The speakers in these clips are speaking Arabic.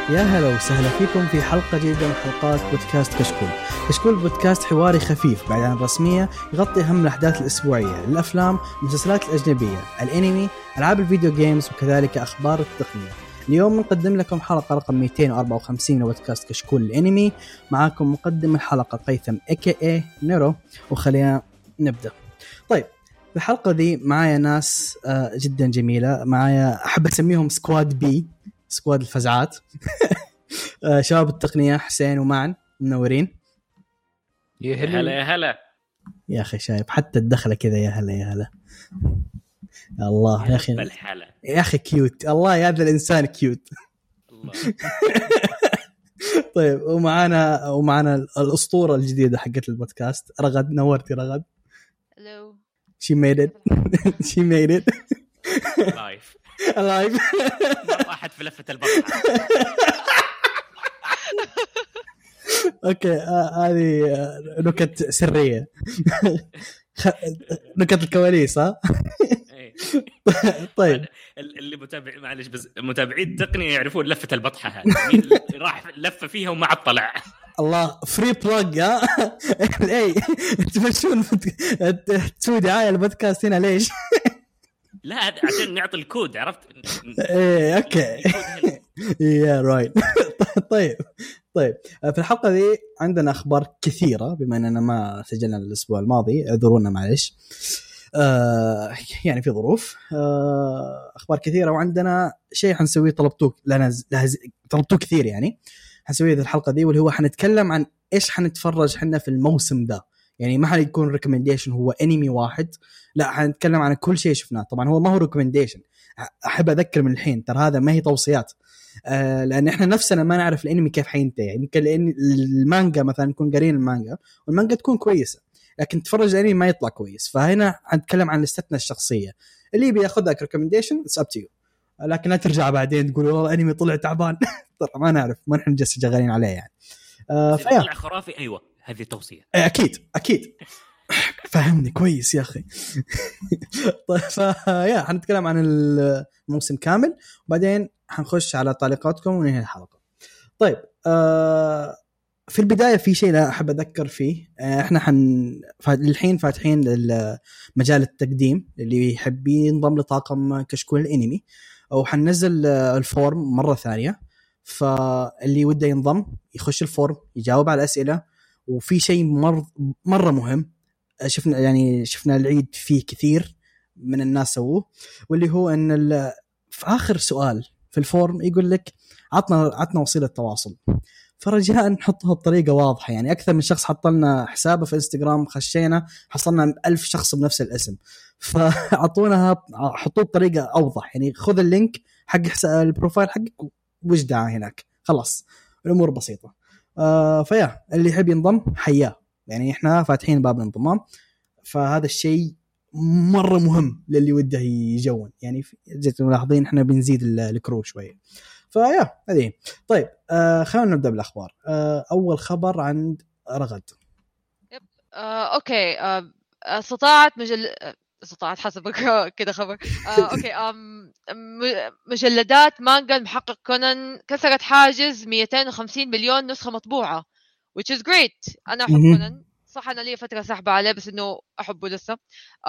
يا هلا وسهلا فيكم في حلقة جديدة من حلقات بودكاست كشكول. كشكول بودكاست حواري خفيف بعيد عن الرسمية، يغطي أهم الأحداث الأسبوعية للأفلام، المسلسلات الأجنبية، الأنمي، ألعاب الفيديو جيمز، وكذلك أخبار التقنية. اليوم نقدم لكم حلقة رقم 254 من بودكاست كشكول الأنمي. معاكم مقدم الحلقة قيثم AKA نيرو، وخلينا نبدأ. طيب، في الحلقة دي معايا ناس جدا جميلة. معايا أحب أسميهم سكواد بي، سكواد الفزعات. شباب التقنية حسين ومعن، منورين. يا هلا يا هلا يا أخي شايف حتى الدخلة كذا، يا هلا يا هلا. الله يا أخي، يا أخي كيوت، الله يا هذا الإنسان كيوت. الله. طيب، ومعنا الأسطورة الجديدة حقت البودكاست رغد. نورتي رغد. Hello. She made it. She made it. Alive. واحد في لفة البطحة. اوكي، هذه نكت سرية. نكت الكواليس. ها. طيب، اللي متابع معلش، بس متابعين التقنية يعرفون لفة البطحة هذه، مين راح لفة فيها وما عاد طلع. الله، فري بلاج. ها اي تمشون تسوي دعاية البودكاست هنا ليش؟ لا عشان نعطي الكود، عرفت؟ ايه اوكي. يا رايت. طيب في الحلقة دي عندنا أخبار كثيرة، بما أننا ما سجلنا الأسبوع الماضي، اعذرونا معلش. يعني في ظروف. أخبار كثيرة، وعندنا شيء حنسويه طلبتوه لنا، طلبتوه كثير يعني. حنسويه في الحلقة دي، واللي هو حنتكلم عن إيش حنتفرج حنا في الموسم ده. يعني ما حيكون ريكومنديشن هو انمي واحد، لا حنتكلم عن كل شيء شفناه. طبعا هو ما هو ريكومنديشن، احب اذكر من الحين ترى هذا ما هي توصيات. لان احنا نفسنا ما نعرف الانمي كيف حينتهي. يمكن لان المانجا مثلا نكون قارين المانجا والمانجا تكون كويسه، لكن تفرج الانمي ما يطلع كويس. فهنا حنتكلم عن لستنا الشخصيه، اللي بياخذها ريكومنديشن اتس اب تو يو، لكن لا ترجع بعدين تقول والله الانمي طلع تعبان. طبعا ما نعرف، ما نحن جالسين شغالين عليه يعني. طلع خرافي. ايوه هذه توصيه. اكيد فهمني كويس يا اخي. طيب، يا حنتكلم عن الموسم كامل، وبعدين حنخش على تعليقاتكم وننهي الحلقه. طيب، في البدايه في شيء لا احب اذكر فيه. احنا الحين فاتحين مجال التقديم اللي يحب ينضم لطاقم كشكول الانمي، او حننزل الفورم مره ثانيه. فاللي وده ينضم يخش الفورم، يجاوب على الاسئله. وفي شيء مره مهم، شفنا العيد فيه كثير من الناس سووه، واللي هو ان في آخر سؤال في الفورم يقول لك عطنا وسيلة تواصل. فرجاء نحطها بطريقة واضحة. يعني أكثر من شخص حط لنا حسابه في إنستغرام، خشينا حصلنا 1000 شخص بنفس الاسم. فعطونها، حطوه بطريقة أوضح. يعني خذ اللينك حق حساب البروفايل حقك وجدعه هناك، خلاص الأمور بسيطة. فيا اللي يحب ينضم حياه، يعني إحنا فاتحين باب الانضمام. فهذا الشيء مرة مهم للي وده يجون. يعني زي ملاحظين إحنا بنزيد الكرو شوية. فيا هذه. طيب، خلينا نبدأ بالأخبار. أول خبر عند رغد. أوكي. استطاعت حسب كده خبر. أوكي. مجلدات مانجا المحقق كونان كسرت حاجز 250 مليون نسخة مطبوعة، which is great. أنا أحب كونان صح، أنا لي فترة سحبة عليه، بس إنه أحبه لسه.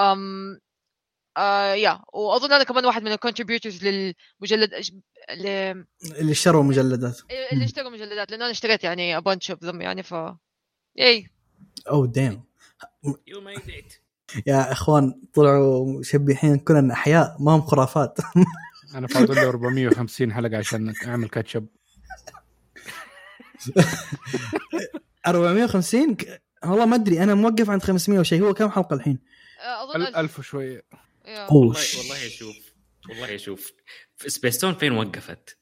وأظن أنا كمان واحد من الcontributors للمجلد اللي اشتروا مجلدات، لأنه أنا اشتريت يعني a bunch of them يعني. ياي damn you made it. يا إخوان، طلعوا شبيحين كنا أحياء، ما هم خرافات. أنا فاضل لي 450 حلقة عشان أعمل كاتشب. 450 والله ما أدري، أنا موقف عند 500 وشيء. هو كم حلقة الحين؟ أظن 1000 وشوية. والله شوف في سبيستون فين وقفت.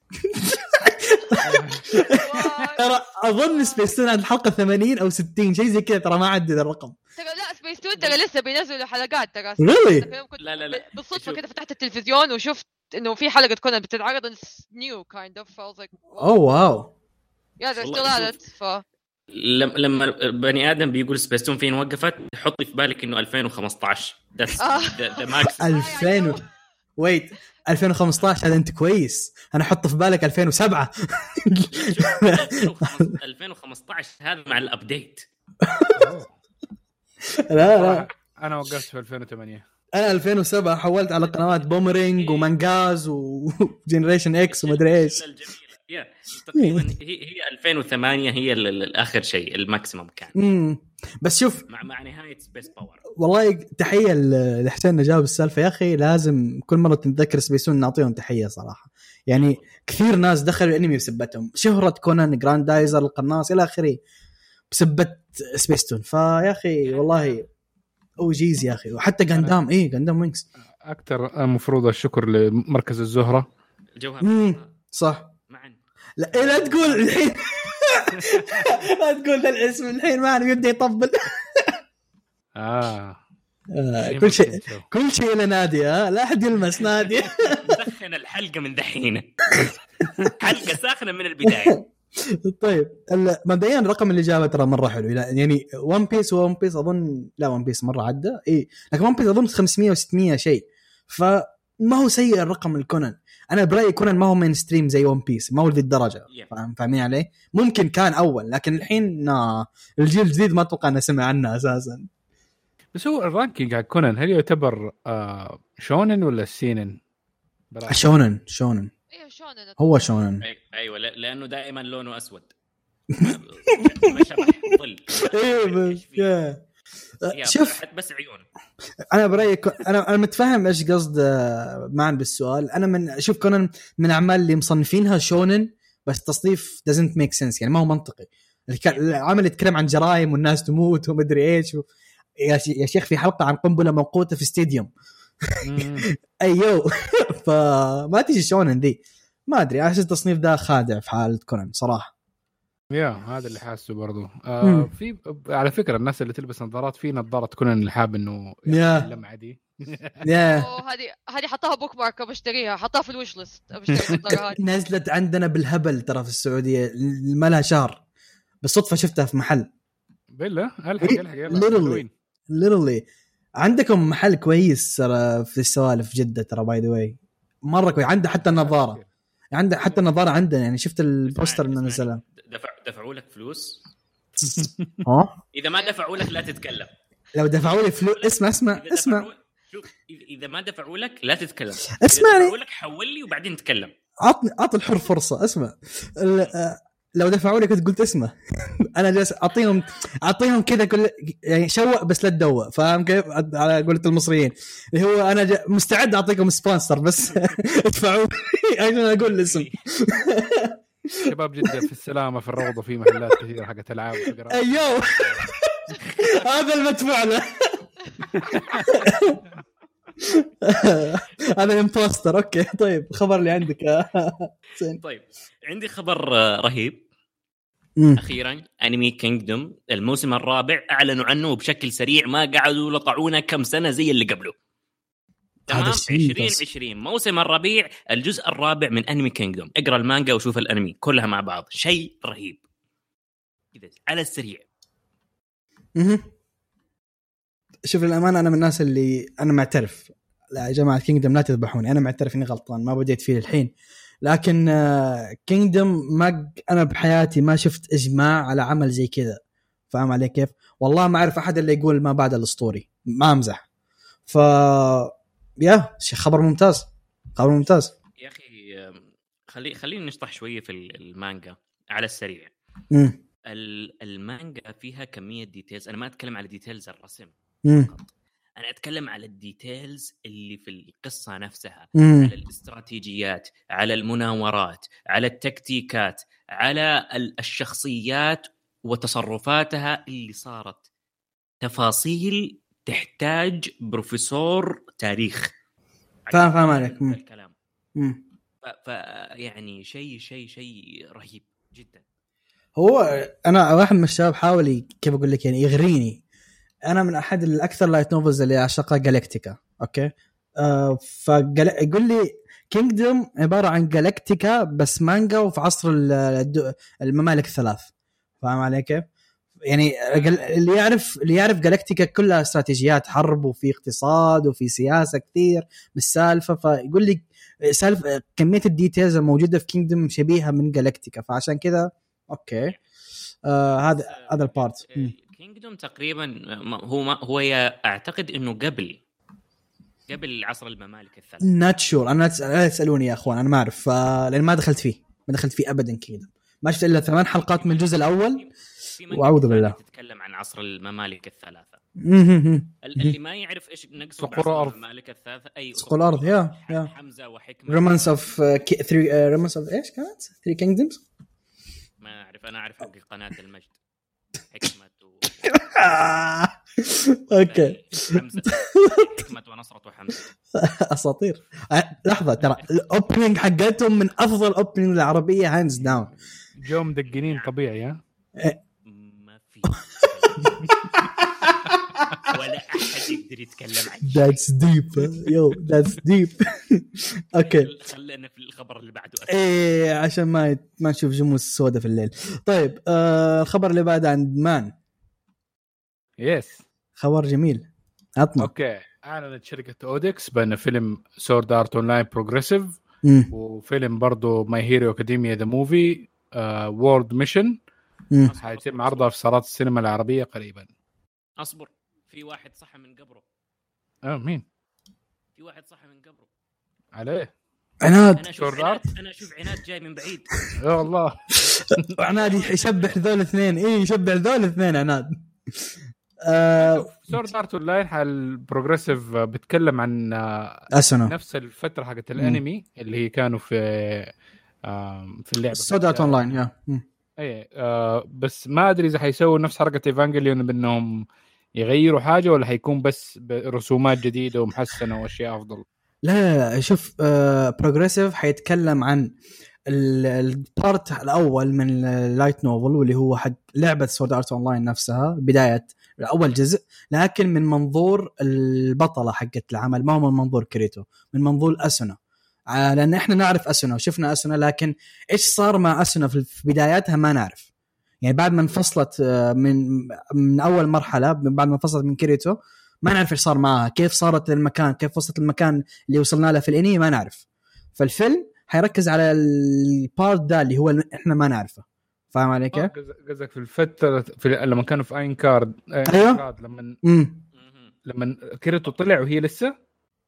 ترى أظن سبيستون عند الحلقة 80 أو 60 شيء زي كذا، ترى ما عدد الرقم. لا سبيستون ترى لسه بينزلوا حلقات ترى. لا بالصدفة كده فتحت التلفزيون وشفت إنه في حلقة كونان بتتعرض new kind of. I was like واو yeah they're still at it. لما بني آدم بيقول سبيستون فين وقفت، حطي في بالك إنه 2015 ده ماكس. 2000 ويت 2015 هذا انت كويس، انا احط في بالك 2007. 2015 هذا مع الابديت. لا انا وقفت في 2008. انا 2007 حولت على قنوات بومرينج ومانجاز وجنريشن اكس ومدري ايش. تقريبا هي 2008 هي الاخر شيء الماكسيمم كان. بس شوف مع نهايه سبيس باور. والله تحيه لحسين جاوب السالفه يا اخي. لازم كل مره تتذكر سبيسون نعطيهم تحيه صراحه. يعني كثير ناس دخلوا الانمي بسبتهم، شهره كونان، جراندايزر، القناص الى اخره، بسبت سبيستون. فيا اخي والله اوجيز يا اخي. وحتى غاندام غاندام وينكس اكثر المفروض الشكر لمركز الزهره الجوهر. صح معا. لا تقول الحين لا تقول ذا الاسم الحين، ما أنا يبدأ يطبل. كل شيء لنادي. لا أحد يلمس نادي. دخن الحلقة من دحين. حلقة ساخنة من البداية. طيب مبدئيا الرقم اللي جابه ترى مرة حلو. يعني ون بيس أظن، لا ون بيس مرة عدى لكن ون بيس أظن 500 و600 شيء، فما هو سيء الرقم الكونان. أنا برأيي كونان ما هو مين ستريم زي ون بيس، ما هو ذي الدرجة. فاهمين عليه؟ ممكن كان أول، لكن الحين الجيل الجديد ما أتوقع أنه سمع عنه أساسا. بس هو الرانكينج على كونان هل يعتبر شونن ولا سينن؟ شونن هو شونن. أيوة لأنه دائما لونه أسود. ما شبه ظل. شوف بس عيون. انا برايك انا متفاهم ايش قصد معن بالسؤال. انا من شوف كونان من اعمال اللي مصنفينها شونن، بس تصنيف doesn't make sense، يعني ما هو منطقي. العمل يتكلم عن جرائم والناس تموت ومدري ايش يا شيخ في حلقه عن قنبله موقوته في استاديوم. ايوه فما تيجي شونن ذي. ما ادري احس التصنيف ده خادع في حاله كونان صراحه. هذا اللي حاسه برضو. في على فكرة الناس اللي تلبس نظارات، في نظارة كونان اللي حاب انه اللمعة دي. هذه حطها بوك مارك بشتريها، حطها في الويش ليست ابشتري النظارات. نزلت عندنا بالهبل ترى في السعودية، ما لها شهر بالصدفة شفتها في محل. بالله الحق يلا literally عندكم محل كويس ترى في السوالف جدة ترى باي ذا واي مرة كويس. عنده حتى النظارة، عنده حتى النظارة عندنا، يعني شفت البوستر اللي نزله. دفعوا لك فلوس. إذا ما دفعوا لك لا تتكلم. لو دفعوا لي فلوس اسمع شوف إذا ما دفعوا لك لا تتكلم. اسمعني. دفعوا لك حول لي وبعدين نتكلم. أعطي الحر فرصة. اسمع لو دفعوا لي كنت قلت اسمه. أنا جالس أعطيهم كذا كل يعني شوق بس لا تدوق. فاهم كيف على قولة المصريين اللي هو أنا مستعد أعطيكم سبونسر بس ادفعوا عشان أقول الاسم. شباب جدة في السلامة في الروضة في محلات كثيرة حقت ألعاب. أيوه هذا المدفوع له. هذا امبوستر. أوكي طيب خبر اللي عندك. طيب عندي خبر رهيب. أخيرا أنمي كينغدوم الموسم الرابع أعلنوا عنه بشكل سريع، ما قعدوا لطعونا كم سنة زي اللي قبله. تمام 2020 موسم الربيع الجزء الرابع من أنمي كينغدوم. اقرأ المانجا وشوف الأنمي كلها مع بعض، شيء رهيب كذا على السريع. شوف الأمانة أنا من الناس اللي أنا معترف، لا يا جماعة كينغدوم لا تذبحوني، أنا معترف إني غلطان ما بديت فيه الحين، لكن كينغدوم ما أنا بحياتي ما شفت إجماع على عمل زي كذا. فاهم علي كيف؟ والله ما أعرف أحد اللي يقول ما بعد الأسطوري، ما أمزح. يا خبر ممتاز، خبر ممتاز يا أخي. خلينا نشطح شوية في المانجا على السريع. المانجا فيها كمية ديتيلز، أنا ما أتكلم على ديتيلز الرسم فقط. أنا أتكلم على الديتيلز اللي في القصة نفسها، على الاستراتيجيات، على المناورات، على التكتيكات، على الشخصيات وتصرفاتها اللي صارت تفاصيل تحتاج بروفيسور تاريخ. فاهم عليك الكلام. يعني شيء رهيب جدا. هو أنا واحد من الشباب حاول كيف أقول لك يعني يغريني. أنا من أحد الأكثر لايت نوفلز اللي أعشقها جالاكتيكا. أوكي يقول لي كينغدوم عبارة عن جالاكتيكا بس مانجا وفي عصر الممالك الثلاث. فاهم علي كيف؟ يعني اللي يعرف جالاكتيكا كلها استراتيجيات حرب وفي اقتصاد وفي سياسة كثير بالسالفة. فيقول لي كميه الديتيلز الموجوده في كينجدم شبيهه من جالاكتيكا، فعشان كذا اوكي هذا البارت. كينجدوم تقريبا هو اعتقد انه قبل عصر الممالك الثلاث. نات شور، انا لا تسالوني يا اخوان، انا ما اعرف لان ما دخلت فيه ابدا. كينجدوم ما شفت الا 8 حلقات من الجزء الاول واعوذ بالله. تتكلم عن عصر الممالك الثلاثه. اللي ما يعرف ايش نقصد عصر الممالك الثلاثه، اي صقور الارض يا حمزه وحكمه رومانس اوف 3 رومانس اوف ايش كانت 3 كينجدمز. ما اعرف، انا اعرف حق قناه المجد حكمه اوكي حكمه ونصره وحمزه اساطير. لحظه، ترى الاوبننج حقتهم من افضل اوبننج العربيه هاندز داون. جو مدقنين طبيعي ها ما في ولا احد يقدر يتكلم عنه. That's deep يو that's deep. اوكي خلينا في الخبر اللي بعده. ايه عشان ما نشوف جموس سودة في الليل. طيب الخبر اللي بعده عند مان. يس خبر جميل عطنا. اوكي اعلنت شركه اودكس بان فيلم سورد ارت اون لاين بروجريسيف وفيلم برضو ماي هيرو اكاديميا ذا موفي وورد ميشن حيتم عرضها في صالات السينما العربيه قريبا. اصبر، في واحد صح من قبره. مين؟ في واحد صح من قبره عليه عناد. انا اشوف عناد جاي من بعيد. يا والله عناد يشبح ذول الاثنين. ايه يشبح ذول الاثنين عناد. سورد ارت اون لاين البروجريسيف بتكلم عن أسنة. نفس الفتره حقت الانمي اللي هي كانوا في اللعبه سورد ارت اون لاين يا ايه بس ما ادري اذا حيسووا نفس حركه ايفانجيليون بانهم يغيروا حاجه ولا حيكون بس برسومات جديده ومحسنه واشياء افضل. لا شوف بروجريسيف حيتكلم عن البارت الاول من اللايت نوفل واللي هو حق لعبه سورد ارت اون لاين نفسها بدايه اول جزء، لكن من منظور البطله حقت العمل، ما هو من منظور كريتو، من منظور أسونا. لان احنا نعرف أسونا وشفنا أسونا، لكن ايش صار مع أسونا في بداياتها ما نعرف. يعني بعد ما انفصلت من اول مرحله، بعد ما انفصلت من كريتو ما نعرف ايش صار معها، كيف صارت للمكان، كيف وصلت المكان اللي وصلنا له في الانمي ما نعرف. فالفيلم حيركز على البارت ده اللي هو احنا ما نعرفه. فاهم علي كيف؟ قصدك في الفتره لما كانوا في اين كارد. ايوه لما كريتو طلع وهي لسه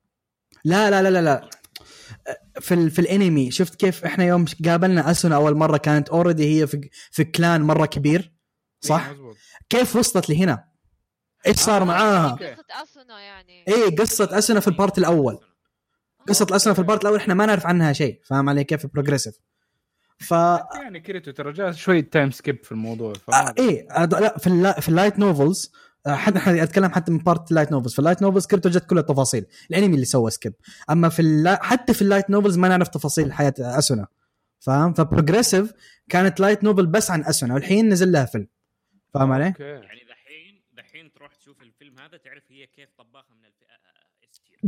لا في الانمي شفت كيف احنا يوم قابلنا أسونا اول مره كانت اوريدي هي في كلان مره كبير صح؟ كيف وصلت لهنا؟ ايش صار معاها؟ قصة أسونا يعني قصة أسونا في البارت الاول. قصة أسونا في البارت الاول احنا ما نعرف عنها شيء. فاهم علي كيف؟ بروجريسيف يعني كريتو ترى جاء شويه تايم سكيب في الموضوع. لا في اللايت نوفلز حتى اتكلم حتى من بارت اللايت نوفلز. في اللايت نوفلز كريتو جت كل التفاصيل، الانمي اللي سوى سكيب. اما حتى في اللايت نوفلز ما نعرف تفاصيل حياه أسونا. فاهم؟ فبروجريسيف كانت لايت نوفل بس عن أسونا والحين نزل لها فيلم. فاهم علي؟ يعني دحين تروح تشوف الفيلم هذا تعرف هي كيف طباخه من استير.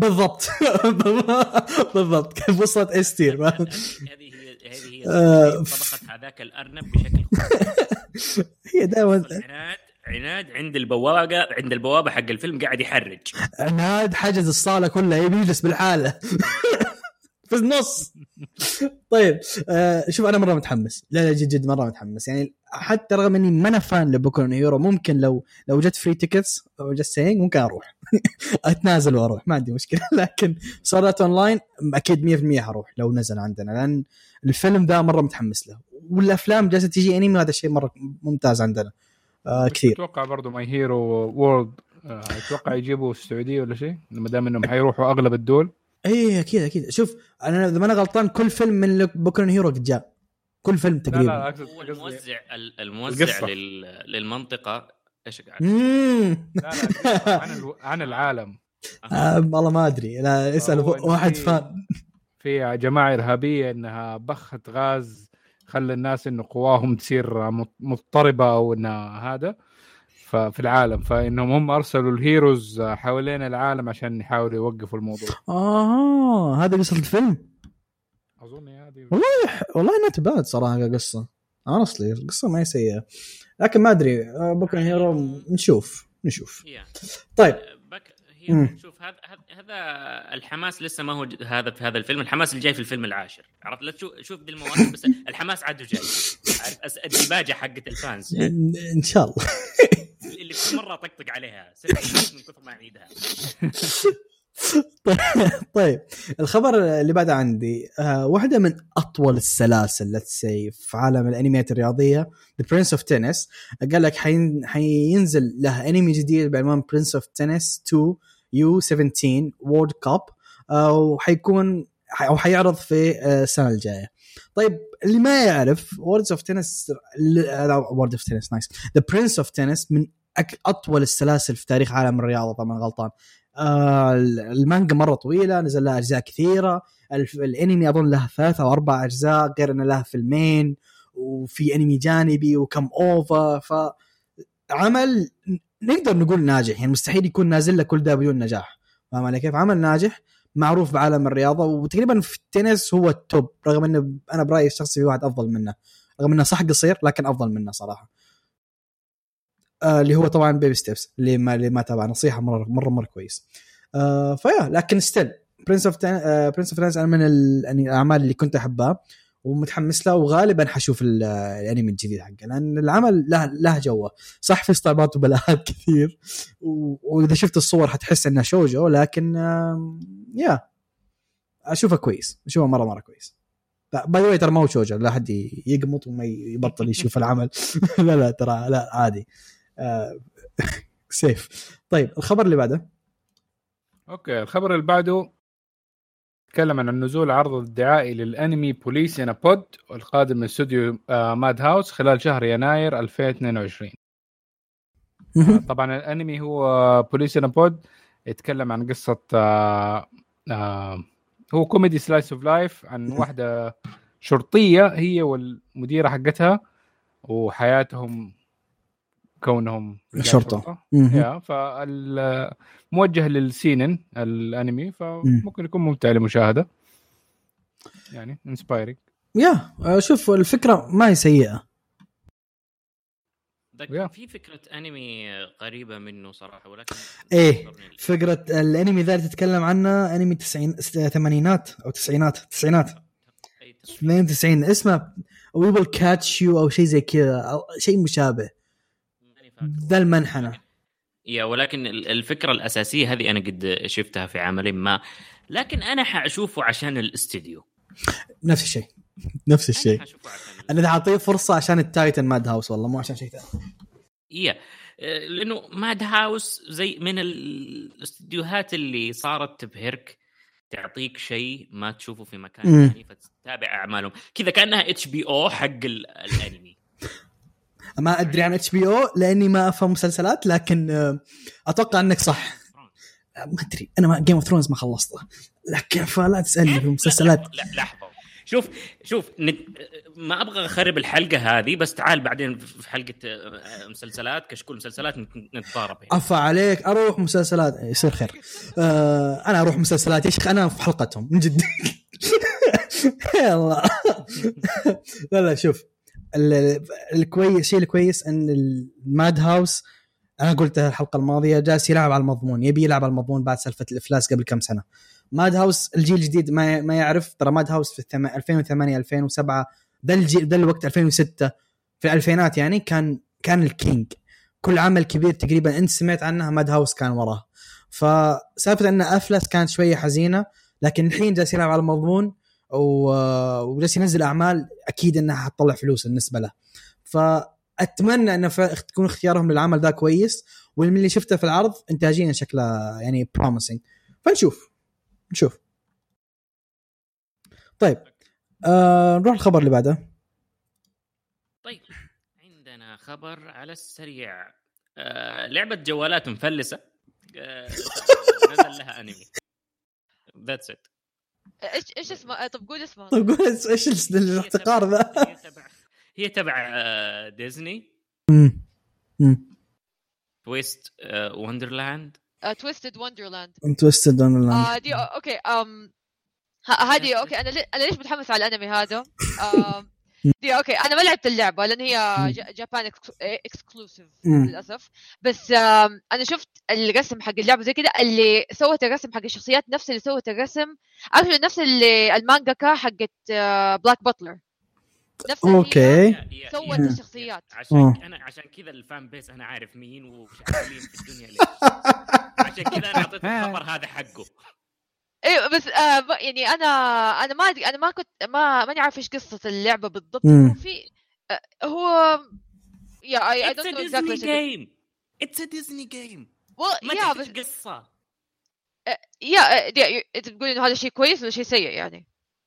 بالضبط كيف وصلت استير. هذه هي طبخت هذاك الارنب بشكل هي دائما عناد عند البوابه حق الفيلم قاعد يحرج. عناد حجز الصاله كلها يبي يجلس بالحاله في النص. طيب شوف انا مره متحمس. لا جد مره متحمس يعني، حتى رغم اني ما انا فان لبوكو نو هيرو، ممكن لو جت فري تيكتس او جت سينج ممكن اروح اتنازل واروح ما عندي مشكله. لكن صارت اونلاين اكيد 100% هروح لو نزل عندنا، لان الفيلم ذا مره متحمس له، والافلام جالسه تيجي انمي هذا الشيء مره ممتاز عندنا كثير. اتوقع برضو ماي هيرو وورلد اتوقع يجيبوا السعوديه ولا شيء، ما دام انهم حيروحوا اغلب الدول. ايه اكيد. شوف انا اذا ما انا غلطان كل فيلم من بوكو نو هيرو جاء، كل فيلم تقريبا. لا الموزع للمنطقه ايش قاعد عن العالم. والله ما ادري، لا اسال واحد فان. في جماعه ارهابيه انها بخت غاز خلى الناس انه قواهم تصير مضطربه او انها هذا في العالم، فانهم هم ارسلوا الهيروز حوالين العالم عشان يحاولوا يوقفوا الموضوع. هذا قصه الفيلم اظن هذه. والله نتبات صراحه قصه اصلي القصه ما هي سيئه، لكن ما ادري بكره هيرو نشوف. طيب شوف هذا الحماس لسه ما هو هذا في هذا الفيلم. الحماس اللي جاي في الفيلم العاشر، عرفت؟ لا شوف دي المواسم بس الحماس عاد جاي، عارف الديباجه حقت الفانز ان شاء الله اللي كل مره طقطق عليها من كثر ما اعيدها. طيب الخبر اللي بعده عندي واحدة من أطول السلاسل في عالم الأنميات الرياضية The Prince of Tennis. قال لك حينزل له أنمي جديد بعنوان Prince of Tennis 2 U17 World Cup وحيكون أو حيعرض في السنة الجاية. طيب اللي ما يعرف World of Tennis nice. The Prince of Tennis من أطول السلاسل في تاريخ عالم الرياضة طبعا غلطان. المانجا مرة طويلة، نزل لها أجزاء كثيرة. الأنمي أظن له 3 أو 4 أجزاء، غير أن له فيلمين وفي أنمي جانبي وكم أوفا. فعمل نقدر نقول ناجح، يعني مستحيل يكون نازل له كل ده بدون نجاح. فاهم علي كيف؟ عمل ناجح معروف بعالم الرياضة، وتقريبا في التنس هو التوب، رغم أنه أنا برأيي الشخصي في واحد أفضل منه، رغم أنه صح قصير لكن أفضل منه صراحة. اللي هو طبعا بيبي ستيبس اللي ما تابع نصيحة مرة كويس. فيا لكن ستيل برنس اوف تنس انا من الاعمال اللي كنت احبها ومتحمس له، وغالبا حشوف الانمي الجديد حقه لان العمل له جوه. صح في استعباط وبلاهات كثير واذا شفت الصور حتحس انه شوجو، لكن يا اشوفه كويس، اشوفه مرة كويس. باي ذا واي ترى ما هو شوجو، لا حد يقمط وما يبطل يشوف العمل لا ترى لا عادي سيف. طيب الخبر اللي بعده. اوكي الخبر اللي بعده تكلم عن النزول عرض الدعائي للانمي بوليس ان بود القادم من استوديو ماد هاوس خلال شهر يناير 2022. طبعا الانمي هو بوليس ان بود، يتكلم عن قصة هو كوميدي سلايس اوف لايف عن واحدة شرطية هي والمديرة حقتها وحياتهم كونهم شرطة. فالموجه للسينن الانمي، فممكن يكون ممتع للمشاهدة، يعني انسبايرينج. شوف الفكرة ما هي سيئة. في فكرة أنمي قريبة منه صراحة، ولكن فكرة الأنمي ذا تتكلم عنه أنمي 80 أو 90 92 اسمه We Will Catch You أو شيء زي كذا أو شيء مشابه ذا المنحنى. ولكن الفكرة الأساسية هذه أنا قد شفتها في عمل ما، لكن أنا حأشوفه عشان الاستديو. نفس الشيء أنا حاعطيه فرصة عشان التايتن ماد هاوس، والله مو عشان شيء ثاني. لأنه ماد هاوس زي من الاستديوهات اللي صارت تبهرك، تعطيك شيء ما تشوفه في مكان ثاني فتتابع أعمالهم كذا كأنها HBO حق الأنمي. ما أدري عن HBO لأني ما أفهم مسلسلات، لكن أتوقع أنك صح. ما أدري أنا Game of Thrones ما خلصته، لكن فلا تسألني في المسلسلات. لا لحظة، شوف ما أبغى أخرب الحلقة هذه، بس تعال بعدين في حلقة مسلسلات كشكول مسلسلات نتضارب. أفا عليك أروح مسلسلات يصير خير. أنا أروح مسلسلات يا شيخ، أنا في حلقتهم من جد. يلا لا شوف الشيء الكويس ان الماد هاوس انا قلتها الحلقه الماضيه جالس يلعب على المضمون، يبي يلعب على المضمون بعد سالفه الافلاس قبل كم سنه. ماد هاوس الجيل الجديد ما يعرف ترى ماد هاوس في 2008 2007 ده الجيل ده الوقت 2006 في الالفينات، يعني كان الكينج. كل عمل كبير تقريبا انت سمعت عنها ماد هاوس كان وراه. فسالفه ان افلاس كانت شويه حزينه، لكن الحين جالس يلعب على المضمون وجالس ينزل أعمال أكيد أنها هتطلع فلوس بالنسبة له. فأتمنى أن تكون اختيارهم للعمل ده كويس، والمن اللي شفته في العرض إنتاجيا شكله يعني promising، فنشوف. طيب نروح الخبر اللي بعده. طيب عندنا خبر على السريع. لعبة جوالات مفلسة نزل لها أنمي. That's it. ايش اسمه؟ طب قول اسمه. ايش الاحتقار ذا؟ هي تبع ديزني. تويست وندرلاند. تويستد وندرلاند. دي اوكي. هذه اوكي. انا ليش متحمس على الانمي هذا؟ دي اوكي انا ما لعبت اللعبه لان هي جابان اكسكلوسيف للاسف، بس انا شفت الرسم حق اللعبه زي كده، اللي سوت الرسم حق الشخصيات نفس اللي سوت الرسم نفس اللي المانجاكا حقت بلاك باتلر، نفس اوكي سوت الشخصيات. عشان كذا الفان بيس انا عارف مين وشغالين في الدنيا ليش. عشان كذا انا اعطيت الخبر هذا حقه. ايوه بس يعني انا ما ادري، انا ما كنت ماني عارف ايش قصه اللعبه بالضبط. في هو I don't know exactly game. It's a Disney game. well yeah بس قصه تقول انه هذا شيء كويس ولا شيء سيء يعني؟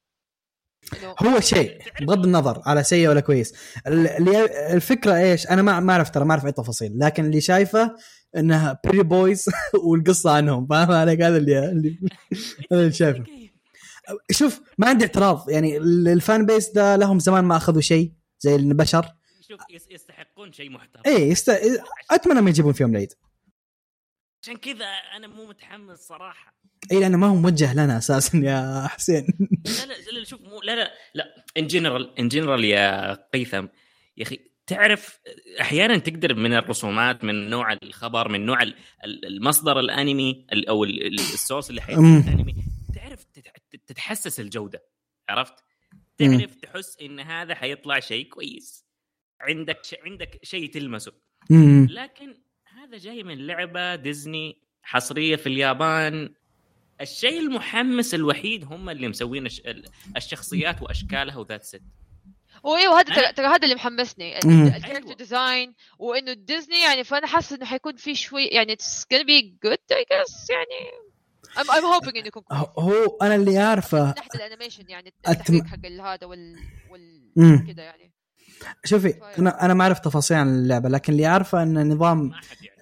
هو شيء بغض النظر على سيء ولا كويس. الفكره ايش؟ انا ما اعرف ترى، ما اعرف اي تفاصيل، لكن اللي شايفه انها بري بويز والقصه عنهم، فاهم عليك؟ هذا اللي شايفه. شوف ما عندي اعتراض يعني، الفان بيس ده لهم زمان ما اخذوا شيء زي البشر. شوف يستحقون شيء محترم. اتمنى ما يجيبون فيهم العيد. عشان كذا انا مو متحمس صراحه. اي لانه ما هو موجه لنا اساسا يا حسين. لا شوف لا ان جنرال يا قيثم يا اخي، تعرف احيانا تقدر من الرسومات، من نوع الخبر، من نوع المصدر الانمي او السورس اللي حيصير الانمي، تعرف تتحسس الجوده، عرفت؟ تعرف تحس ان هذا حيطلع شيء كويس، عندك شيء تلمسه. لكن هذا جاي من لعبه ديزني حصريه في اليابان. الشيء المحمس الوحيد هم اللي مسوين الشخصيات واشكالها وذات ست. وايوه هذا ترى هذا اللي محمسني، الكاركتر ديزاين، وانه ديزني يعني، فانا حاسه انه حيكون في شوي يعني it's gonna be good I guess يعني. I'm hoping انه يكون هو انا اللي عارفه ناحيه الانيميشن يعني التحريك حق هذا وال كده يعني. شوفي انا ما اعرف تفاصيل عن اللعبه، لكن اللي عارفه ان نظام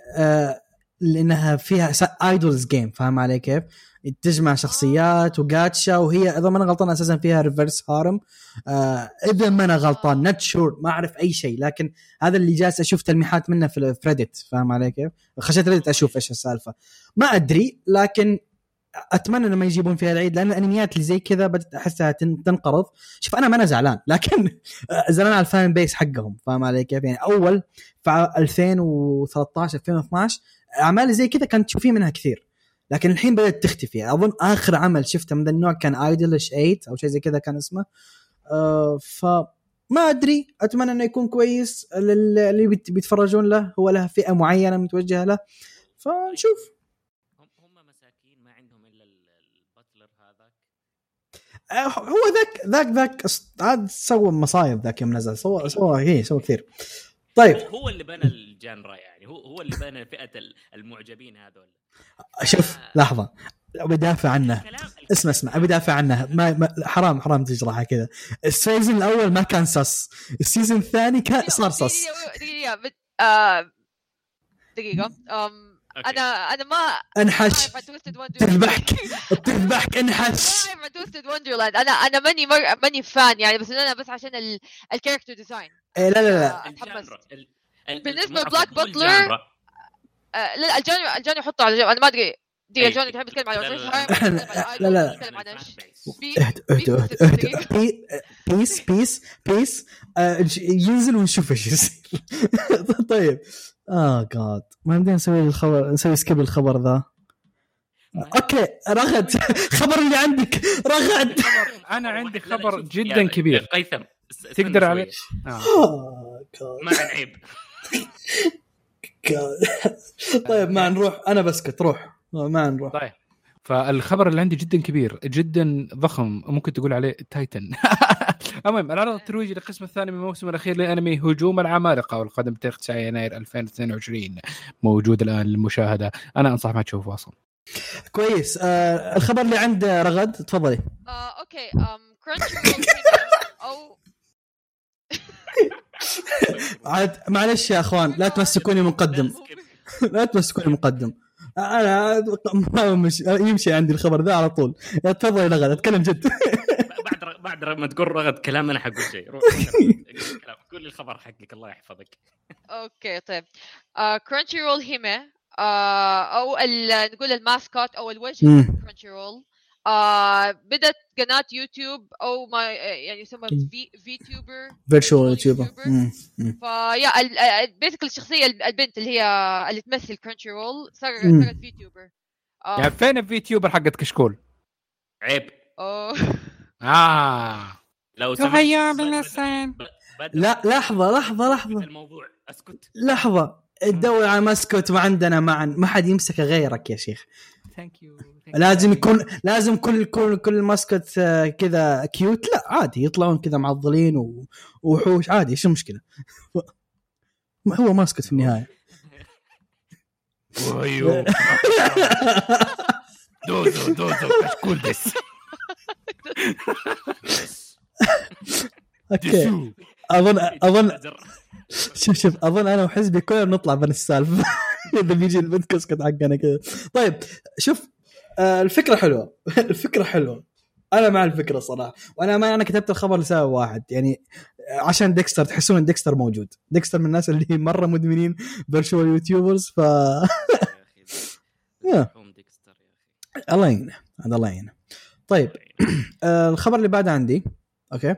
لانها فيها ايدولز جيم، فاهم علي كيف؟ تجمع شخصيات وجاتشا، وهي اذا ما انا غلطان اساسا فيها ريفرس هارم. اذا ما انا غلطان نت شور، ما اعرف اي شيء، لكن هذا اللي جالس اشوف تلميحات منه في ريدت، فاهم علي كيف؟ خشيت ريدت اشوف ايش السالفه، ما ادري، لكن اتمنى انه ما يجيبون فيها العيد، لان الانميات اللي زي كذا بدت احسها تنقرض. شوف انا ما انا زعلان، لكن زعلان على الفان بيس حقهم، فاهم علي كيف؟ يعني اول في 2013 2012 اعمال زي كذا كانت تشوفين منها كثير، لكن الحين بدأت تختفي. أظن آخر عمل شفته من النوع كان ايدلش 8 أو شيء زي كذا كان اسمه. فما أدري، أتمنى إنه يكون كويس اللي بيتفرجون له، هو له فئة معينة متوجهة له، فنشوف. هم مساكين ما عندهم إلا الباتلر هذاك. هو ذاك عاد سوى مصايب ذاك يوم نزل، سوى كثير. طيب هو اللي بنى الجانرا يعني، هو اللي بنى فئة المعجبين هذول. شوف لحظة أبي دافع عنه، اسمع أبي دافع عنه. ما حرام تجرحها كذا. السيزون الأول ما كان صص، السيزون الثاني كان صار صص. دقيقة أنا ما انحش تذبحك انحش. أنا ماني فان يعني، بس أنا بس عشان الكاركتر ديزاين. لا بالنسبة بلاك باتلر لا الجاني يحطه على جنب. أنا ما أدري دي الجاني تحب تتكلم على وجه. لا بيس ينزل ونشوف ايش يصير. طيب جاد ما بدنا نسوي سكيب الخبر ذا. اوكي رغد، خبر اللي عندك رغد. انا عندي خبر جدا كبير قيثم تقدر عليه. ما عيب. طيب ما نروح، انا بسكت، روح ما نروح. طيب فالخبر اللي عندي جدا كبير جدا ضخم، ممكن تقول عليه تايتن. المهم العرض الترويجي للقسم الثاني من الموسم الأخير للأنمي هجوم العمالقة، والقادم بتاريخ 9 يناير 2022 موجود الآن للمشاهدة. أنا أنصح ما تشوفه أصلا. كويس. الخبر اللي عند رغد تفضلي. أوكي كرانشي أو عاد معلش يا أخوان لا تمسكوني مقدم. لا تمسكوني مقدم. أنا مش يمشي عندي الخبر ذا على طول. تفضلي رغد أتكلم جد. بعد ما تقول رغد كلام أنا حقول شيء. روح قول الخبر حقك الله يحفظك. أوكي طيب كرانشي رول هيمة أو نقول الماسكوت أو الوجه كرانشي رول بدت قناة يوتيوب أو ما يعني يسمى في تيوبر فيرتشوال يوتيوبر. فيا بيسكل الشخصية البنت اللي تمثل كرانشي رول صارت في تيوبر. يعني فين الفي تيوبر حقت كشكول؟ عيب. لا لو لحظة الموضوع اسكت. لحظة تدور على ماسكوت وعندنا معا ما حد يمسك غيرك يا شيخ. لازم يكون لازم كل ماسكوت كذا كيوت. لا عادي يطلعون كذا معضلين وحوش عادي. ايش المشكلة؟ ما هو ماسكوت في النهاية. ايوه دوزو كشكول بس. اوكي اظن شوف اظن انا وحزبي كلنا نطلع من السالفه اذا بيجي البودكاست حقنا كذا. طيب شوف الفكره حلوه انا مع الفكره صراحه. وانا ما انا كتبت الخبر لسبب واحد يعني عشان ديكستر تحسون ديكستر موجود. ديكستر من الناس اللي مره مدمنين فيرتشوال يوتيوبرز ف الله يعينه هذا الله يعينه. طيب الخبر اللي بعده عندي اوكي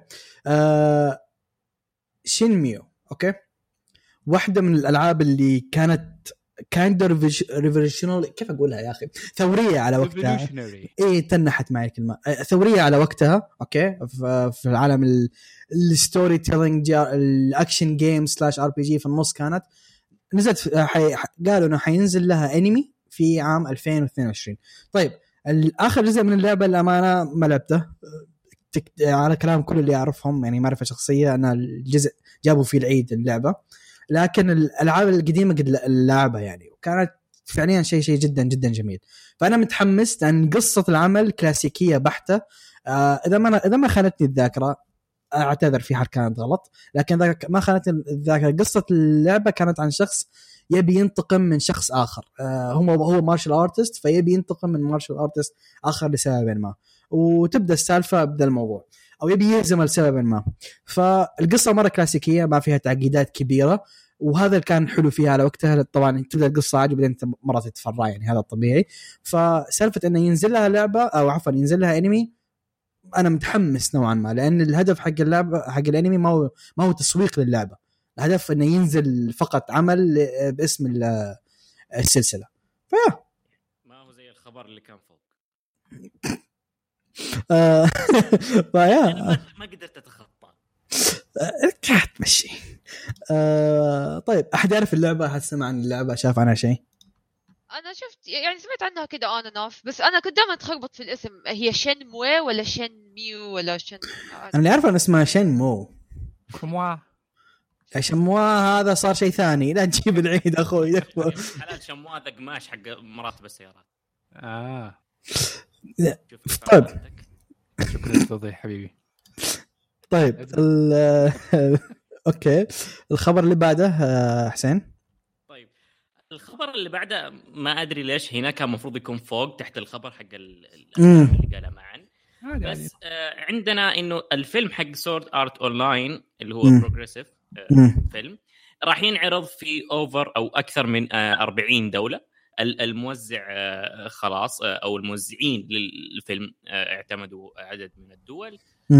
شينميو. اوكي واحده من الالعاب اللي كانت كايند ريفولوشنال كيف اقولها يا اخي ثوريه على وقتها. ايه تنحت معي الكلمه ثوريه على وقتها. اوكي في العالم الستوري تيلينج الاكشن جيم سلاش ار بي جي في النص كانت نزلت قالوا انه حينزل لها انمي في عام 2022. طيب الاخر جزء من اللعبه الامانه ما لعبته على كلام كل اللي يعرفهم يعني معرفه شخصيه ان الجزء جابوا فيه العيد اللعبه. لكن الالعاب القديمه قد اللعبه يعني وكانت فعليا شيء جدا جدا جميل. فانا متحمس لان قصه العمل كلاسيكيه بحته. اذا ما خانتني الذاكره اعتذر في حال كانت غلط لكن ما خانتني الذاكره. قصه اللعبه كانت عن شخص يبي ينتقم من شخص آخر. هو مارشال آرتست فيبي ينتقم من مارشال آرتست آخر لسبب ما وتبدأ السالفة بدا الموضوع أو يبي يهزم لسبب ما. فالقصة مرة كلاسيكية ما فيها تعقيدات كبيرة وهذا كان حلو فيها على وقتها. طبعا تبدأ القصة عادي بعدين مرة تتفرع يعني هذا الطبيعي. فسالفة إنه ينزل لها لعبة أو عفوا ينزل لها أنمي أنا متحمس نوعا ما لأن الهدف حق اللعبة حق الأنمي ما هو تسويق للعبة. الهدف انه ينزل فقط عمل باسم السلسله. ما هو زي الخبر اللي كان فوق. ما قدرت اتخطى. كانت مشي. طيب احد يعرف اللعبه؟ احد سمع عن اللعبه؟ شاف عنها شيء؟ انا شفت يعني سمعت عنها كده اون اند اوف بس انا كنت دائما اتخبط في الاسم. هي شين مو ولا شين ميو ولا شين؟ انا اللي اعرف ان اسمها شين مو. شمواه هذا صار شيء ثاني. لا تجيب العيد اخوي. حلال شمواه ذا قماش حق مراتب السيارات. طيب شكرا للتوضيح حبيبي. طيب اوكي الخبر اللي بعده حسين. طيب الخبر اللي بعده ما ادري ليش هنا كان المفروض يكون فوق تحت الخبر حق اللي قالها معا بس عندنا انه الفيلم حق سورد ارت اونلاين اللي هو بروجريسيف فيلم راح ينعرض في اوفر او اكثر من 40 دوله. الموزع خلاص او الموزعين للفيلم اعتمدوا عدد من الدول.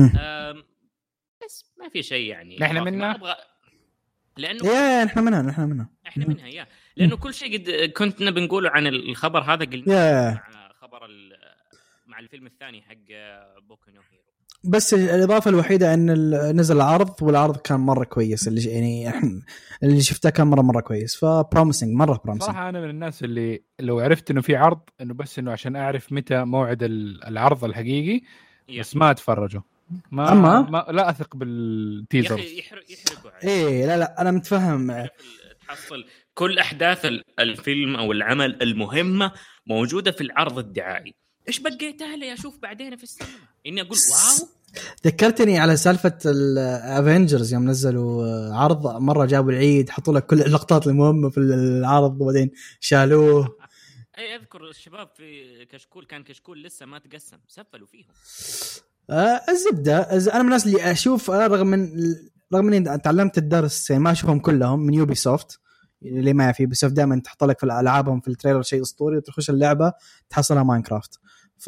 بس ما في شيء يعني نحن منها لانه احنا منها يا لانه كل شيء قد كنتنا بنقوله عن الخبر هذا قلنا مع خبر مع الفيلم الثاني حق بوكو نو هيرو. بس الإضافة الوحيدة أن نزل العرض والعرض كان مرة كويس. اللي شفته كان مرة كويس. فبروميسنج مرة بروميسنج. صراحة أنا من الناس اللي لو عرفت إنه في عرض إنه بس إنه عشان أعرف متى موعد العرض الحقيقي بس ما أتفرجه. ما لا أثق بالتيزر. يحرقوا إيه لا أنا متفهم. تحصل كل أحداث الفيلم أو العمل المهمة موجودة في العرض الدعائي. إيش بقيتها لي أشوف بعدين في السينما إني أقول واو. ذكرتني على سالفة الأفينجرز يوم نزلوا عرض مرة جابوا العيد حطوا لك كل اللقطات المهمة في العرض وبعدين شالوه. أي أذكر الشباب في كشكول كان كشكول لسه ما تقسم سفلوا فيهم. الزبدة أنا من الناس اللي أشوف رغم إني تعلمت الدرس يعني ما أشوفهم كلهم من يوبي سوفت اللي ما في بس دائما تحط لك في الألعابهم في التريلر شيء أسطوري وتخش اللعبة تحصلها ماينكرافت. ف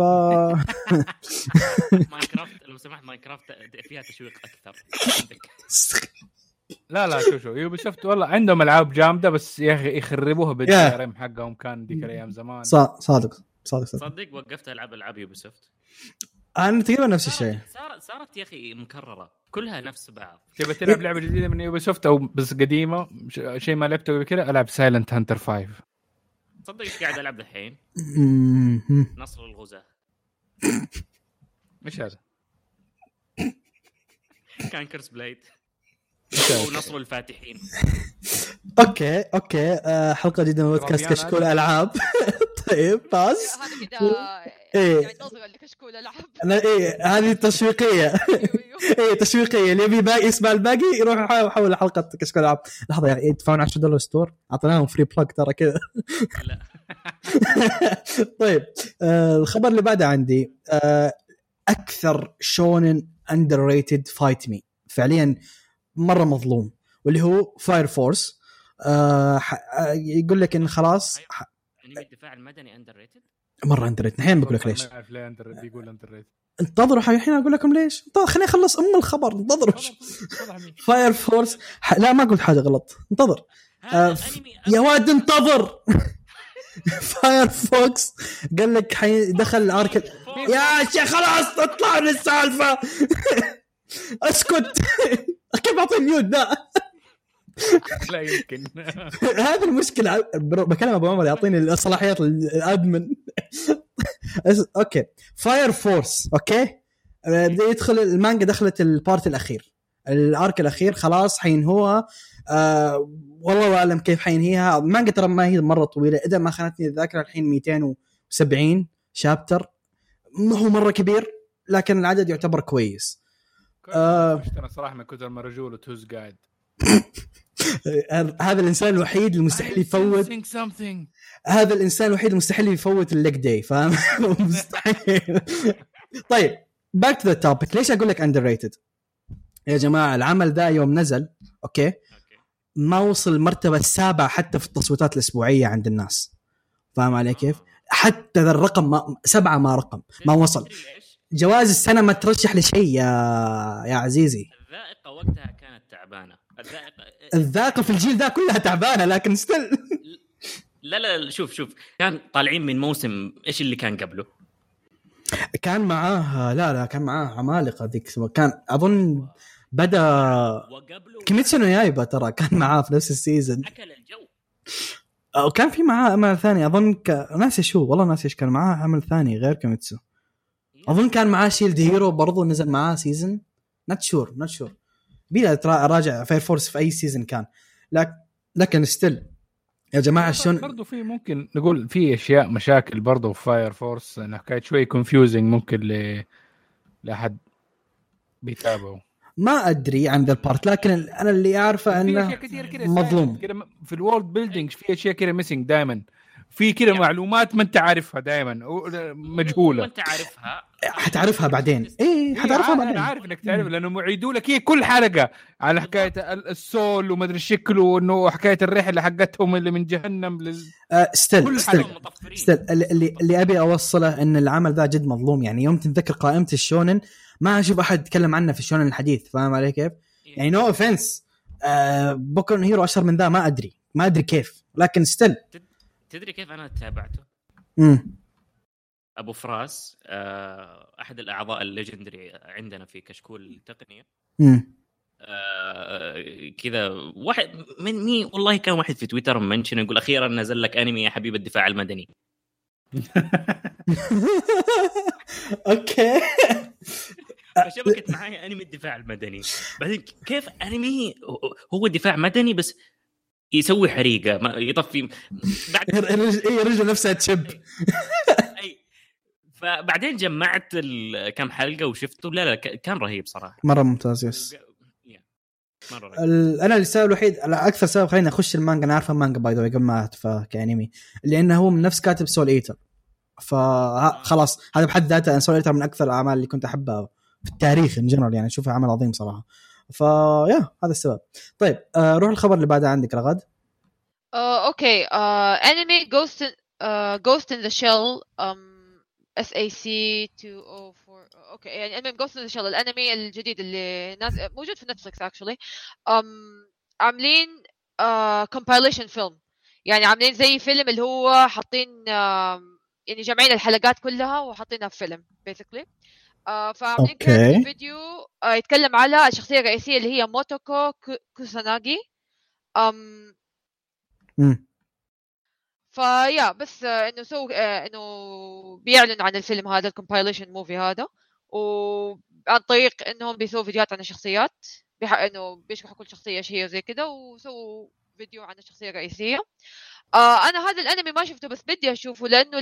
ماينكرافت لو سمحت ماينكرافت فيها تشويق اكثر عندك. لا شو يوبي سوفت والله عندهم العاب جامده بس يا اخي يخربوها بالدي ار ام حقهم كان ديك الايام زمان. صادق وقفت العاب يوبي سوفت انا تقريبا نفس الشيء. صارت يا اخي مكرره كلها نفس بعض. تبي تلعب لعبه جديده من يوبي سوفت او بس قديمه شيء ما لعبته قبل كده؟ العب سايلنت هانتر 5. صدق قاعد العب الحين نصر الغزاة. ايش هذا؟ كان كرس بلايد ونصر الفاتحين. اوكي حلقه جديده من بودكاست كشكول العاب. طيب باز هذا كده يعني نظرة لكشكول العاب. انا هذه تشويقيه. تشويقيه اللي يبي باقي يسمع الباقي يروح يحول حلقه كشكول العاب. لحظه يعني يدفعون $10 ستور اعطيناهم فري بلاك ترى كذا. لا طيب الخبر اللي بعده عندي اكثر شونن اندر ريتد فايت مي فعليا مره مظلوم واللي هو فاير فورس. يقول لك ان خلاص انمي الدفاع المدني اندر ريتد مره اندر ريتد. الحين بقول لك ليش بيقول اندر ريتد. انتظروا الحين اقول لكم ليش. خليني اخلص الخبر. انتظروا. فاير فورس لا ما قلت حاجه غلط. انتظر يا واد انتظر. فاير فوكس قال لك حيدخل الارك. يا شيخ خلاص اطلع من السالفه. اسكت. كيف اعطي ميوت ده؟ لا يمكن. هذا المشكله. بكلم ابو عمر يعطيني الصلاحيات الادمن. اوكي فاير فورس اوكي بدا يدخل المانجا. دخلت البارت الاخير الارك الاخير خلاص حينهوها. والله اعلم كيف حينهيها. المانجا ترى ما هي مره طويله اذا ما خانتني الذاكره. الحين 270 شابتر ما هو مره كبير لكن العدد يعتبر كويس. انا صراحه من كثر ما رجول وتوز قاعد. هذا الانسان الوحيد المستحيل يفوت. هذا الانسان الوحيد المستحيل يفوت الليج داي فاهم. مستحيل. طيب back to the topic. ليش اقول لك underrated يا جماعه؟ العمل ده يوم نزل اوكي ما وصل المرتبه السابعه حتى في التصويتات الاسبوعيه عند الناس. فاهم علي كيف؟ حتى ذا الرقم 7 ما رقم ما وصل. جوائز السنه ما ترشح لشيء يا عزيزي. الذائقه وقتها كانت تعبانه. الذائقه في الجيل ذا كلها تعبانه لكن ستيل. لا شوف كان طالعين من موسم ايش اللي كان قبله. كان معاه لا كان معاه عمالقه ذيك كان اظن بدا كيميتسو نو يايبا ترى كان معاه في نفس السيزون. اكل الجو. وكان في معاه عمل ثاني اظن ناسي شو والله ناسي ايش كان معاه عمل ثاني غير كيميتسو. اظن كان معاه شيلد هيرو برضو نزل معاه سيزون. نوت شور بيلا راجع فاير فورس في اي سيزون كان. لكن ستيل يا جماعه شلون برضو في ممكن نقول في اشياء مشاكل برضو في فاير فورس انها كانت شوي كونفيوزنج ممكن لاحد بيتابعه. ما ادري عن ذا البارت لكن انا اللي اعرفه انه مظلوم كده في الورلد بيلدينج. في اشياء كده ميسنج دائما في كده معلومات ما انت عارفها دائما مجهوله. وانت عارفها حتعرفها بعدين. حتعرفها بعدين. انا عارف انك تعرف لانه يعيدوا لك هي كل حلقه على حكايه السول وما ادري شكله وانه حكايه الرحله حقتهم اللي من جهنم ستيل اللي ابي اوصله ان العمل ذا جد مظلوم. يعني يوم تتذكر قائمه الشونن ما اشوف احد يتكلم عنه في الشونن الحديث. فاهم علي كيف؟ يعني نو اوفنس بوكو هيرو اشهر من ذا ما ادري كيف لكن ستيل. تدري كيف انا تابعته؟ ابو فراس احد الاعضاء الليجندري عندنا في كشكول التقنيه. كذا واحد من مين والله كان واحد في تويتر منشن يقول اخيرا نزل لك انمي يا حبيب الدفاع المدني. اوكي فشبكت معايا انمي الدفاع المدني. بعدين كيف انمي هو دفاع مدني بس يسوي حريقه ما يطفي بعد رجل نفسها تشب. فبعدين جمعت كم حلقه وشفته. لا كان رهيب صراحه مره ممتاز. يس انا السبب الوحيد اكثر سبب خليني اخش المانجا. انا عارفه المانجا باي ذا واي قبل ما اتفق كانمي لانه هو من نفس كاتب سول ايتر. فخلاص هذا بحد ذاته سول ايتر من اكثر الاعمال اللي كنت احبها في التاريخ ان جنرال. يعني اشوفه عمل عظيم صراحه. هذا السبب. طيب روح الخبر اللي بعده عندك رغد. اوكي انمي Ghost in the Shell SAC204 اوكي يعني المهم Ghost in the Shell الانمي الجديد اللي موجود في نتفليكس actually عاملين compilation film يعني عاملين زي فيلم اللي هو حاطين يعني جمعين الحلقات كلها وحاطينها في فيلم basically فعاملين كده فيديو يتكلم على الشخصية الرئيسية اللي هي موتوكو كوساناغي فيا بس انه انه بيعلن عن الفيلم هذا الكومبايليشن موفي هذا وعن طريق انهم بيسووا فيديوهات عن الشخصيات انه بيشرحوا كل شخصية شيء زي كده وسووا فيديو عن الشخصية الرئيسية. انا هذا الانمي ما شفته بس بدي اشوفه لانه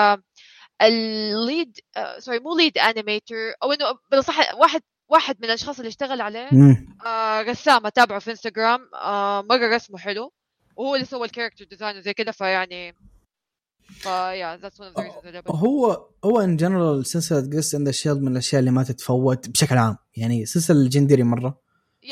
الليد مو ليد انيميتر او انه بالصح واحد من الاشخاص اللي اشتغل عليه رسام اتابعه في انستغرام مره رسمه حلو وهو اللي سوى الكاركتر ديزاين وزي كده فيعني فيا ذاتس ون اوف ذا ريزونز. هو ان جنرال سلسله جوست ان ذا شيلد من الاشياء اللي ما تتفوت بشكل عام يعني سلسله ليجندري مره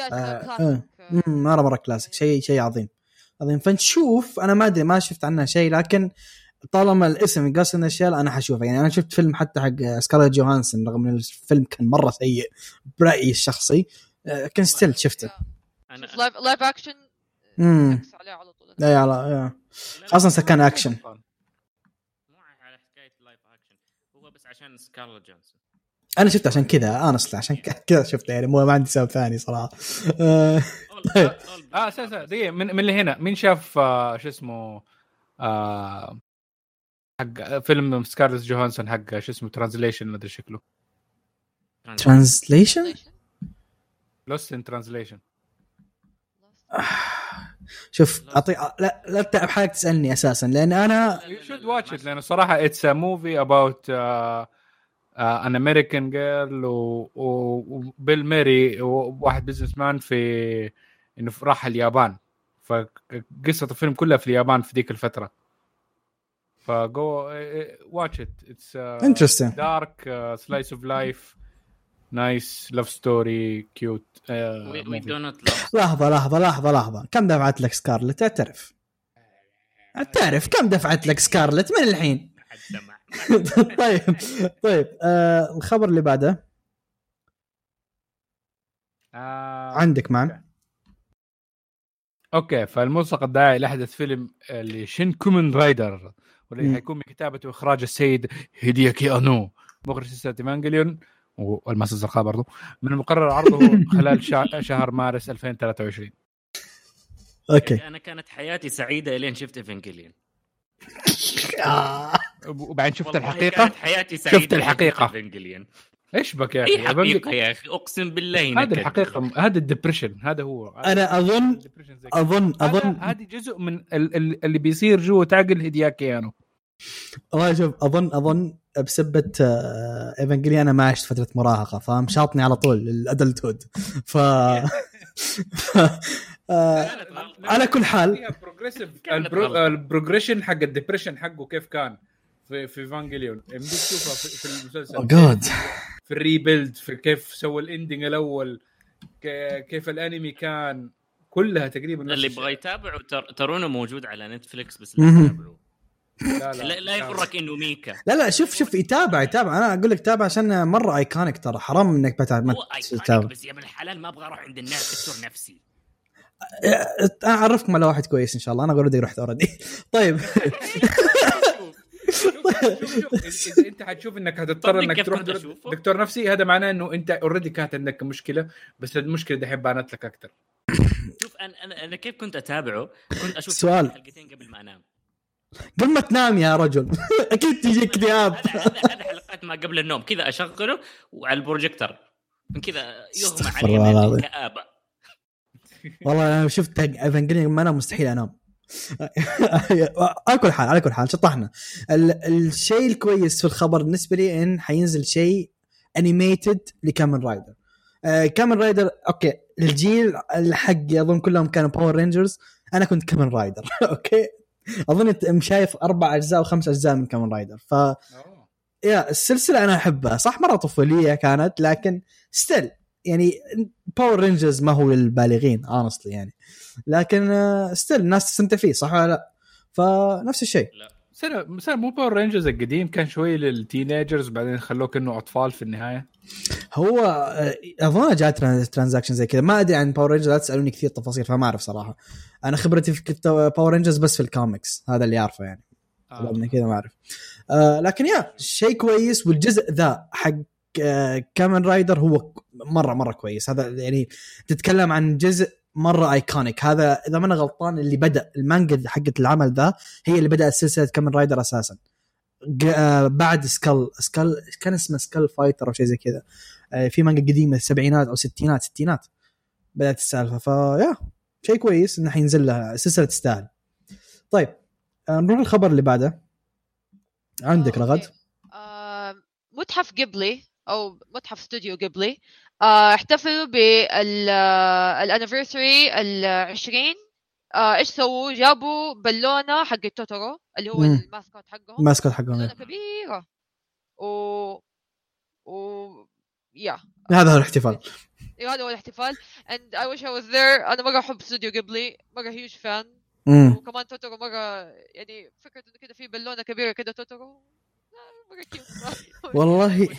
مره كلاسيك شيء عظيم. فنشوف انا ما ادري ما شفت عنها شيء لكن طالما الاسم جوست ان ذا شيلد انا حشوفه. يعني انا شفت فيلم حتى حق سكارليت جوهانسون رغم ان الفيلم كان مره سيء برأيي الشخصي كان ستيل شفته. انا لايف اكشن عليه على طول لا اصلا سكان اكشن مو على حكايه لايف اكشن هو بس عشان سكارليت جوهانسون انا شفته عشان كذا عشان كذا شفته يعني مو ما عندي سبب ثاني صراحه. طيب اساسا دي من اللي هنا مين شاف شو اسمه حق فيلم سكارليت جوهانسون حق شو اسمه ترانزليشن ما ادري شكله ترانزليشن لوست ان ترانزليشن. شوف لا تعب حالك تسألني أساساً لأن أنا you should watch it لأنه صراحة it's a movie about an American girl وبيل ميري وواحد بيزنس مان في إنه راح اليابان فقصة الفيلم كلها في اليابان في ذيك الفترة فgo watch it it's interesting dark slice of life nice love story cute we do not love. لحظة كم دفعت لك سكارلت تعرف كم دفعت لك سكارلت من الحين. طيب الخبر اللي بعده عندك معا اوكي فالملصق الداعي لأحدث فيلم اللي شين كومن رايدر واللي حيكون من كتابة وإخراج السيد هيدياكي أنو مخرج سلسلة إيفانجيليون والمسلسل الزرقاء برضو من المقرر عرضه خلال شهر مارس 2023. اوكي انا كانت حياتي سعيده لين شفت ايفانجيليون وبعدين شفت الحقيقه حياتي سعيده شفت الحقيقه ايفانجيليون ايش بك يا اخي حقيقة يا اخي اقسم بالله هذا الحقيقه هذا الدبريشن هذا هو انا اظن هذه جزء من اللي بيصير جوه تعقل هيدياكيانو. والله شوف اظن بسبة ايفانجيليون انا ما عشت فتره مراهقه فمشاطني على طول الادلتود على كل حال البروجريشن حق الديبريشن حقه كيف كان في ايفانجيليون بدك تشوفه في المسلسل في الريبيلد في كيف سوى الاندنج الاول كيف الانمي كان كلها تقريبا اللي يبغى يتابعه ترونه موجود على نتفليكس بس لا تتابعوه لا يغرك انه ميكا لا شوف يتابع انا اقول لك تابع عشان مره ايكونيك ترى حرام انك تتابع بس يا ابن الحلال ما ابغى اروح عند الناس اكسر نفسي. اعرفكم على واحد كويس ان شاء الله انا اوريدي رحت اوريدي. طيب شوف انت حتشوف انك هتضطر انك تروح دكتور نفسي هذا معناه انه انت اوريدي كانت عندك مشكله بس المشكله دي حب بانت لك اكثر. شوف انا كيف كنت اتابعه كنت اشوف سؤال. حلقتين قبل ما انام قبل ما تنام يا رجل اكيد تجيك اكتئاب. هذا حلقات ما قبل النوم كذا اشغله وعلى البروجيكتور من كذا يغمى علي من الكآبة. والله انا شفت ايفانجيليون ما انا مستحيل انام. على كل حال شطحنا. الشيء الكويس في الخبر بالنسبه لي ان حينزل شيء انيميتد لكامن رايدر. كامن رايدر اوكي الجيل الحق اظن كلهم كانوا باور رينجرز انا كنت كامن رايدر اوكي اظن شايف 4 أجزاء و5 أجزاء من كامن رايدر يا السلسله انا احبها صح مره طفوليه كانت لكن ستيل يعني باور رينجرز ما هو للبالغين honestly يعني لكن ستيل الناس تستمتع فيه صح ولا لا؟ فنفس الشيء لا مثلا مو باور رينجرز القديم كان شوي للتينيجرز بعدين خلوه كأنه أطفال في النهاية. هو اظن جاء ترانزاكشن زي كذا. ما ادري عن باور رينجرز، لا تسالوني كثير تفاصيل فما اعرف صراحه. انا خبرتي في باور رينجرز بس في الكوميكس، هذا اللي اعرفه يعني. من كذا ما اعرف. لكن شيء كويس. والجزء ذا حق كامن رايدر هو مره كويس. هذا يعني تتكلم عن جزء مره ايكونيك. هذا اذا ما انا غلطان اللي بدا المانجا حقت العمل ذا هي اللي بدات سلسله كامن رايدر اساسا بعد سكال كان اسمه سكال فايتر او شيء زي كذا. في مانجا قديمه السبعينات او ستينات بدات السالفه. فيا شيء كويس انه حينزل لها سلسله تستاهل. طيب نروح الخبر اللي بعده. عندك رغد. متحف قبلي او متحف استوديو قبلي احتفلوا بالانيفرساري 20. ايش سووا؟ جابوا بالونه حق توتورو اللي هو الماسكوت حقهم بالونه كبيره هذا هو الاحتفال. هذا هو الاحتفال. and I wish I was there. انا مره احب استوديو قبلي، مره هيوج فان. وكمان توتورو مره يعني فكره انه كده في بالونه كبيره كده توتورو مره كيوت والله.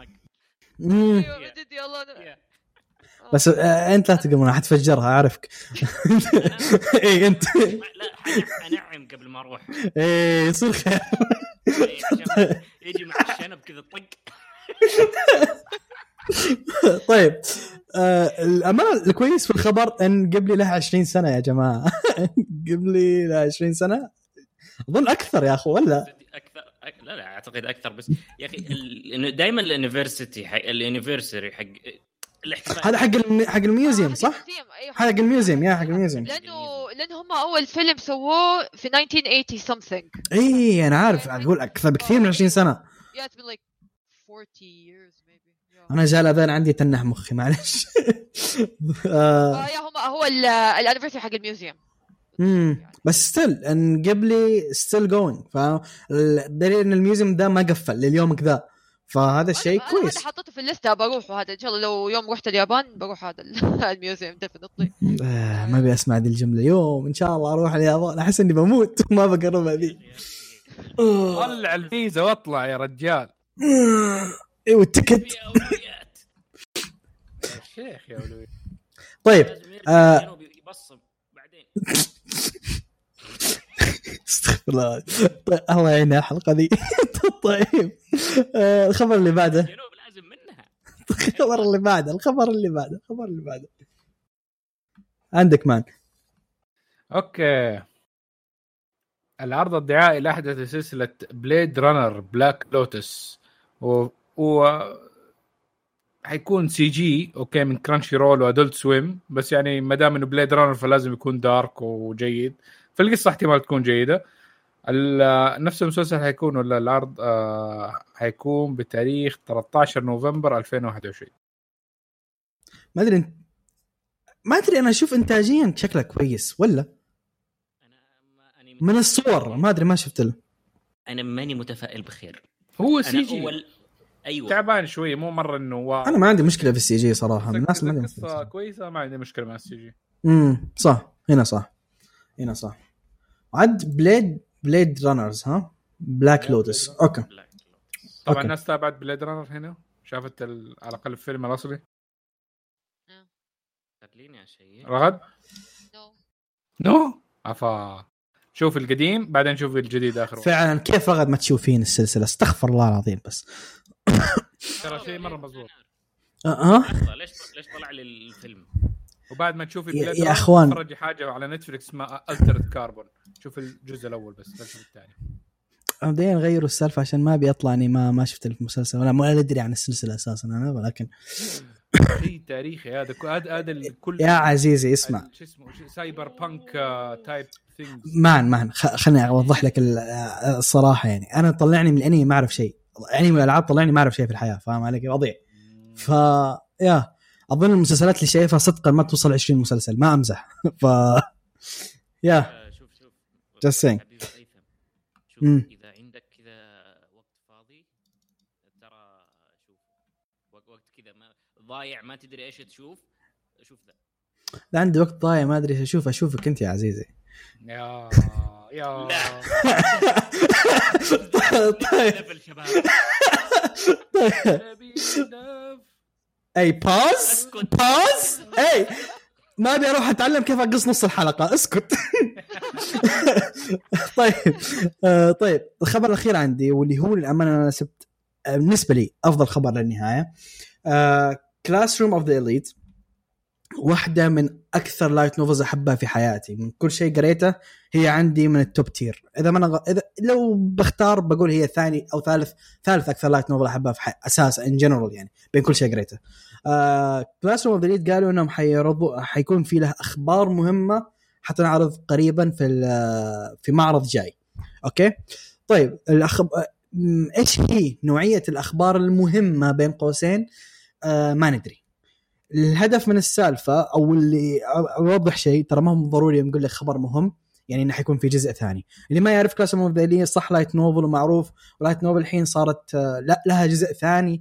بس انت لا تقوم حتفجرها اعرفك. ايه انت لا انعم قبل ما اروح. ايه يصير خير. يجي مع الشنب كذا طق. طيب الأمانة الكويس في الخبر أن قبلي لها 20 سنة يا جماعة. قبلي لها 20 سنة أظن أكثر يا أخو ولا أكثر. لا أعتقد أكثر. بس يا أخي دائما الانيفرساري حق الاحتفال هذا حق الميوزيوم صح؟ حق الميوزيوم حق الميوزيوم. لأنه هم أول فيلم سووه في 1980 something. إيه أنا عارف. أقول أكثر بكثير من 20 سنة. Yeah, it's been like 40 years maybe. أنا جال أذان عندي تنح مخي معلش. هو الانيفرساري حق الميوزيوم. بس ستيل ان قبلي ستيل جوينج. فدليل ان الميوزيوم ده ما قفل لليوم كذا. فهذا الشيء كويس. أنا حطيته في الليسته بروح. وهذا إن شاء الله لو يوم رحت اليابان بروح هذا الميوزيوم ديفنتلي. ما أبي أسمع دي الجملة. يوم إن شاء الله أروح اليابان أحس إني بموت ما بقربها ذي. طلع الفيزا واطلع يا رجال. إيه والتكت. يا شيخ يا ولوي. طيب يبصم بعدين. استغفر الله. طيب الله يعيننا الحلقة دي. طيب الخبر اللي بعده. لازم منها. الخبر اللي بعده. عندك مان. اوكي. العرض الدعائي لأحدث سلسلة بليد رانر بلاك لوتس حيكون سي جي اوكي من كرانشي رول وادولت سويم. بس يعني ما دام انه بليد رانر فلازم يكون دارك وجيد. فالقصة احتمال تكون جيدة. نفس المسلسل حيكون ولا العرض حيكون بتاريخ 13 نوفمبر 2021. ما ادري انا اشوف انتاجيا شكله كويس ولا من الصور ما ادري ما شفت له. انا ماني متفائل بخير. هو سي جي ايوه تعبان شويه مو مره انه انا ما عندي مشكله في السي جي صراحه. الناس ما عندهم قصه كويسه ما عندي مشكله مع السي جي. صح هنا صح. عد بليد رانرز بلاك لوتس. اوكي طبعا الناس تابعت بليد رانر هنا شافت على الاقل الفيلم الاصلي. خليني اشيء رغد نو عفا شوف القديم بعدين شوف الجديد اخره. فعلا كيف رغد ما تشوفين السلسله؟ استغفر الله العظيم. بس ترى شيء مره مضبوط. ليش طلع لي الفيلم وبعد ما تشوفي يا اخوان تفرجي حاجه على نتفليكس اسمها الترت كاربون. شوف الجزء الاول بس لا تشوف الثاني. بعدين غيروا السالفه عشان ما بيطلع اني ما شفت المسلسل ولا ما ادري عن السلسله اساسا انا. ولكن شيء تاريخي هذا الكل يا عزيزي اسمع شو اسمه سايبر بانك تايب ثينجز. مان خليني اوضح لك الصراحه. يعني انا طلعني من الانمي ما اعرف شيء. انمي والالعاب طلعني ما اعرف شيء في الحياه. فاهم عليك وضيع. يا اظن المسلسلات اللي شايفها صدقا ما توصل 20 مسلسل ما امزح. يا شوف جسين اذا عندك كذا وقت فاضي ترى شوف وقت كذا ما ضايع ما تدري ايش تشوف ذا. لا عندي وقت ضايع ما ادري ايش اشوفك انت يا عزيزي. يا طيب شباب اي باز اي ما ابي اروح اتعلم كيف اقص نص الحلقه اسكت. طيب الخبر الاخير عندي واللي هو للامانه انا سبت بالنسبه لي افضل خبر للنهايه. كلاسروم اوف ذا إليت واحدة من أكثر لايت نوفلز أحبها في حياتي، من كل شيء قريته هي عندي من التوب تير. إذا لو بختار بقول هي ثاني أو ثالث أكثر لايت نوفل أحبها في أساس إن جنرال يعني بين كل شيء قريته. كلاسروم أوف ذا إليت قالوا إنهم حيكون في له أخبار مهمة حتى نعرض قريبا في معرض جاي. أوكي طيب إيش هي نوعية الأخبار المهمة بين قوسين؟ ما ندري. الهدف من السالفة أو اللي أوضح شيء ترى ما هو ضروري نقول لك خبر مهم يعني إنه حيكون في جزء ثاني. اللي ما يعرف كلاسروم اوف ذا إليت صح لايت نوفل ومعروف، ولايت نوفل الحين صارت لا لها جزء ثاني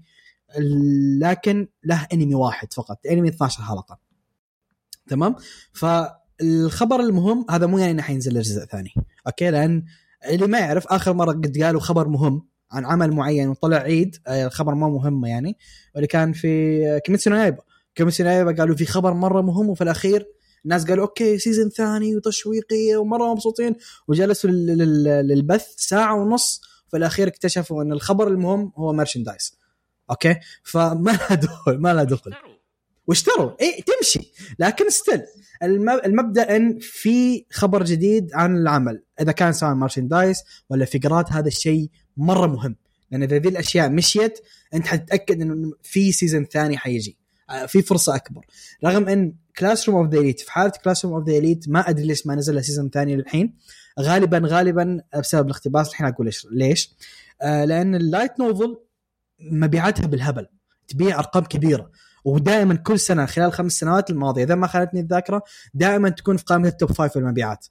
لكن له أنمي واحد فقط، أنمي 12 حلقة تمام. فالخبر المهم هذا مو يعني إنه حينزل له جزء ثاني أوكي، لأن اللي ما يعرف آخر مرة قد قالوا خبر مهم عن عمل معين وطلع عيد الخبر ما مهم يعني، واللي كان في كيميتسو نو يايبا. قالوا في خبر مرة مهم وفي الأخير الناس قالوا أوكي سيزن ثاني وتشويقية ومرة مبسوطين وجلسوا للبث ساعة ونص وفي الأخير اكتشفوا أن الخبر المهم هو مارشندايز. أوكي فما لا دخل واشتروا إيه تمشي، لكن ستيل المبدأ أن في خبر جديد عن العمل إذا كان سواء مارشندايز ولا فقرات، هذا الشيء مرة مهم، لأن إذا ذي الأشياء مشيت أنت حتتأكد أنه في سيزن ثاني حيجي، في فرصة أكبر. رغم أن كلاسروم اوف ذا إليت في حالة كلاسروم اوف ذا إليت ما أدري ليش ما نزل له سيزن ثاني للحين، غالبا بسبب الاقتباس. الحين أقول ليش لأن اللايت نوفل مبيعاتها بالهبل، تبيع أرقام كبيرة، ودائما كل سنة خلال 5 سنوات الماضية إذا ما خانتني الذاكرة دائما تكون في قائمة التوب 5 المبيعات،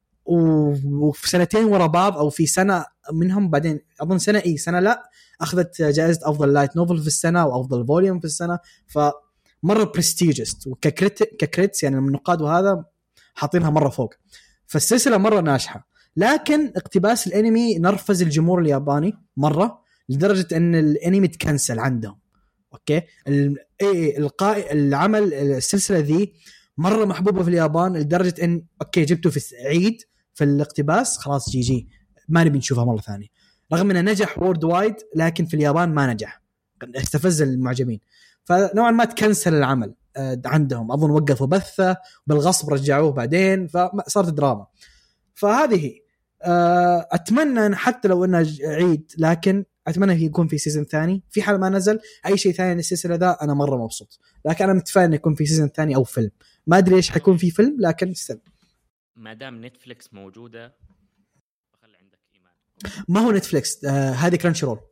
وفي سنتين ورا بعض أو في سنة منهم بعدين أظن سنة لا أخذت جائزة أفضل لايت نوفل في السنة وأفضل فوليوم في السنة، فمرة برستيجست وككريتس يعني من النقاد وهذا حاطينها مرة فوق، فالسلسلة مرة ناجحة. لكن اقتباس الأنمي نرفز الجمهور الياباني مرة لدرجة أن الأنمي تكنسل عندهم. أوكي العمل السلسلة ذي مرة محبوبة في اليابان لدرجة أن أوكي جبته في عيد في الاقتباس خلاص جي ما نبي نشوفها مرة ثانية، رغم أنه نجح وورد وايد لكن في اليابان ما نجح، استفز المعجبين، فنوعا ما تكنسل العمل عندهم. أظن وقفوا بثه بالغصب رجعوه بعدين فصارت دراما. فهذه أتمنى أن حتى لو أنه عيد لكن أتمنى يكون في سيزن ثاني. في حال ما نزل أي شيء ثاني للسلسلة ذا أنا مرة مبسوط، لكن أنا متفائل أن يكون في سيزن ثاني أو فيلم. ما أدري إيش حيكون في فيلم لكن استنى. ما دام نتفليكس موجودة خلي عندك إيمان. ما هو نتفليكس هذه كرانشي رول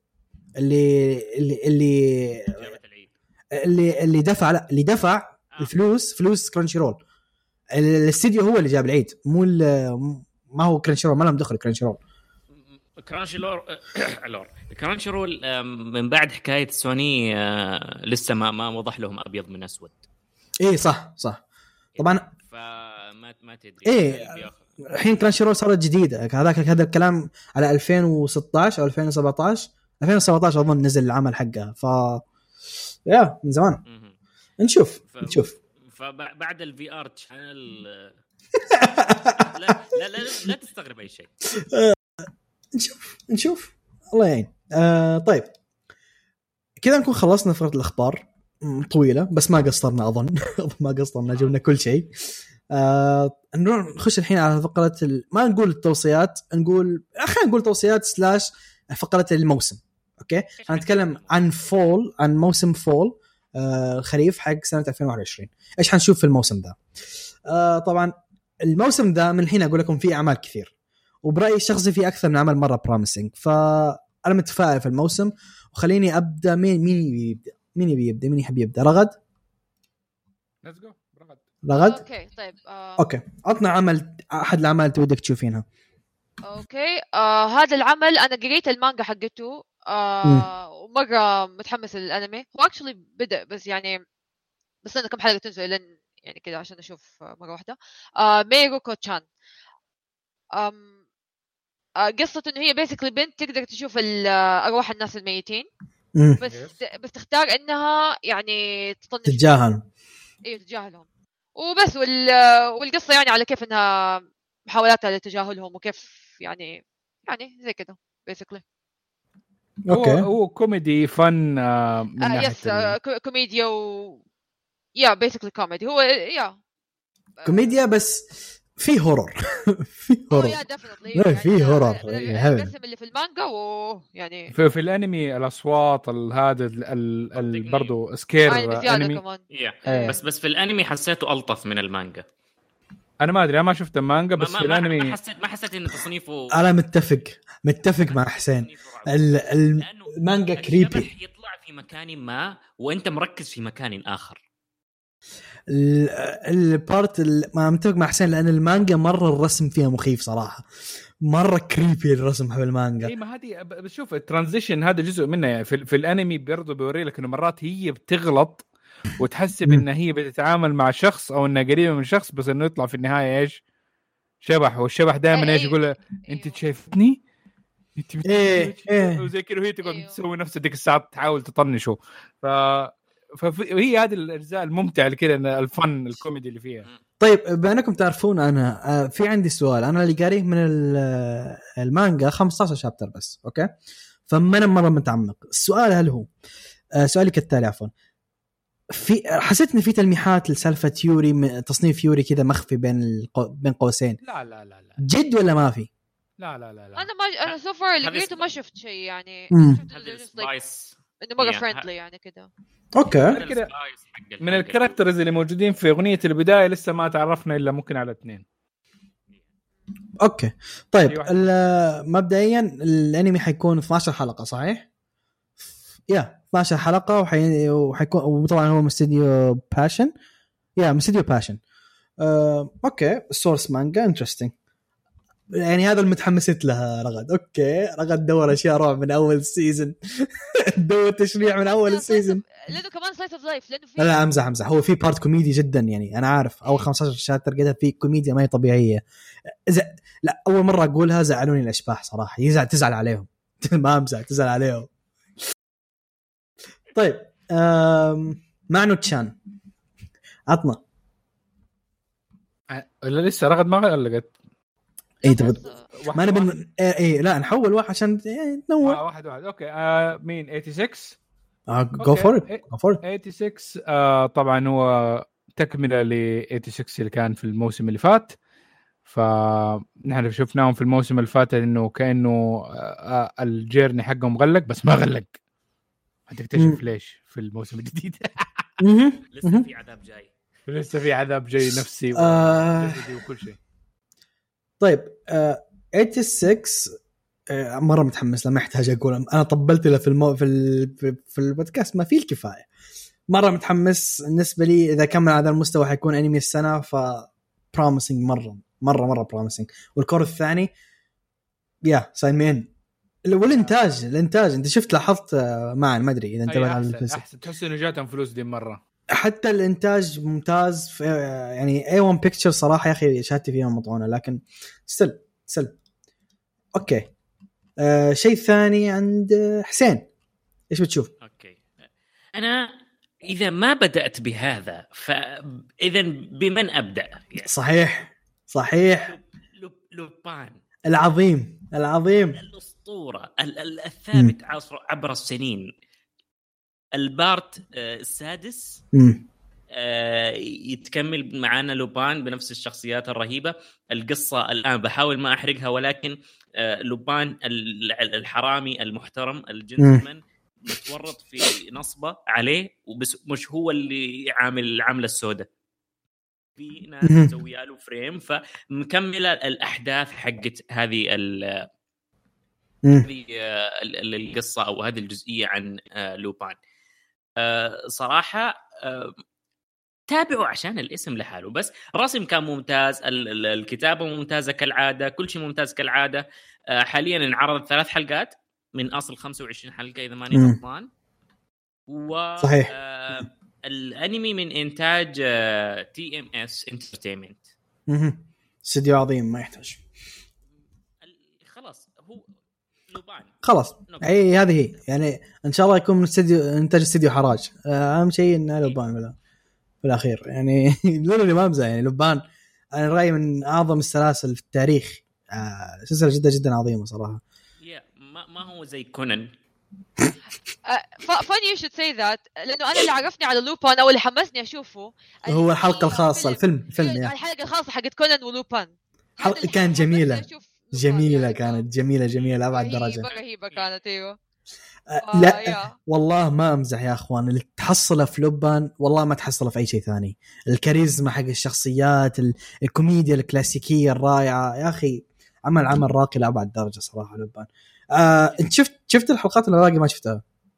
اللي دفع الفلوس كرانشي رول. الاستديو هو اللي جاب العيد مو ما هو كرانشي رول، ما لهم دخل كرانشي رول. كرانشي رول من بعد حكاية سوني لسه ما وضح لهم أبيض من أسود. إيه صح طبعا. فما تدري إيه الحين كرانشي رول صارت جديدة. هذا الكلام على 2016 أو 2017 أظن نزل العمل حقها، يا من زمان. نشوف فبعد الفي ار شانل لا تستغرب اي شيء. نشوف الله يعين. طيب كذا نكون خلصنا فقرة الأخبار طويلة بس ما قصرنا أظن ما قصرنا جبنا كل شيء. نخش الحين على فقرة ما نقول التوصيات، خلينا نقول توصيات سلاش فقرة الموسم. أوكي هنتكلم عن موسم فول الخريف حق سنة 2021. إيش حنشوف في الموسم ذا؟ طبعا الموسم ذا من الحين أقول لكم فيه أعمال كثير، وبرأيي الشخصي فيه أكثر من عمل مرة بروميسنج، فأنا متفائل في الموسم. وخليني أبدأ. مين يحب يبدأ؟ رغد. اوكي طيب اوكي عطنا احد الاعمال تودك تشوفينها. اوكي هذا العمل انا قريت المانجا حقته ومره متحمس للانمي. هو اكشلي بدا بس انا كم حلقه تنزل لين يعني كده عشان اشوف مره واحده. ميروكو تشان قصة إنه هي basically بنت تقدر تشوف أرواح الناس الميتين بس تختار إنها يعني تتجاهل تتجاهلهم وبس. والقصة يعني على كيف إنها محاولاتها لتجاهلهم وكيف يعني زي كده basically. هو كوميدي فن من ناحية كوميديا يا basically كوميدي. هو كوميديا بس في هورر في هورر يعني في هورر الرسم اللي في المانجا يعني في الانمي الاصوات هذا برضو سكير انمي بس في الانمي حسيته الطف من المانجا. انا ما ادري، انا ما شفت المانجا بس في الانمي ما حسيت ان تصنيفه. انا متفق مع حسين. المانجا كريبي يطلع في مكان ما وانت مركز في مكان اخر. البارت ما متفق مع حسين لان المانجا مره الرسم فيها مخيف صراحه، مره كريبي الرسم في المانجا. اي ما هذه بشوف الترانزيشن هذا جزء منه يعني في الانمي برضه بيوري لك انه مرات هي بتغلط وتحسب ان هي بتتعامل مع شخص او انها قريبه من شخص بس انه يطلع في النهايه ايش شبح، والشبح دائما ايش يقول انت شايفتني انت وزي كده وهي تقعد تسوي نفس ديك الساعه تحاول تطنشه. فهي هذه الاجزاء الممتعه كده الفن الكوميدي اللي فيها. طيب بانكم تعرفون انا في عندي سؤال، انا اللي قاريه من المانجا 15 شابتر بس اوكي، فما انا مره متعمق. السؤال هل هو سؤالي كالتالي عفوا، في حسيت ان في تلميحات لسالفه يوري، تصنيف يوري كده مخفي بين قوسين. لا جد ولا ما في؟ لا انا سو فار اللي قريته ما شفت شيء يعني. سبايس انه مره فريندلي يعني كده. اوكي كده من الكاركترز اللي موجودين في اغنيه البدايه لسه ما تعرفنا الا ممكن على 2. اوكي طيب مبدئيا الانمي حيكون 12 حلقه صحيح؟ 12 حلقه وحيكون وطبعا هو مستديو باشن. مستديو باشن. اوكي السورس مانجا انترستينج يعني، هذا المتحمست لها رغد. اوكي رغد دور اشياء رعب من اول سيزن دور تشريع من اول سيزن لانه كمان سلايس اوف لايف لانه لا امزح هو في بارت كوميدي جدا يعني. انا عارف اول 15 شابتر قدها في كوميديا ما هي طبيعيه. لا اول مره اقولها زعلوني الاشباح صراحه، تزعل عليهم ما امزح تزعل عليهم. طيب معنو تشان عطنا ولا لسه رغد ما قلت ما انا لا نحول واحد عشان ننوع واحد اوكي. مين 86 جو فور ات 86 طبعا هو تكمله ل 86 اللي كان في الموسم اللي فات. فنحن شفناهم في الموسم اللي فات انه كانه الجيرني حقهم غلق بس ما غلق، هتكتشف ليش في الموسم الجديد. لسه في عذاب جاي نفسي وجسدي وكل شيء. طيب 86 مره متحمس له، ما احتاج اقول انا طبلت له في البودكاست ما فيه الكفايه. مره متحمس بالنسبه لي، اذا كمل على هذا المستوى حيكون انمي السنه، ف promising مره promising. والكور الثاني سايمين. والانتاج انت شفت لاحظت معا ما ادري اذا انتبهت على الفلوس، احسن تحس انه جاتهم فلوس دي مره. حتى الانتاج ممتاز يعني A1 Picture صراحه يا اخي شهادتي فيهم مطعونه، لكن سل اوكي. شيء ثاني عند حسين ايش بتشوف؟ اوكي انا اذا ما بدات بهذا فاذا بمن ابدا يعني. صحيح لوبان العظيم الاسطوره الثابت عبر السنين. البارت السادس يتكمل معنا لوبان بنفس الشخصيات الرهيبة. القصة الآن بحاول ما أحرقها، ولكن لوبان الحرامي المحترم الجنتلمان متورط في نصبة عليه، وبس مش هو اللي عامل العملة السوداء، في ناس مسويه له فريم. فمكملة الأحداث حقت هذه القصة أو هذه الجزئية عن لوبان. صراحة تابعوا عشان الاسم لحاله، بس الرسم كان ممتاز، الكتابة ممتازة كالعادة، كل شيء ممتاز كالعادة. حاليا انعرضت 3 حلقات من أصل 25 حلقة إذا ماني غلطان. صحيح. الأنمي من إنتاج TMS Entertainment. استديو عظيم ما يحتاج. خلاص اي هذه هي يعني ان شاء الله يكون من استديو انتاج استديو حراج. اهم شيء ان لوبان في الاخير يعني اللي ما امزح يعني لوبان انا رايي من اعظم السلاسل في التاريخ. سلسله جدا جدا عظيمه صراحه. ما هو زي كونان. funny you should say that لأنه أنا اللي عرفني على لوبان أو اللي حمسني أشوفه هو الحلقة الخاصة الفيلم يعني الحلقة الخاصة حقت كونان ولوبان كانت جميلة كانت جميلة أبعد درجة. رهيبة كانت أيوة. لا والله ما أمزح يا أخوان اللي تحصله في لوبان والله ما تحصله في أي شيء ثاني. الكاريزما حق الشخصيات الكوميديا الكلاسيكية الرائعة يا أخي عمل راقي لأبعد درجة صراحة لوبان. انت شفت الحلقات اللي باقي ما شفتها؟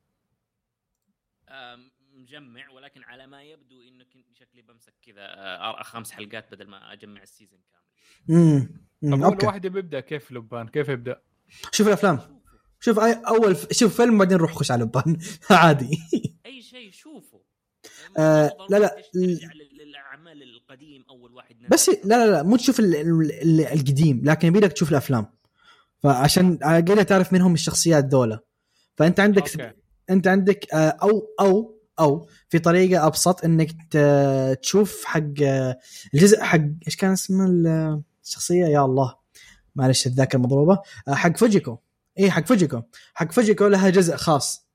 مجمع ولكن على ما يبدو انك شكلي بمسك كذا 5 حلقات بدل ما اجمع السيزون كامل. اول واحد بيبدا كيف لوبان كيف يبدا؟ شوف الافلام شوف شوف فيلم بعدين روح خش على لوبان عادي. اي شيء شوفه. لا الاعمال القديم اول واحد بس لا مو تشوف القديم لكن يبيلك تشوف الافلام فعشان قاعد تعرف منهم الشخصيات دولة. فأنت عندك أو في طريقة أبسط إنك تشوف حق الجزء حق إيش كان اسمه الشخصية يا الله معلش الذاكرة مضروبة. حق فوجيكو حق فوجيكو لها جزء خاص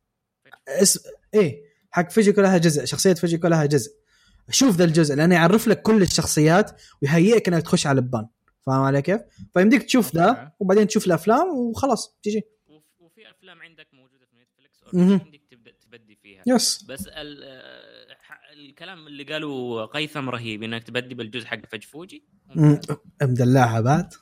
حق فوجيكو لها جزء شخصية فوجيكو لها جزء. شوف ذا الجزء لأنه يعرف لك كل الشخصيات ويهيئك إنك تخش على لبان. فاهم علي كيف؟ فيمديك تشوف ذا وبعدين تشوف الافلام وخلاص تجي. وفي افلام عندك موجوده في نتفليكس عندك تبدا تبدي فيها. يس. بس الكلام اللي قالوا قيثم رهيب انك تبدي بالجزء حق فجفوجي مدلعها بعد.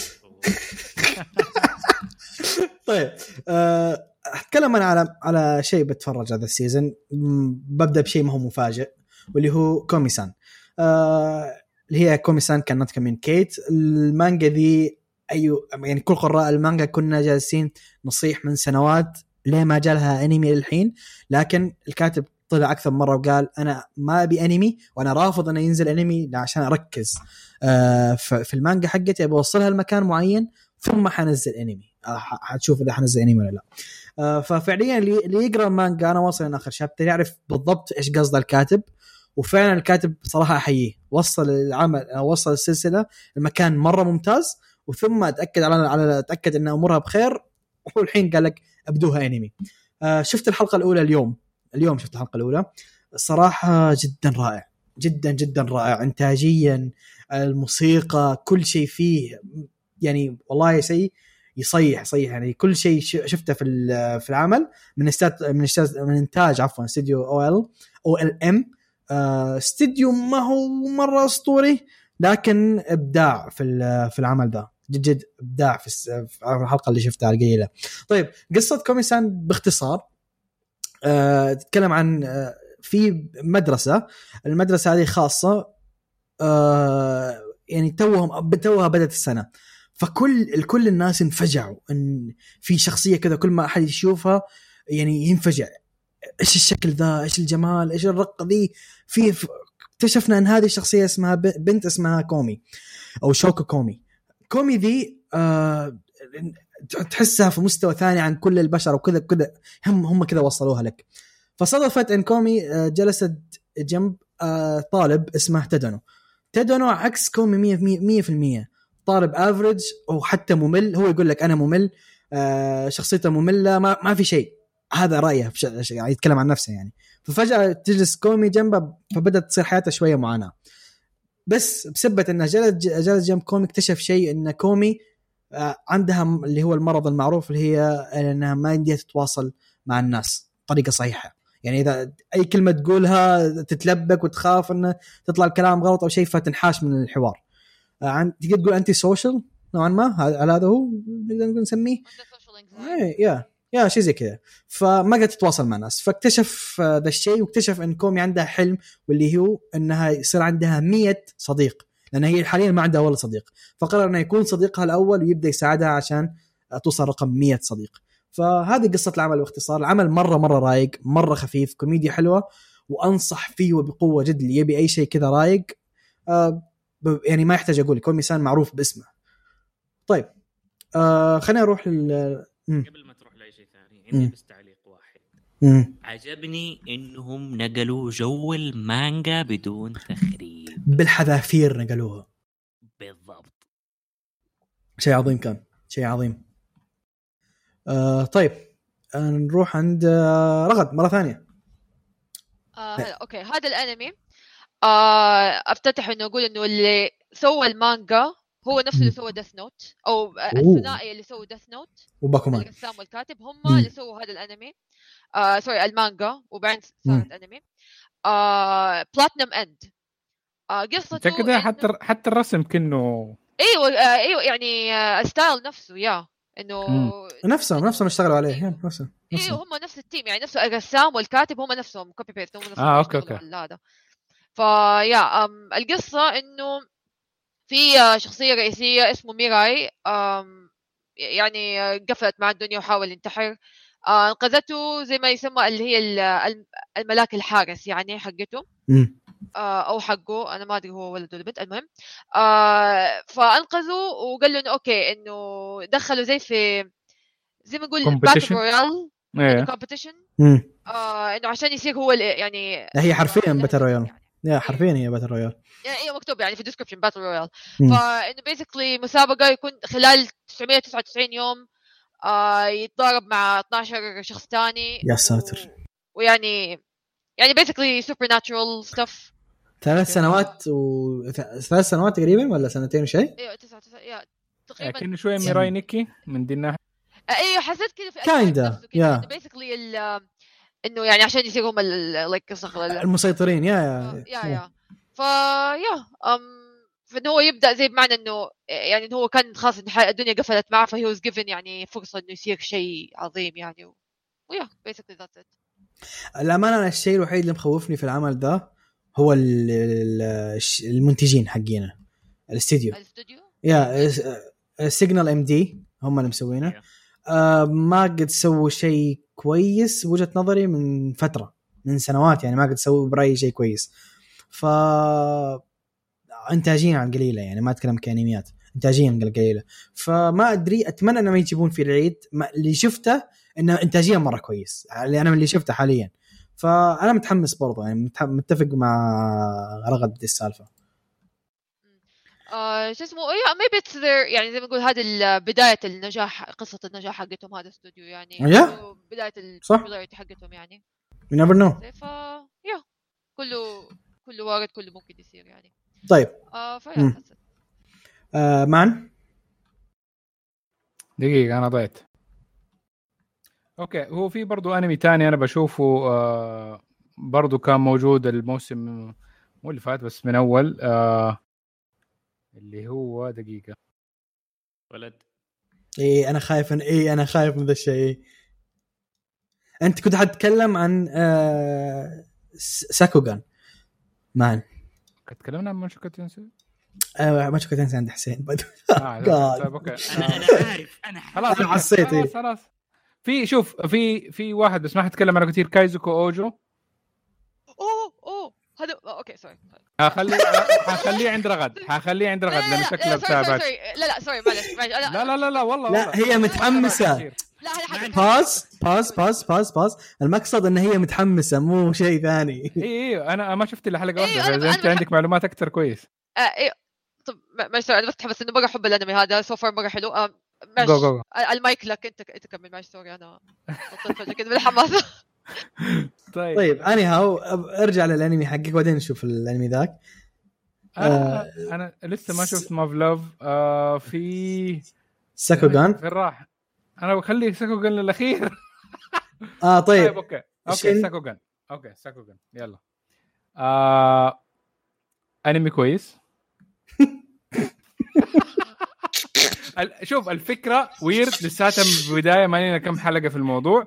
طيب اتكلم انا على شيء بتفرج هذا السيزون. ببدا بشيء ما هو مفاجئ واللي هو كوميسان. اللي هي كوميسان كانت كومينكيت المانجا ذي. يعني كل قراء المانجا كنا جالسين نصيح من سنوات ليه ما جالها انمي للحين. لكن الكاتب طلع اكثر مره وقال انا ما ابي انمي وانا رافض انه ينزل انمي عشان اركز في المانجا حقتي ابي اوصلها لمكان معين ثم حنزل انمي. حتشوف اذا حنزل انمي ولا لا. ففعليا اللي يقرا المانجا انا واصل لاخر شابتر يعرف بالضبط ايش قصد الكاتب. وفعلا الكاتب صراحة أحييه وصل العمل وصل السلسلة المكان مرة ممتاز. وثم أتأكد أن أمورها بخير والحين قال لك أبدوها أنمي. شفت الحلقة الأولى اليوم شفت الحلقة الأولى الصراحة جدا رائع جدا جدا رائع إنتاجيا الموسيقى كل شيء فيه يعني والله شيء يصيح يعني كل شيء شفته في العمل من إنتاج عفوا استوديو OLM. استديو ما هو مرة أسطوري لكن إبداع في العمل ذا جد إبداع في الحلقة اللي شفتها القليلة. طيب قصة كوميسان باختصار تتكلم عن في مدرسة. المدرسة هذه خاصة يعني توها بدأت السنة. فكل الناس انفجعوا ان في شخصية كذا كل ما أحد يشوفها يعني ينفجع. ايش الشكل ذا ايش الجمال ايش الرقة ذي. اكتشفنا ان هذه الشخصية اسمها بنت اسمها كومي او شوكو كومي ذي تحسها في مستوى ثاني عن كل البشر وكذا هم كذا وصلوها لك. فصدفت ان كومي جلست جنب طالب اسمه تدونو عكس كومي 100% طالب افريج او حتى ممل. هو يقول لك انا ممل شخصيته مملة ما في شيء. هذا رأيه يعني يتكلم عن نفسه يعني. ففجأة تجلس كومي جنبه فبدأت تصير حياته شوية معاناة. بس بسبة أنه جلس جنب كومي اكتشف شيء أن كومي عندها اللي هو المرض المعروف اللي هي أنها ما يمديها تتواصل مع الناس بطريقة صحيحة. يعني إذا أي كلمة تقولها تتلبك وتخاف أن تطلع الكلام غلط أو شيء فتنحاش من الحوار. تقدر تقول أنتي سوشيال نوعا ما. هذا هو نقدر نسميه يا شيء زي كذا. فما قدرت تتواصل مع الناس. فاكتشف ذا الشيء واكتشف ان كومي عندها حلم واللي هو انها يصير عندها 100 صديق لان هي حاليا ما عندها ولا صديق. فقرر انه يكون صديقها الاول ويبدا يساعدها عشان توصل رقم 100 صديق. فهذه قصة العمل باختصار. العمل مرة رايق مرة خفيف كوميديا حلوة وانصح فيه وبقوة جد اللي يبي اي شيء كذا رايق. يعني ما يحتاج اقول كومي سان معروف باسمه. طيب خلينا نروح قبل ما تروح لاي شيء ثاني عندي بس تعليق واحد. عجبني انهم نقلوا جو المانجا بدون تخريب، بالحذافير نقلوها بالضبط. شيء عظيم، كان شيء عظيم. طيب نروح عند رغد مرة ثانية. اوكي، هذا الانمي افتتح انه اقول انه اللي سوى المانجا هو نفسه اللي سوى ديث نوت، او الثنائي اللي سوى ديث نوت وباكومان، الرسام والكاتب هم اللي سووا هذا الانمي. سوري المانجا، وبعدين صارت انمي. بلاتنم اند. قصته كده حتى الرسم كأنه ايوه يعني الستايل نفسه انه نفسهم اشتغلوا عليه يعني نفسه. ايوه هم نفس التيم، يعني نفس الرسام والكاتب هم نفسهم كوبي بيست، هم نفسهم اوكي هذا. فيا القصه انه في شخصيه رئيسيه اسمه ميراي، يعني قفلت مع الدنيا وحاول ينتحر. انقذته زي ما يسمى اللي هي الملاك الحارس يعني حقته، او حقه، انا ما ادري هو ولد ولا بنت، المهم فانقذوا وقال له انه اوكي، انه دخلوا زي ما نقول باتل رويال كومبيتيشن، انه عشان يصير هو يعني هي حرفيا باتل رويال يا حرفيا هي باتل رويال يعني مكتوب يعني في الديسكربشن باتل رويال. فانه بيسكلي مسابقه يكون خلال 999 يوم يتضارب مع 12 شخص تاني. يا ساتر. ويعني بيسكلي سوبر ناتشورال ستاف. 3 سنوات ثلاث سنوات تقريبا ولا سنتين شيء. ايوه 9 تقريبا. كأنه شويه ميراي نيكي من دي الناحيه. ايوه حسيت كذا في كايندا بيسكلي انه يعني عشان يصيروا هم المسيطرين يا فانه هو يبدا زي بمعنى انه يعني هو كان خلاص الدنيا قفلت معه، فهي واز جيفن يعني فرصه انه يصير شيء عظيم يعني ويا بيسكلي ذاتس ات. الامانه انا الشيء الوحيد اللي مخوفني في العمل ده هو المنتجين حقينا الاستوديو سيجنال ام دي هم اللي مسوينه. ما قد سووا شيء كويس وجهة نظري من فترة من سنوات، يعني ما قد سووا برأي شيء كويس. انتاجيا عن قليلة، يعني ما اتكلم كانيميات، انتاجيا قليلة. فما ادري، اتمنى انهم يجيبون في العيد اللي شفته انه انتاجيا مرة كويس اللي انا من اللي شفته حاليا. فانا متحمس برضه، يعني متفق مع رغد دي السالفة. شو اسمه maybe it's their يعني زي ما نقول هذه بداية النجاح، قصة النجاح حقتهم هذا الاستوديو يعني بداية البوبولاريتي حقتهم يعني you never know. كله وارد، كله ممكن يصير يعني. طيب معن دقيقة أنا ضيت. أوكي، هو في برضو أنمي تاني أنا بشوفه برضو كان موجود الموسم مو اللي فات بس من أول اللي هو دقيقة ولد. انا خايف من ذا الشيء. انت كنت حتتكلم عن ساكوغان مان. تكلمنا عن مانشوكا تنسي. مانشوكا تنسي عند حسين طيب اوكي. انا عارف خلاص حسيت خلاص. في شوف في واحد بس ما حتكلم عنه كثير، كايزوكو اوجو. هذا اوكي سوري. هخليه عند رغد لانه شكله بتاع بعد. لا سوري معلش لا والله لا هي متحمسه. باس المقصد ان هي متحمسه مو شيء ثاني. ايوه انا ما شفت الا حلقه واحده، اذا انت عندك معلومات اكثر كويس. ايوه طب ماشي، انا بس بس انه بقى احب الانمي هذا سو فار، مره حلو. ماشي المايك لك انت كمل. ماشي سوري انا بطلت فجاه كده بالحماس. طيب اني ارجع للانمي حقك وبعدين نشوف الانمي ذاك. انا لسه ما شفت ماف لاف. في ساكوغان في الراحه، انا بخلي ساكوغان للاخير. طيب اوكي ساكوغان يلا. انمي كويس. شوف الفكره ويرد لساتها من البدايه، ما لنا كم حلقه في الموضوع.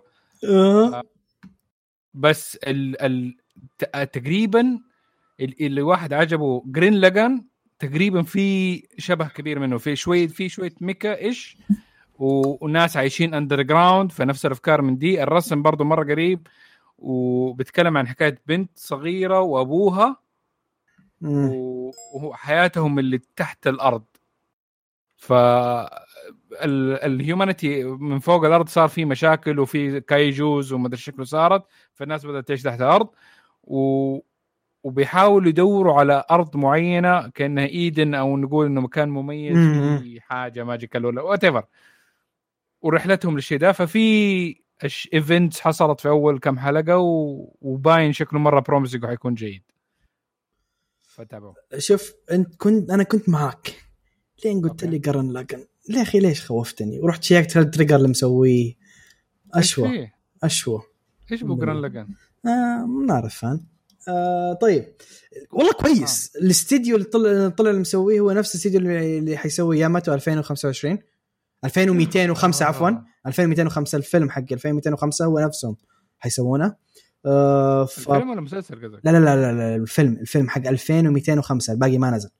بس تقريبا اللي واحد عجبه جرين لاغان تقريبا في شبه كبير منه، في شويه ميكا ايش، والناس عايشين اندر جراوند، فنفس الافكار من دي. الرسم برضو مره قريب، وبتكلم عن حكايه بنت صغيره وابوها وحياتهم اللي تحت الارض. الهيومانيتي من فوق الارض صار في مشاكل وفي كايجوز وما ادري شكله صارت، فالناس بدات تعيش تحت الارض وبيحاولوا يدوروا على ارض معينه كانها ايدن او نقول انه مكان مميز في حاجه ماجيكال ولا وات ايفر، ورحلتهم للشيء ده. ففي ايفنتس حصلت في اول كم حلقه وباين شكله مره بروميسنج وحيكون جيد، فتابعوا. شوف انا كنت معاك لين قلت لي قرن لاجن يا اخي ليش خوفتني ورحت شيكت التريجر اللي مسويه اشوى ايش بو قرن لاجن ما نعرف فان. طيب والله كويس. الاستديو اللي طلع مسويه هو نفس الاستديو اللي حيسوي ياماتو 2025 2205 عفوا 2205 الفيلم حق 2205 هو نفسهم حيسوونه. الفيلم ولا مسلسل قصدك؟ لا الفيلم حق 2205 الباقي ما نزل.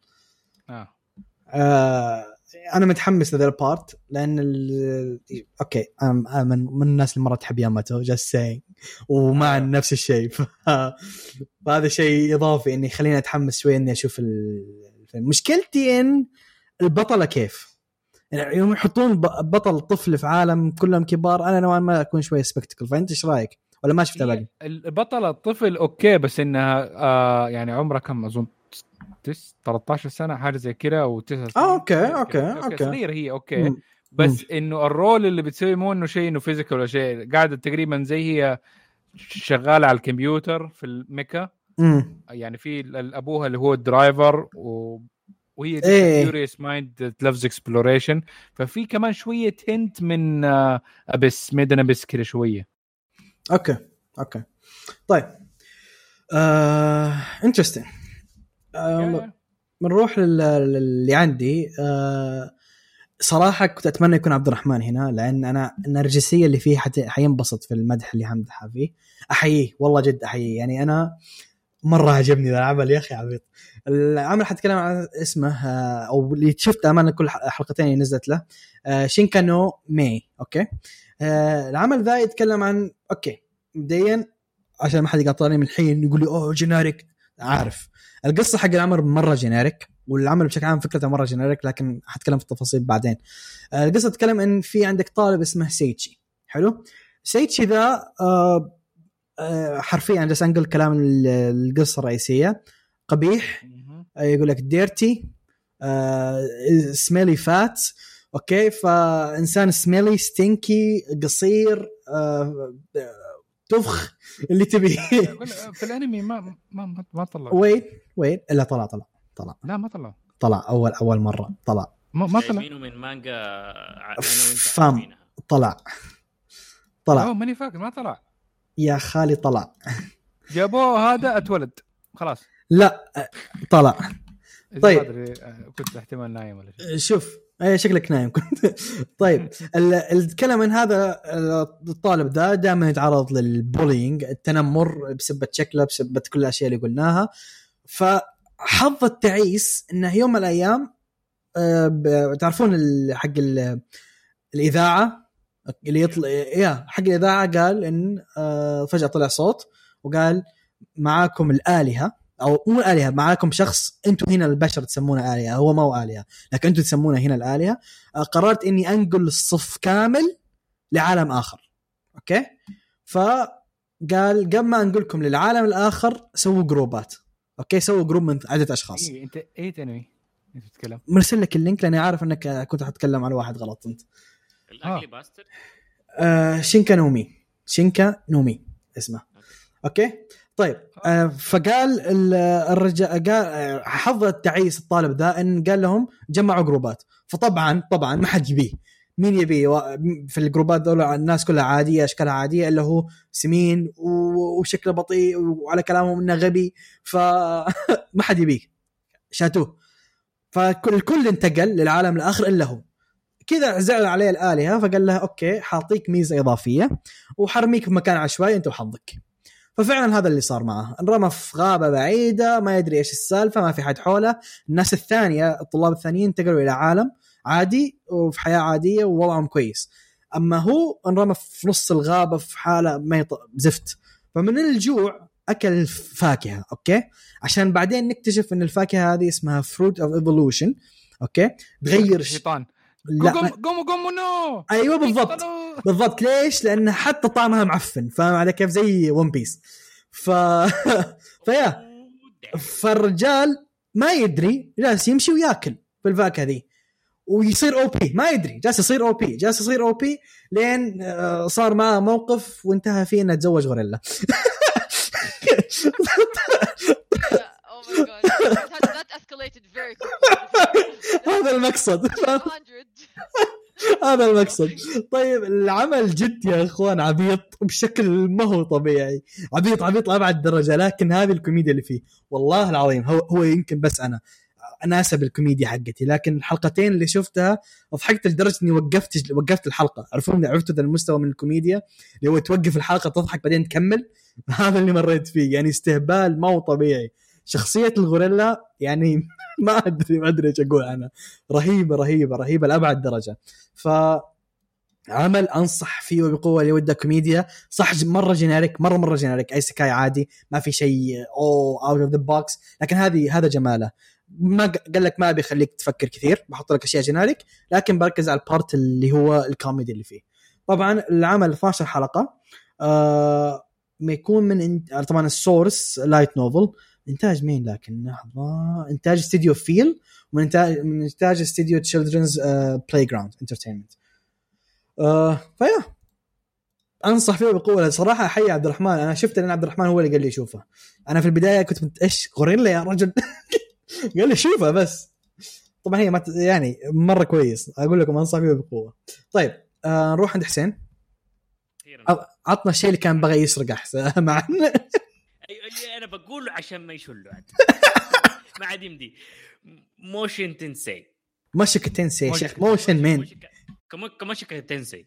انا متحمس لهذا البارت لان اوكي انا من الناس اللي مره تحب ياماتو جاست ساينج ومع نفس الشيء فهذا شيء اضافي اني خليني اتحمس شوي اني اشوف الفيلم. مشكلتي ان البطله كيف يعني يوم يحطون بطل طفل في عالم كلهم كبار انا نوعا ما اكون شوي سبكتكل. فانت ايش رايك ولا ما شفتها باقي؟ البطله الطفل اوكي بس انها يعني عمرها كم اظن 13 سنه حاجه زي كده او 9 سنين. اوكي صغيره هي اوكي بس انه الرول اللي بتسوي مو انه شيء انه فيزيكال ولا شيء، قاعده تقريبا زي هي شغاله على الكمبيوتر في الميكا يعني في ابوها اللي هو الدرايفر وهي كيوريوس مايند لافز اكسبلوريشن، ففي كمان شويه هنت من ابس ميدن ابس كده شويه. اوكي طيب انترستين. بنروح اللي عندي. صراحة كنت أتمنى يكون عبد الرحمن هنا لأن أنا النرجسية اللي فيه حينبسط في المدح اللي حمدحها فيه. أحييه والله جد أحييه. يعني أنا مرة عجبني ذا العمل يا أخي عبيط. العمل حتكلم عن اسمه أو اللي شفت أمانة كل حلقتين اللي نزلت له شينكا نو مي. أوكي العمل ذا يتكلم عن أوكي مبدئيا عشان ما حد يقاطعني من الحين يقول لي أوه جينيريك. عارف القصة حق العمل مرة جينيريك والعمل بشكل عام فكرته مرة جينيريك لكن حتكلم في التفاصيل بعدين. القصة تتكلم ان في عندك طالب اسمه سيتشي. حلو سيتشي ذا حرفيا جالس انقل كلام القصة الرئيسية قبيح. يقول لك ديرتي سميلي فات. اوكي فانسان سميلي ستينكي قصير تفخ اللي تبي. في الانمي ما طلع. وين الا طلع لا ما طلع اول مره طلع ما طلع من مانجا انا وانت فام طلع ماني فاكر ما طلع يا خالي طلع جابوه هذا اتولد خلاص لا طلع. طيب كنت احتمال نايم ولا شيء. شوف شكلك نايم كنت. طيب الكلام من هذا الطالب ده دائما يتعرض للبولينج التنمر بسبب شكله بسبب كل الاشياء اللي قلناها. فحظ التعيس انه يوم من الايام تعرفون حق الاذاعه اللي يطلع حق الاذاعه قال ان فجاه طلع صوت وقال معاكم الالهه او مو الالهه معاكم شخص انتم هنا البشر تسمونه الهه هو ما هو الهه لكن انتم تسمونه هنا الالهه. قررت اني انقل الصف كامل لعالم اخر. اوكي فقال قبل ما انقلكم للعالم الاخر سووا جروبات. اوكي سووا جروب من عده اشخاص. انت انمي انت تتكلم مرسل لك اللينك لاني عارف انك كنت هتتكلم على واحد غلط انت. الاغلي باستر شينكا نومي اسمه. اوكي طيب فقال الرجال قال حظ التعيس الطالب ذا ان قال لهم جمعوا جروبات. فطبعا ما حد يبيه. مين يبيه في الجروبات دول؟ الناس كلها عاديه اشكالها عاديه الا هو سمين وشكله بطيء وعلى كلامهم انه غبي فما حد يبيه شاتوه. فالكل انتقل للعالم الاخر الا هو. كذا زعل عليه الالهه فقال لها اوكي حاعطيك ميزه اضافيه وحرميك في مكان عشوائي انت وحظك. ففعلا هذا اللي صار معه. انرمى في غابة بعيدة ما يدري إيش السالفة ما في حد حوله. الناس الثانية الطلاب الثانيين انتقلوا إلى عالم عادي وفي حياة عادية ووضعهم كويس. أما هو انرمى في نص الغابة في حالة ما زفت. فمن الجوع أكل فاكهة. أوكي عشان بعدين نكتشف إن الفاكهة هذه اسمها fruit of evolution. أوكي تغير قوموا نو. ايوه بالضبط ليش؟ لانه حتى طعمها معفن، فاهم علي كيف؟ زي ون بيس. فيا فالرجال ما يدري، جالس يمشي وياكل في الفاكهه ذي ويصير او بي، ما يدري جالس يصير او بي لين صار معه موقف وانتهى فيه انه تزوج غوريلا. هذا المقصد. هذا المقصد. طيب العمل جد يا اخوان عبيط بشكل ما هو طبيعي، عبيط ابعد درجه، لكن هذه الكوميديا اللي فيه والله العظيم هو يمكن بس انا اسب الكوميديا حقتي، لكن الحلقتين اللي شفتها ضحكت لدرجه اني وقفت الحلقه. عرفت ذا المستوى من الكوميديا اللي هو توقف الحلقه تضحك بعدين تكمل. هذا اللي مريت فيه، يعني استهبال ما هو طبيعي. شخصيه الغوريلا يعني ما ادري ايش اقول عنها، رهيبه لابعد درجه. فعمل انصح فيه وبقوه. اللي وده كوميديا صح مره جينيريك، مره جينيريك، اي سكاي عادي ما في شيء اوت اوف ذا بوكس، لكن هذا جماله. ما قال لك ما بيخليك تفكر كثير، بحط لك اشياء جينيريك لكن بركز على البارت اللي هو الكوميدي اللي فيه. طبعا العمل 12 حلقه، ما يكون من طبعا السورس لايت نوفل، انتاج مين؟ لكن لحظه، انتاج استوديو فيل، ومن انتاج استوديو تشيلدرنز بلاي جراوند انترتينمنت. فيا انصح فيه بقوه صراحه. احيي عبد الرحمن، انا شفت ان عبد الرحمن هو اللي قال لي شوفه. انا في البدايه كنت ايش غوريلا يا رجل. قال لي شوفه بس. طبعا هي يعني مره كويس، اقول لكم انصح فيه بقوه. طيب نروح عند حسين. عطنا الشيء اللي كان بغى يسرق احسن معنا. ايوه انا بقول عشان ما يشلوا ما عاد يمدي. موشن تنسي شيخ، موشن مين كمشكة تنسي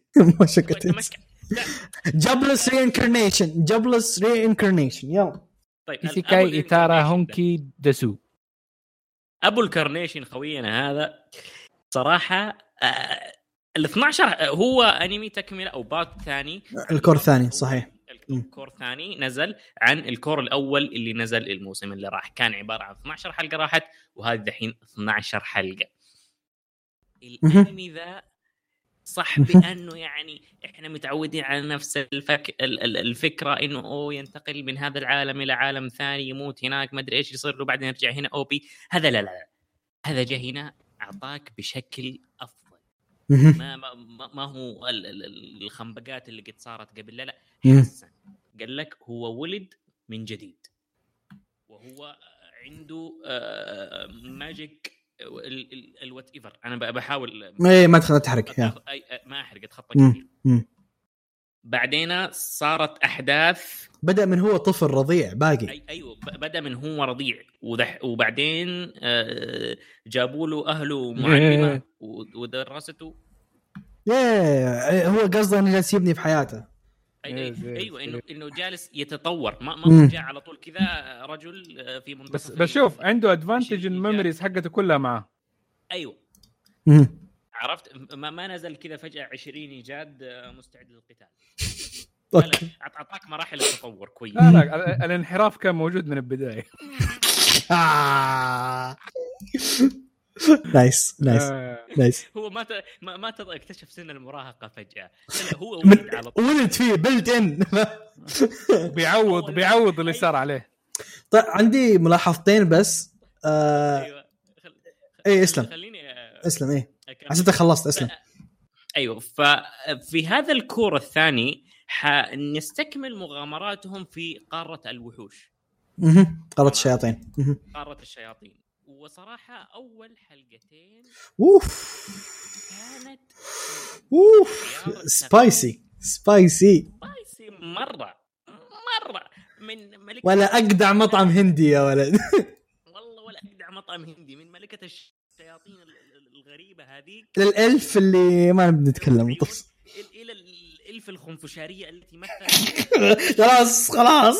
جابلس رينكارنيشن. يلا طيب إيسيكاي إيتارا هونكي دسو. ابو الكارنيشن خوينا هذا صراحه ال 12 هو انمي تكمله او بارت ثاني. الكور الثاني صحيح. الكور الثاني نزل عن الكور الاول اللي نزل الموسم اللي راح، كان عباره عن 12 حلقه راحت، وهذه الحين 12 حلقه. الانمي ذا صح بانه يعني احنا متعودين على نفس الفكره انه ينتقل من هذا العالم الى عالم ثاني، يموت هناك ما ادري ايش يصير له، بعدين يرجع هنا او بي. هذا لا هذا جاء هنا اعطاك بشكل افضل. ما هو الخنبقات اللي قد صارت قبل، لا حسن. قال لك هو ولد من جديد، وهو عنده ماجيك الوات ايفر. انا بحاول ما تحرك ما احرقت خطك كثير. بعدين صارت احداث، بدا من هو طفل رضيع باقي. ايوه بدا من هو رضيع، وبعدين جابوا له اهله معلمه ودرسته. هو قصده انه جالس يبني في حياته. ايوه انه جالس يتطور، ما جاء على طول كذا رجل في منتصف. بس شوف عنده ادفانتج الميموريز حقته كلها معه. ايوه عرفت، ما نزل كذا فجاه 20 ايجاد مستعد للقتال. اعطاك مراحل التطور كويس. لا الانحراف كان موجود من البدايه. نايس هو ما اكتشف سن المراهقه فجاه، هو ولد فيه بلت ان. بيعوض اللي صار عليه. طيب عندي ملاحظتين بس. اسلم ايه عشان خلصت. اسلم. ايوه ففي هذا الكور الثاني نستكمل مغامراتهم في قاره الوحوش. قاره الشياطين. وصراحة أول حلقتين كانت سبايسي مرة من ملكة، ولا أجدع مطعم هندي يا ولد. والله ولا أجدع مطعم هندي من ملكة الشياطين الغريبة هذه، للألف اللي ما بنتكلم إلى الألف الخنفشارية التي خلاص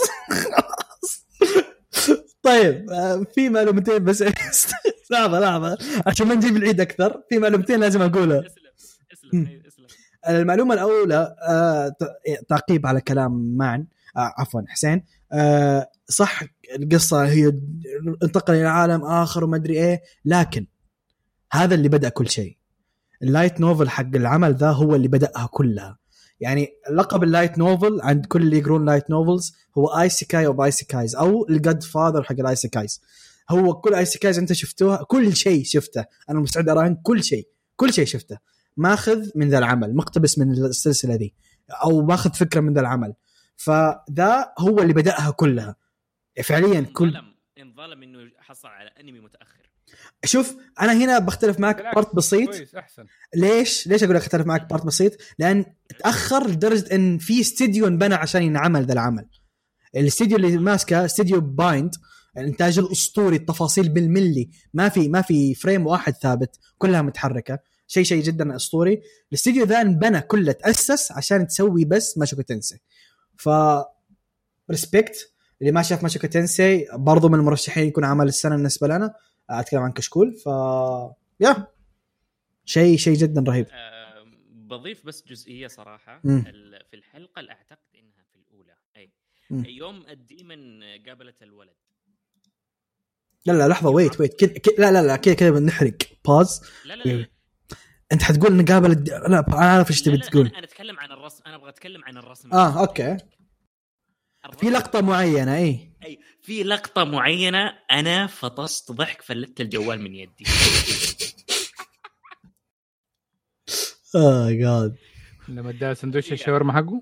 طيب في معلومتين بس. لحظة عشان ما نجيب العيد أكثر، في معلومتين لازم أقولها. اسلم. المعلومة الأولى تعقيب على كلام معن، عفوا حسين. صح القصة هي انتقل إلى عالم آخر وما أدري إيه، لكن هذا اللي بدأ كل شيء. اللايت نوفل حق العمل ذا هو اللي بدأها كلها. يعني لقب اللايت نوفل عند كل اللي يقرون لايت نوفلز هو ايسيكاي او بايسيكايز او الجاد فاذر حق الايسيكايز. هو كل ايسيكايز انت شفتوها، كل شيء شفته انا مستعد اراهن، كل شيء شفته ماخذ من ذا العمل، مقتبس من السلسله دي او ماخذ فكره من ذا العمل. فذا هو اللي بدأها كلها فعليا. كل انظلم انه حصل على انمي متاخر. شوف انا هنا بختلف معك بارت بسيط. ليش اقول لك اختلف معك بارت بسيط؟ لان تاخر لدرجه ان في استديو انبنى عشان ينعمل ذا العمل. الاستديو اللي ماسكه استديو بايند، الانتاج الاسطوري، التفاصيل بالملي، ما في فريم واحد ثابت، كلها متحركه، شيء جدا اسطوري. الاستديو ذا انبنى كله، تاسس عشان تسوي بس ماشوكو تنسي. ف ريسبكت اللي ما شاف ماشوكو تنسي، برضو من المرشحين يكون عمل السنه بالنسبه لنا. اتكلم عن كشكول. ف يا شيء جدا رهيب. بضيف بس جزئيه صراحه. في الحلقه اللي اعتقد انها في الاولى يوم الديمن قابلت الولد. لا لحظه، ويت لا كذا بنحرق باز. لا انت حتقول نقابل لا انا عارف ايش تبي تقول. انا اتكلم عن الرسم، انا ابغى اتكلم عن الرسم. اوكي. في لقطه معينه اي في لقطه معينه انا فطست ضحك، فلت الجوال من يدي. جاد لما ادى سندويش الشاورما حقه.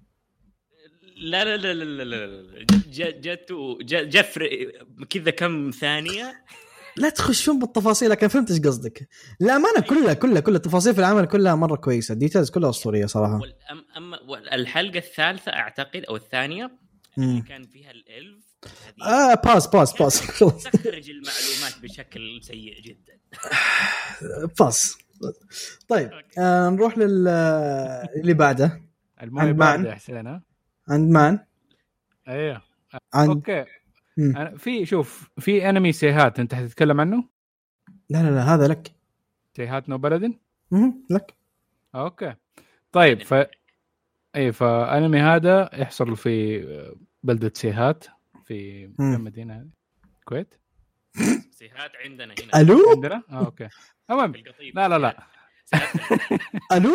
لا جفري كذا كم ثانيه. لا تخشون بالتفاصيل، لكن فهمت ايش قصدك. لا ما انا كل التفاصيل في العمل كلها مره كويسه، ديتيلز كلها اسطوريه صراحه. اما الحلقه الثالثه اعتقد او الثانيه اللي كان فيها الالف باس تخرج المعلومات بشكل سيء جدا. باس. طيب نروح اللي بعده. المهم بعد حسين عند مان. ايوه اوكي. أنا في انمي سيهات انت هتتكلم عنه؟ لا هذا لك. سيهات نو بلدن لك. اوكي طيب. فانمي هذا يحصل في بلدة سيهات في مدينة الكويت. سيهات عندنا هنا. الو عندنا اوكي. المهم لا الو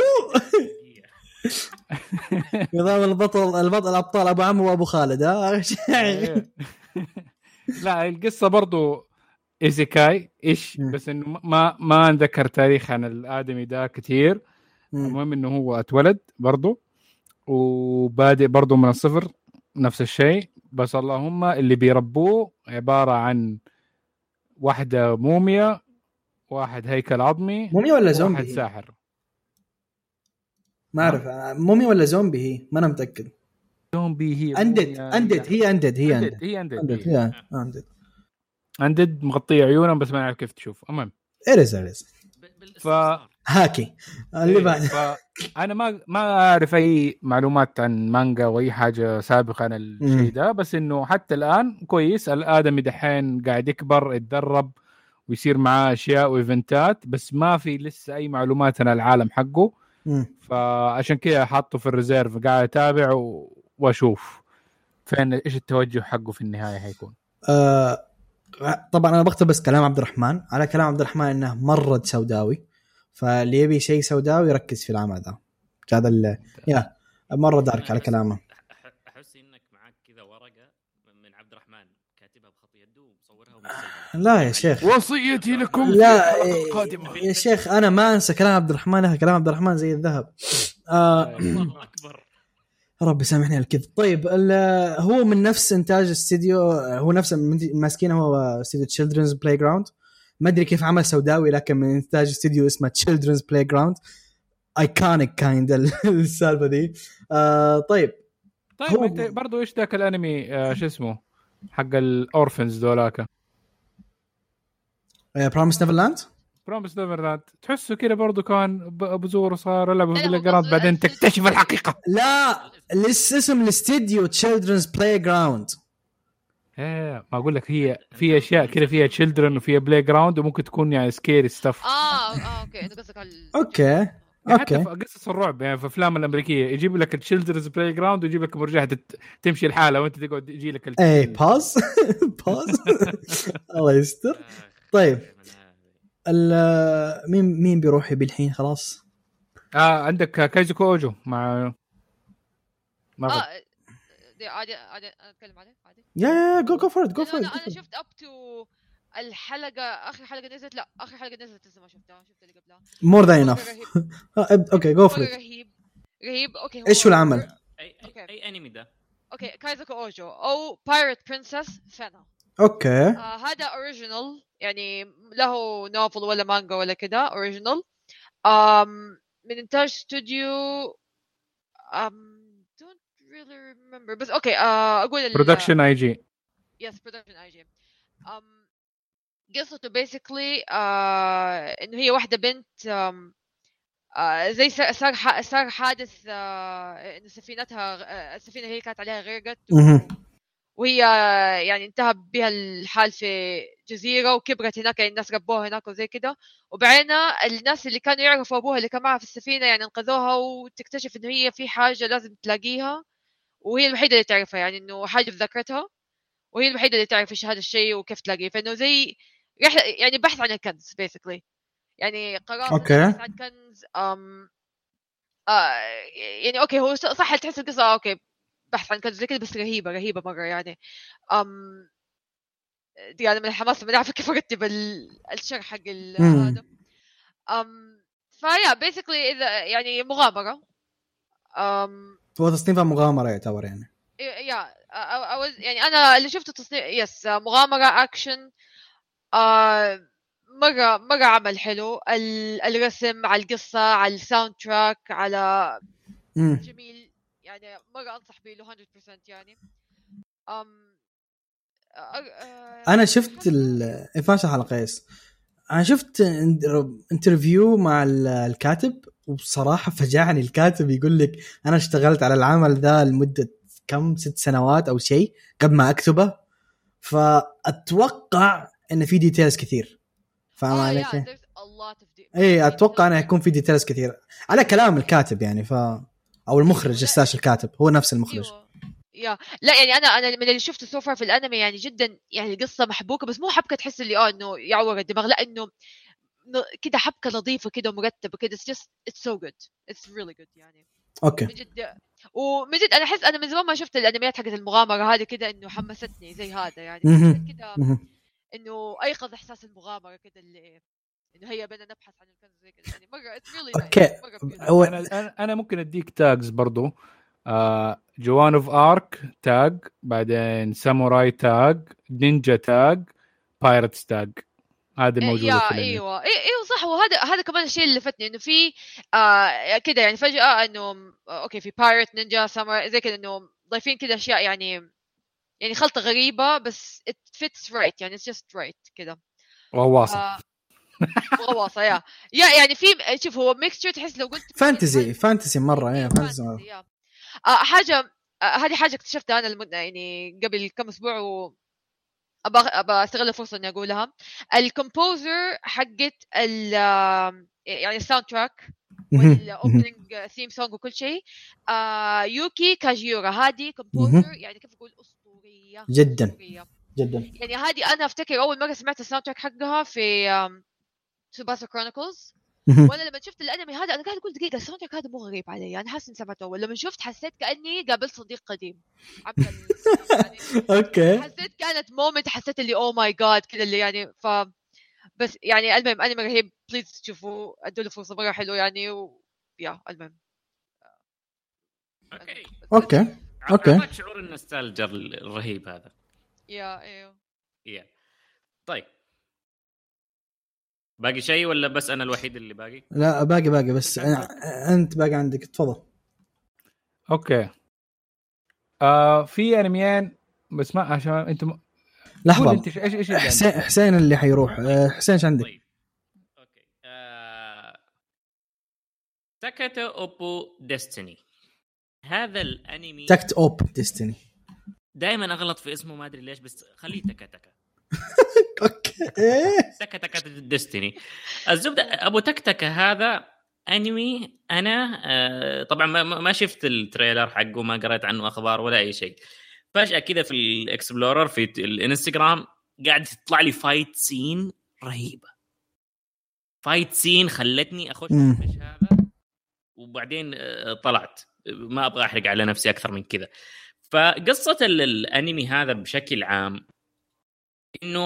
نظام الابطال ابو عمرو وابو خالد. لا القصه برضو ايزيكاي بس انه ما نذكر تاريخ عن الادمي ده كتير. المهم انه هو اتولد برضو وبادئ برضو من الصفر نفس الشيء، بس اللهم اللي بيربوه عباره عن واحده موميا، واحد هيكل عظمي، موميا ولا زومبي، واحد ساحر. ما اعرف مومي ولا زومبي، هي ما انا متاكد. زومبي هي اندد مغطيه عيونهم بس ما نعرف كيف تشوف. المهم ارز هاكي اللي بعد. انا ما اعرف اي معلومات عن مانجا واي حاجه سابقه عن الشيء ده، بس انه حتى الان كويس. الادمي دحين قاعد يكبر يتدرب ويصير معاه اشياء وايفنتات، بس ما في لسه اي معلومات عن العالم حقه. فعشان كده حاطه في الريزيرف، قاعد اتابع واشوف فين ايش التوجه حقه في النهايه هيكون. طبعا انا بقتبس كلام عبد الرحمن، على كلام عبد الرحمن انه مره سوداوي، فاللي يبي شيء سوداوي يركز في العمل ذا. هذا يا مره دارك على كلامه. احس انك معك كذا ورقه من عبد الرحمن كاتبها بخط يده ومصورها لا يا شيخ وصيتي لكم لا يا شيخ انا ما انسى كلام عبد الرحمن، كلام عبد الرحمن زي الذهب. اكبر ربي سامحني على الكذب. طيب هو من نفس انتاج استديو، هو نفس ماسكينه، هو استديو Children's Playground. ما ادري كيف عمل سوداوي، لكن من انتاج استديو اسمه Children's Playground. ايكونيك كايند السالفه دي. طيب انت برضو ايش ذاك الانمي شو اسمه حق الاورفنز دولاكا؟ بروميس نيفرلاند. تحسه كده برضو كان بزور وصار لعبه في القراب، بعدين تكتشف الحقيقه. لا اسم الاستديو Children's Playground. ما اقول لك هي في اشياء كده فيها children وفيها playground وممكن تكون يعني scary stuff. اوكي انت قصدك اوكي حتى في قصص الرعب يعني في افلام الامريكيه يجيب لك الchildren's playground ويجيب لك مرجحه تمشي الحاله وانت تقعد يجي لك باز الله يستر. طيب مين بيروح بالحين خلاص؟ عندك كايزوكو اوجو مع دي عادي اتكلم عليه عادي. يا جو فور ات انا شفت اب تو الحلقه، اخر حلقه نزلت، لا اخر حلقه نزلت لسه ما شفتها، شفت اللي قبلها مور ذان انف. اوكي جو فور ات. رهيب. اوكي ايش هو العمل؟ اي انمي ده؟ اوكي كايزوكو اوجو او بايرت برنسس فانا. اوكي هذا اوريجينال، يعني له نوفل ولا مانجا ولا كده، اوريجينال من انتاج استوديو don't really remember بس اوكي اقول برودكشن اي جي. يس برودكشن اي جي. قصته بيسكلي انه هي واحده بنت زي صار حادث انه سفينتها السفينه هي كانت عليها غرقت وهي يعني انتهى بها الحال في جزيره وكبرت هناك، يعني الناس ربوها هناك وزي كده، وبعدين الناس اللي كانوا يعرفوا ابوها اللي كان معها في السفينه يعني انقذوها، وتكتشف انه هي في حاجه لازم تلاقيها وهي الوحيده اللي تعرفها، يعني انه حاجه في ذاكرتها وهي الوحيده اللي تعرف ايش هذا الشيء وكيف تلاقيه، فانه زي يعني بحث عن الكنز بيسكلي، يعني قرار بحث عن كنز. يعني اوكي هو صح تحس القصه اوكي بحث عن كنز زي كده، بس رهيبه مره يعني. دي انا من الحماس ما اعرف كيف ارتب الشرح حق هذا. فيا بيسكلي اذا يعني مغامره، هو تصنيفها مغامره يعتبر يعني. يعني انا اللي شفته تصنيف يس مغامره اكشن. مرة عمل حلو، الرسم على القصة على الساوند تراك على جميل، يعني مرة أنصح به 100% يعني. أنا شفت إفاشة حلقة يس، أنا شفت انترفيو مع الكاتب، وبصراحة فجعني الكاتب يقول لك أنا اشتغلت على العمل ذا لمدة كم 6 سنوات أو شيء قبل ما أكتبه، فأتوقع إن في ديتيلز كثير. فاهم عليك؟ ايه اتوقع انه يكون في ديتيلز كثير على كلام الكاتب يعني، او المخرج الساش الكاتب هو نفس المخرج. لا يعني انا من اللي شفته سوفر في الانمي يعني جدا يعني القصه محبوكه، بس مو حبكه تحس اللي انه يعور الدماغ، لا انه كده حبكه لطيفه كده مرتبه كده. it's so good, it's really good يعني. اوكي من جد انا احس انا من زمان ما شفت الانميات حقت المغامره هذه كده، انه حمستني زي هذا يعني كده، انه ايقظ احساس المغامره كده اللي انه هي بدنا نبحث عن الكنز زي كده يعني. مره اتس ريلي انا ممكن اديك تاجز برضو. جوان اوف ارك تاج، بعدين ساموراي تاج، نينجا تاج، بايرتس تاج، هذه موجوده في الانمي. ايوه صح. وهذا كمان الشيء اللي لفتني انه في كده يعني فجاه انه اوكي في بايرت نينجا ساموراي زي كده، انه ضايفين كده اشياء يعني خلطه غريبه بس it fits right يعني it's just right كده. غواصه غواصه يعني في شوف هو ميكستشر تحس لو قلت فانتسي مره فانتسي حاجه. هذه حاجه اكتشفتها انا يعني قبل كم اسبوع ابى استغل الفرصه اني اقولها. الكومبوزر حقت يعني الساوند تراك والاوبننج ثيم سونج وكل شيء يوكي كاجيورا. هذه كومبوزر يعني كيف اقول اسطوريه جدا يعني. هذه انا افتكر اول مره سمعت الساوند تراك حقها في سوباسا كرونيكلز، وانا لما شفت الانمي هذا انا قاعد اقول دقيقه الساوند تراك هذا مو غريب علي، انا حاسس اني سمعته اول. لما شفت حسيت كاني قابلت صديق قديم يعني اوكي حسيت كانت مومنت، حسيت اللي او ماي جاد كذا اللي يعني بس يعني المهم انمي رهيب، بليز تشوفوه، ادوا له فرصه مره حلوه يعني المهم اوكي ما شعور النوستالجيا الرهيب هذا. ايوه طيب باقي شيء ولا بس انا الوحيد اللي باقي؟ لا باقي بس انت باقي عندك، تفضل. اوكي في انميان بس ما عشان انت لحظه انت ايش حسين اللي حيروح. حسين ايش عندك؟ طيب. اوكي تاكاتا اوبو ديستني. هذا الانمي تاكت اوب ديستني، دائما اغلط في اسمه ما ادري ليش، بس خليه تاكا اوكي تاكا ديستني. الزبده ابو تكتكه هذا انمي انا طبعا ما شفت التريلر حقه، ما قرأت عنه اخبار ولا اي شيء. فجأة كذا في الاكسبلورر في الانستغرام قاعد تطلع لي فايت سين رهيبة فايت سين خلتني اخش في هذا، وبعدين طلعت. ما ابغى احرق على نفسي اكثر من كذا. فقصه الانمي هذا بشكل عام انه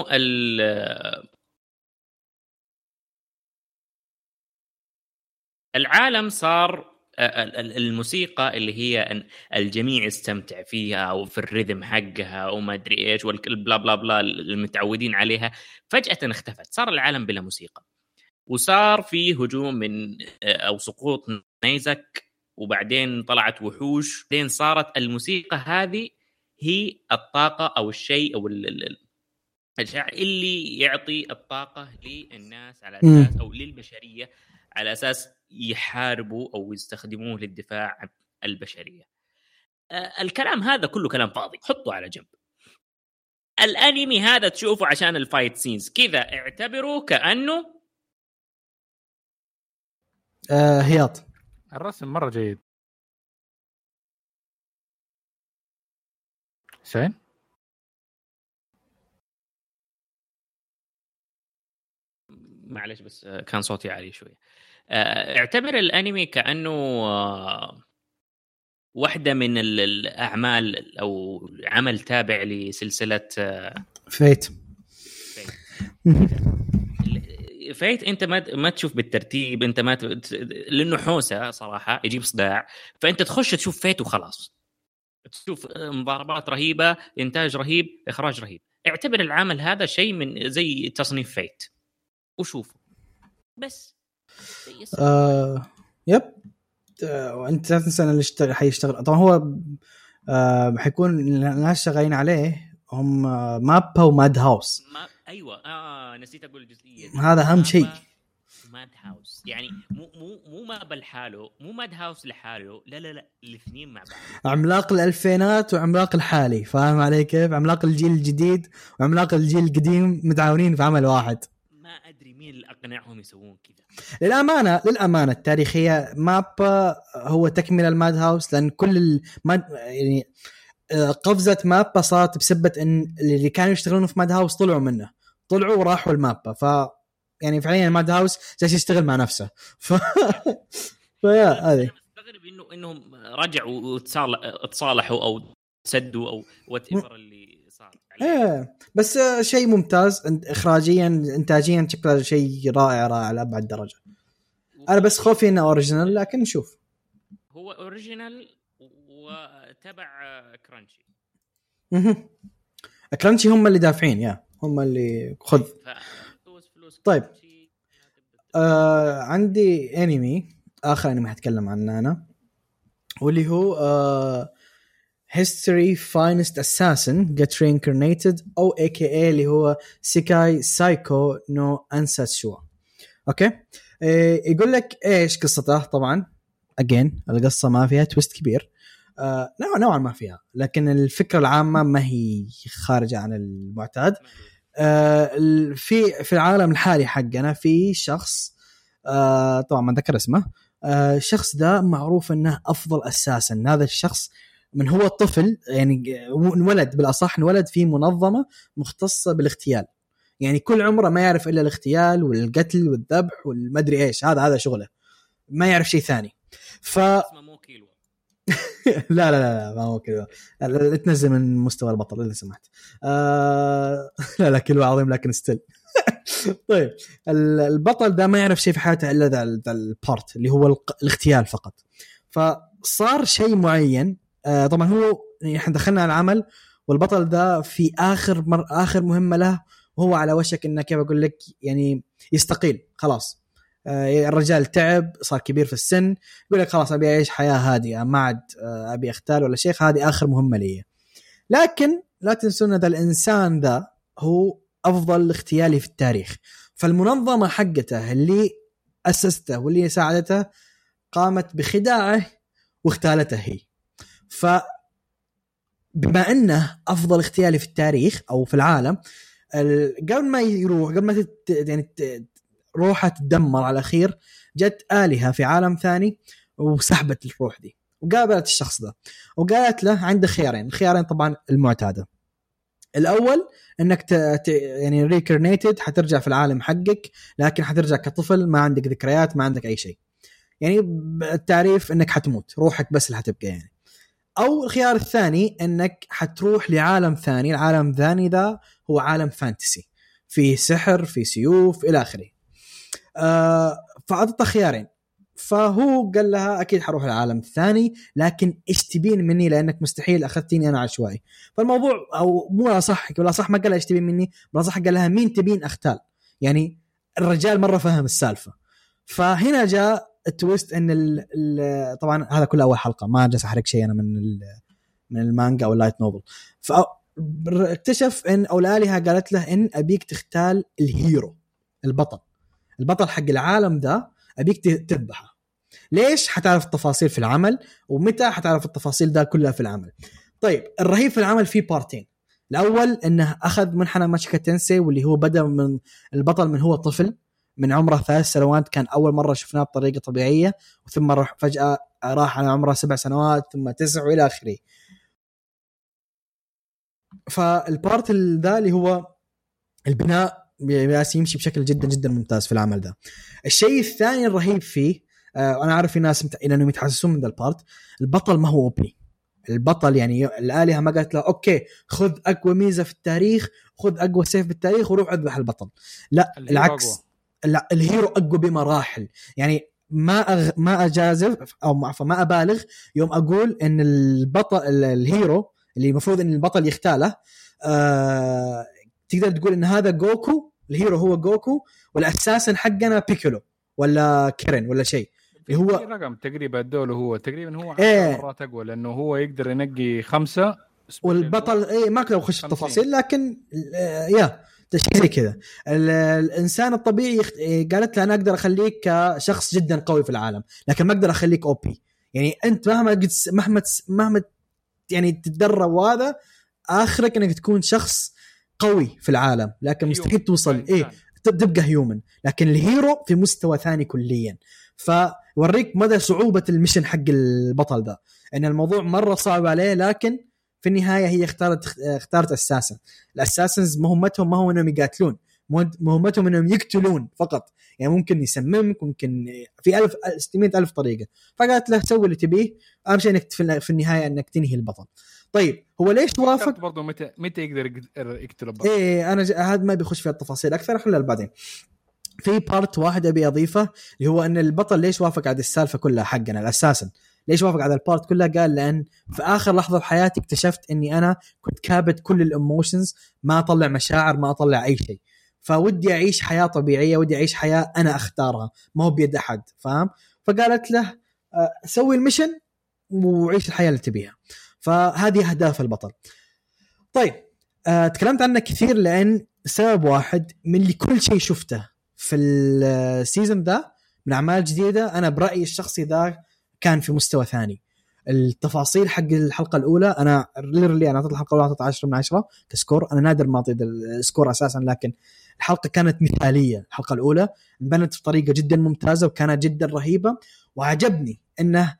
العالم صار الموسيقى اللي هي الجميع يستمتع فيها او في الريذم حقها وما ادري ايش والبلا بلا بلا المتعودين عليها، فجأة اختفت. صار العالم بلا موسيقى، وصار فيه هجوم من او سقوط نيزك، وبعدين طلعت وحوش. بعدين صارت الموسيقى هذه هي الطاقة او الشيء او الشيء اللي يعطي الطاقة للناس على اساس او للبشرية على اساس يحاربوا او يستخدموه للدفاع عن البشريه. الكلام هذا كله كلام فاضي، حطه على جنب. الانمي هذا تشوفه عشان الفايت سينز كذا، اعتبره كانه هياط. الرسم مره جيد. حسين معلش بس كان صوتي عالي شويه. اعتبر الانمي كانه واحده من الاعمال او عمل تابع لسلسله فيت. فايت انت ما تشوف بالترتيب، انت ما لانه حوسه صراحه يجيب صداع، فانت تخش تشوف فايت وخلاص، تشوف مضاربات رهيبه، انتاج رهيب، اخراج رهيب. اعتبر العمل هذا شيء من زي تصنيف فايت وشوفه بس. يب. وانت لا تنسى ان اللي حيشتغل طبعا هو حيكون الناس شغالين عليه هم مابا وماد هاوس. ايوه نسيت اقول الجزئيه دي. هذا اهم شيء. ماد هاوس يعني مو مابا لحاله، مو ماد هاوس لحاله، لا الاثنين مع بعض. عملاق الالفينات وعملاق الحالي، فاهم علي كيف؟ عملاق الجيل الجديد وعملاق الجيل القديم متعاونين في عمل واحد. ما ادري مين اللي اقنعهم يسوون كذا. للامانه التاريخيه مابا هو تكمله الماد هاوس، لان كل يعني قفزه مابا صارت بسبه ان اللي كانوا يشتغلون في ماد هاوس طلعوا وراحوا المابا، ف يعني فعليا ماد هاوس جالس يشتغل مع نفسه. فيا هذه مستغرب انهم رجعوا وتصالحوا او تسدوا او وات ايفر اللي صار. بس شيء ممتاز اخراجيا انتاجيا، شكله شيء رائع على ابعد درجه. انا بس خوفي انه اوريجينال، لكن نشوف. هو اوريجينال وتبع كرانشي. كرانشي هم اللي دافعين، هم اللي خذ. طيب عندي انمي اخر انمي هتكلم عنه انا، واللي هو History Finest Assassin Get Reincarnated أو AKA اللي هو سيكاي سايكو نو أنساتشوا. أوكي يقول لك إيش قصته. طبعا again القصة ما فيها تويست كبير، نوعا ما فيها، لكن الفكرة العامة ما هي خارجة عن المعتاد. في العالم الحالي حقنا في شخص طبعا ما ذكر اسمه. الشخص ده معروف أنه أفضل أساسا. هذا الشخص من هو الطفل يعني انولد بالأصح انولد في منظمة مختصة بالاغتيال، يعني كل عمره ما يعرف إلا الاغتيال والقتل والذبح والمدري إيش. هذا شغله، ما يعرف شيء ثاني. مو كيلو. لا ما هو كيلو. لا تنزل من مستوى البطل إذا سمحت. لا كيلو عظيم لكن ستيل. طيب البطل ده ما يعرف شيء في حياته إلا ذا البارت اللي هو الاغتيال فقط. فصار شيء معين. طبعا هو احنا دخلنا على العمل والبطل ده في آخر مهمة له، وهو على وشك انه كيف اقول لك يعني يستقيل خلاص. الرجال تعب، صار كبير في السن، يقول لك خلاص ابي اعيش حياة هادئة، ما عاد ابي اختال ولا شيخ، هذه آخر مهمة لي. لكن لا تنسون هذا الانسان ذا هو افضل اغتيالي في التاريخ. فالمنظمة حقته اللي اسسته واللي ساعدته قامت بخداعه واغتالته هي. فبما أنه أفضل اغتيالي في التاريخ أو في العالم، قبل ما يعني روحه تدمر على الأخير، جت آلهة في عالم ثاني وسحبت الروح دي وقابلت الشخص ده وقالت له عنده خيارين طبعا المعتادة. الاول انك يعني ريكرنيتد، حترجع في العالم حقك، لكن حترجع كطفل ما عندك ذكريات، ما عندك اي شيء، يعني التعريف انك حتموت، روحك بس اللي حتبقى يعني. او الخيار الثاني انك حتروح لعالم ثاني، العالم الثاني ذا هو عالم فانتسي فيه سحر، فيه سيوف الى اخره. فأعطته خيارين، فهو قال لها اكيد حروح العالم الثاني، لكن ايش تبين مني لانك مستحيل اخذتيني انا عشوائي. فالموضوع او مو صح ولا صح، ما قال لها ايش تبين مني، بلا صح قال لها مين تبين اختال. يعني الرجال مره فهم السالفه. فهنا جاء التويست ان طبعا هذا كله اول حلقه، ما جالس احرق شيء انا من المانجا او اللايت نوفل. فاكتشف ان الالهه قالت له ان ابيك تختال الهيرو، البطل حق العالم ذا، ابيك تذبحه. ليش؟ حتعرف التفاصيل في العمل، ومتى حتعرف التفاصيل ده كلها في العمل. طيب الرهيب في العمل فيه بارتين. الاول انه اخذ منحنى ماشيكا تنسي، واللي هو بدا من البطل من هو طفل، من عمره 3 سنوات كان اول مره شفناه بطريقه طبيعيه، وثم فجاه راح على عمره 7 سنوات ثم 9 والى اخره. فالبارت ذا اللي هو البناء يمشي بشكل جدا جدا ممتاز في العمل ده. الشيء الثاني الرهيب فيه، انا اعرف في ناس انهم يتحسسون من ذا البارت، البطل ما هو اوبي. البطل يعني الآلهة ما قالت له اوكي خذ اقوى ميزة في التاريخ، خذ اقوى سيف بالتاريخ وروح اذبح البطل. لا العكس، لا الهيرو اقوى بمراحل. يعني ما اجازف او ما ابالغ يوم اقول ان البطل الهيرو اللي المفروض ان البطل يختاله، تقدر تقول ان هذا جوكو، الهيرو هو جوكو، والاساسن حقنا بيكولو ولا كيرين ولا شيء. اللي هو رقم تقريبا الدول، هو تقريبا هو مرات اقوى، لانه هو يقدر ينقي 5 والبطل ما كده اخش في التفاصيل، لكن يا تشيء زي كذا. الانسان الطبيعي قالت له انا اقدر اخليك كشخص جدا قوي في العالم، لكن ما اقدر اخليك اوبي. يعني انت مهما يعني تتدرب، وهذا اخرك انك تكون شخص قوي في العالم، لكن مستحيل توصل تبقى هيومن. لكن الهيرو في مستوى ثاني كليا. فوريك مدى صعوبة المشن حق البطل ده، ان الموضوع مرة صعب عليه، لكن في النهاية هي اختارت اساسا. الاساسنز مهمتهم ما هو انهم يقاتلون، مهمتهم انهم يقتلون فقط. يعني ممكن يسممك، ممكن في 600,000 طريقة. فقالت له سوي اللي تبيه، اهم شيء انك في النهاية انك تنهي البطل. طيب هو ليش توافق برضه متى يقدر يقتل البطل؟ انا هذا ما بيخش في التفاصيل اكثر، خلينا بعدين. في بارت واحد ابي اضيفه، اللي هو ان البطل ليش وافق على السالفه كلها حقنا الاساسا، ليش وافق على البارت كلها؟ قال لان في اخر لحظه بحياتي اكتشفت اني انا كنت كابت كل الاموشنز، ما اطلع مشاعر، ما اطلع اي شيء، فودي اعيش حياه طبيعيه، ودي اعيش حياه انا اختارها، ما هو بيد احد، فاهم؟ فقالت له سوي المشن وعيش الحياه اللي تبيها. فهذه اهداف البطل. طيب تكلمت عنه كثير لان سبب واحد من اللي كل شيء شفته في السيزن ده من اعمال جديده، انا برايي الشخصي ذا كان في مستوى ثاني. التفاصيل حق الحلقه الاولى، انا ليرلي انا اعطيت الحلقه الاولى 10 من 10 كسكور، انا نادر ما اعطي السكور اساسا، لكن الحلقه كانت مثاليه. الحلقه الاولى انبنت بطريقه جدا ممتازه وكانت جدا رهيبه، وعجبني انه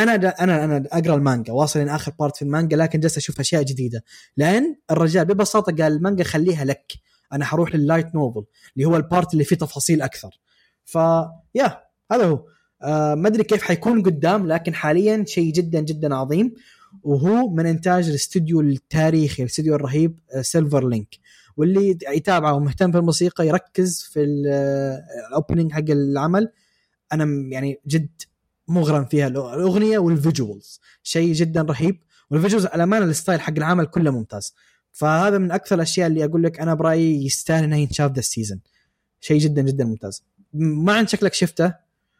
انا اقرا المانجا واصل لاخر بارت في المانجا، لكن جالس اشوف اشياء جديده، لان الرجال ببساطه قال المانجا خليها لك، انا حروح لللايت نوفل اللي هو البارت اللي فيه تفاصيل اكثر. فيا هذا هو. ما ادري كيف حيكون قدام، لكن حاليا شيء جدا جدا عظيم، وهو من انتاج الاستوديو التاريخي، الاستوديو الرهيب سيلفر لينك. واللي يتابعه ومهتم في الموسيقى يركز في الاوبننج حق العمل، انا يعني جد مغرم فيها الاغنيه والفيجوالز، شيء جدا رهيب. والفيجوالز الامانه الستايل حق العمل كله ممتاز. فهذا من اكثر الاشياء اللي اقول لك انا برايي يستاهل انه ينشاف ذا السيزون، شيء جدا جدا ممتاز. ما عن شكلك شفته،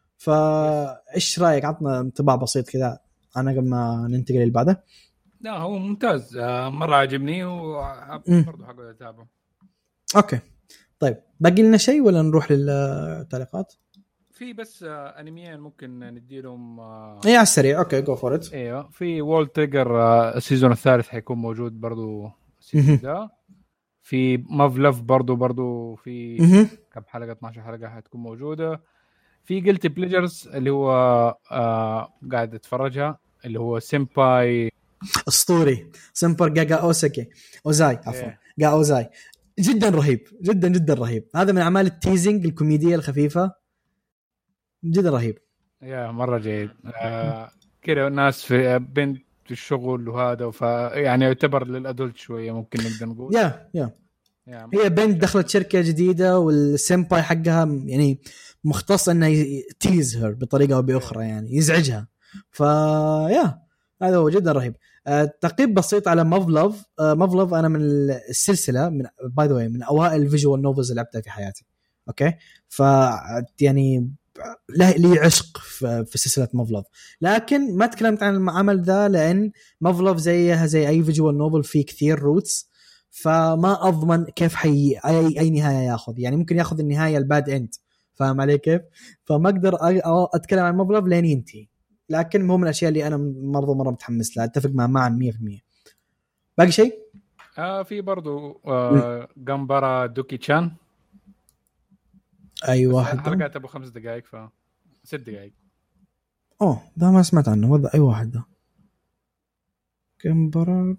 فايش رايك؟ عطنا انطباع بسيط كذا انا قبل ما ننتقل اللي بعده. لا هو ممتاز، مره عجبني وبرضه حقول اتابعه. اوكي طيب باقي لنا شيء ولا نروح للتعليقات؟ في بس انميين ممكن نديلهم ايه على السريع. اوكي جو فور ات. ايوه في وول تريجر السيزون الثالث حيكون موجود برضو السيزون ده. في ماف لاف برضو في كم حلقه 12 حلقه حتكون موجوده. في جلتي بليجرز اللي هو قاعد اتفرجها، اللي هو سيمباي اسطوري سمبر جاجا اوزاي عفوا غاوزاي جدا رهيب، جدا جدا رهيب. هذا من اعمال التيزنج الكوميديه الخفيفه، جدا رهيب. يا مره جيد. كده الناس في بنت الشغل وهذا، يعني يعتبر للادولت شويه ممكن نقدر نقول. يا هي بنت دخلت شركه جديده والسيمباي حقها يعني مختص انه يتيزهر بطريقه او باخرى، يعني يزعجها. هذا هو جدا رهيب. تقييم بسيط على مافلوف. مافلوف انا من السلسله، من باي ذا واي من اوائل الفيجوال نوفلز اللي لعبتها في حياتي. اوكي، ف يعني لي عشق في سلسله مافلوف، لكن ما تكلمت عن العمل ذا لان مافلوف زيها زي اي فيجوال نوفل فيه كثير روتس، فما اضمن كيف اي نهايه ياخذ. يعني ممكن ياخذ النهايه الباد اند، فاهم علي كيف؟ فما اقدر اتكلم عن مافلوف لين ينتهي، لكن هو من الاشياء اللي انا مره متحمس لها. اتفق معا 100%. باقي شيء في برضو جامبارا دوكي تشان. اي واحد حلقات ابو 5 دقائق 6 دقائق. ده ما سمعت عنه. وضع اي واحد ده جامبارا.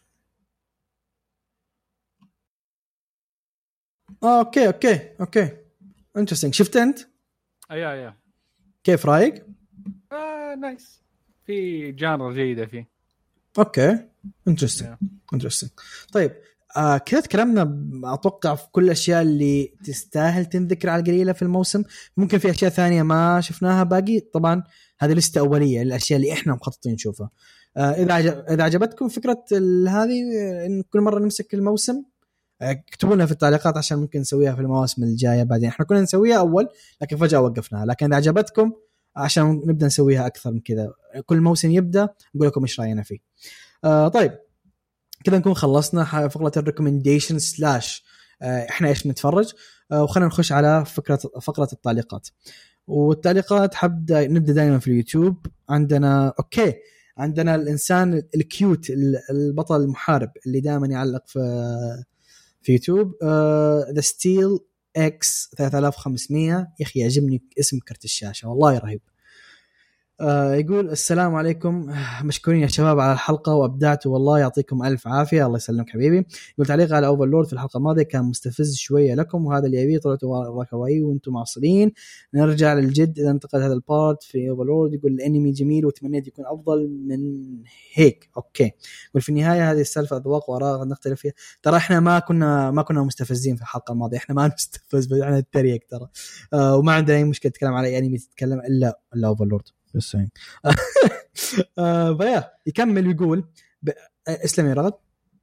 اوكي انترستينج. شفت انت؟ ايوه كيف رايك؟ نايس، في جانر جيده فيه. اوكي انترستينج. طيب كذا تكلمنا اتوقع في كل الاشياء اللي تستاهل تنذكر على القليله في الموسم. ممكن في اشياء ثانيه ما شفناها باقي، طبعا هذه لسته اوليه للاشياء اللي احنا مخططين نشوفها. اذا عجبتكم فكره هذه ان كل مره نمسك الموسم، اكتبوا لنا في التعليقات عشان ممكن نسويها في المواسم الجايه. بعدين احنا كنا نسويها اول لكن فجاه وقفناها، لكن اذا عجبتكم عشان نبدا نسويها اكثر من كذا، كل موسم يبدا نقول لكم ايش راينا فيه. طيب كذا نكون خلصنا فقره الريكومنديشن سلاش احنا ايش نتفرج. وخلينا نخش على فقره التعليقات. والتعليقات نبدا دائما في اليوتيوب. عندنا الانسان الكيوت البطل المحارب اللي دائما يعلق في يوتيوب، ذا ستيل اكس 3500. يا اخي يعجبني اسم كرت الشاشه والله رهيب. يقول السلام عليكم، مشكورين يا شباب على الحلقة وأبدعتوا والله، يعطيكم ألف عافية. الله يسلمك حبيبي. يقول تعليق على أوفرلورد في الحلقة الماضية كان مستفز شوية لكم، وهذا اللي يبيه طلعتوا ركوائي وانتم معصرين. نرجع للجد إذا انتقل هذا البارت في أوفرلورد. يقول الأنمي جميل وتمنيت يكون أفضل من هيك. أوكي، يقول في النهاية هذه السالفة أذواق وآراء نختلف فيها. ترى إحنا ما كنا مستفزين في الحلقة الماضية، إحنا ما نستفز بس إحنا نتريق ترى. وما عندنا أي مشكلة نتكلم على أنمي تتكلم إلا أوفرلورد بس. فيا يكمل ويقول اسلم يا رغد.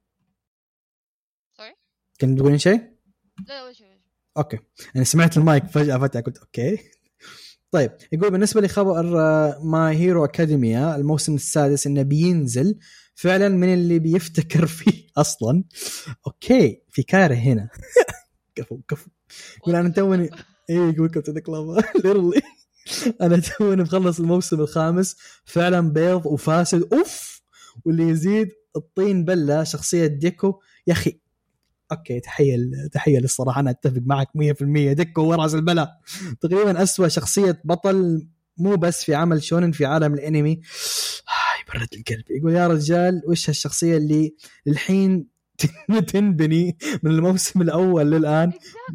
سوري كنت تقولين شيء؟ لا ولا شيء. اوكي انا سمعت المايك فجأة فتح قلت اوكي. طيب يقول بالنسبة لخبر ماي هيرو أكاديميا الموسم السادس انه بينزل فعلا من اللي بيفتكر فيه اصلا. اوكي في كاره هنا. كفو يقول انا توني يقول كنت ذكلابا ليرلي أنا توني مخلص الموسم الخامس، فعلا بيض وفاسد أوف. واللي يزيد الطين بلة شخصية ديكو يا أخي. أوكي تحية للصراحة، أنا أتفق معك 100%. ديكو ورأس البلة تقريبا أسوأ شخصية بطل مو بس في عمل شونن في عالم الأنمي. يبرد القلب. يقول يا رجال وش هالشخصية اللي الحين تنبني من الموسم الأول للآن.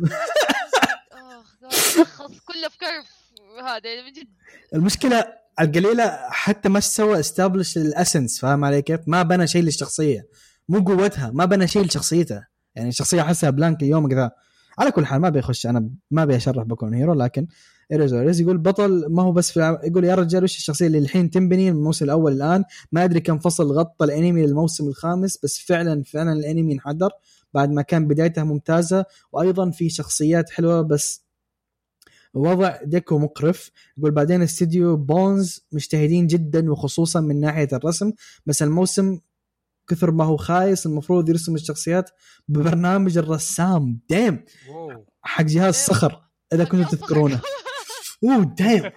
خلص كله في كيرف هذا من جد. المشكلة القليلة حتى ما سوى استابلش الاسنس، فاهم علي كيف؟ ما بنى شيء للشخصية، مو قوتها، ما بنى شيء لشخصيتها. يعني الشخصية حسها بلانك اليوم كذا. على كل حال ما بيخش، أنا ما بيشرح بكون هيرو، لكن إيريزوريز يقول بطل ما هو بس يقول يا رجال وش الشخصية اللي الحين تنبني من الموسم الأول الآن. ما أدري كم فصل غطى الأنمي للموسم الخامس، بس فعلا الأنمي انحدر بعد ما كان بدايته ممتازة، وأيضا في شخصيات حلوة بس وضع ديكو مقرف. يقول بعدين استديو بونز مجتهدين جدا وخصوصا من ناحية الرسم، بس الموسم كثر ما هو خايس، المفروض يرسم الشخصيات ببرنامج الرسام دايم حق جهاز صخر إذا كنتوا تذكرونه. دايم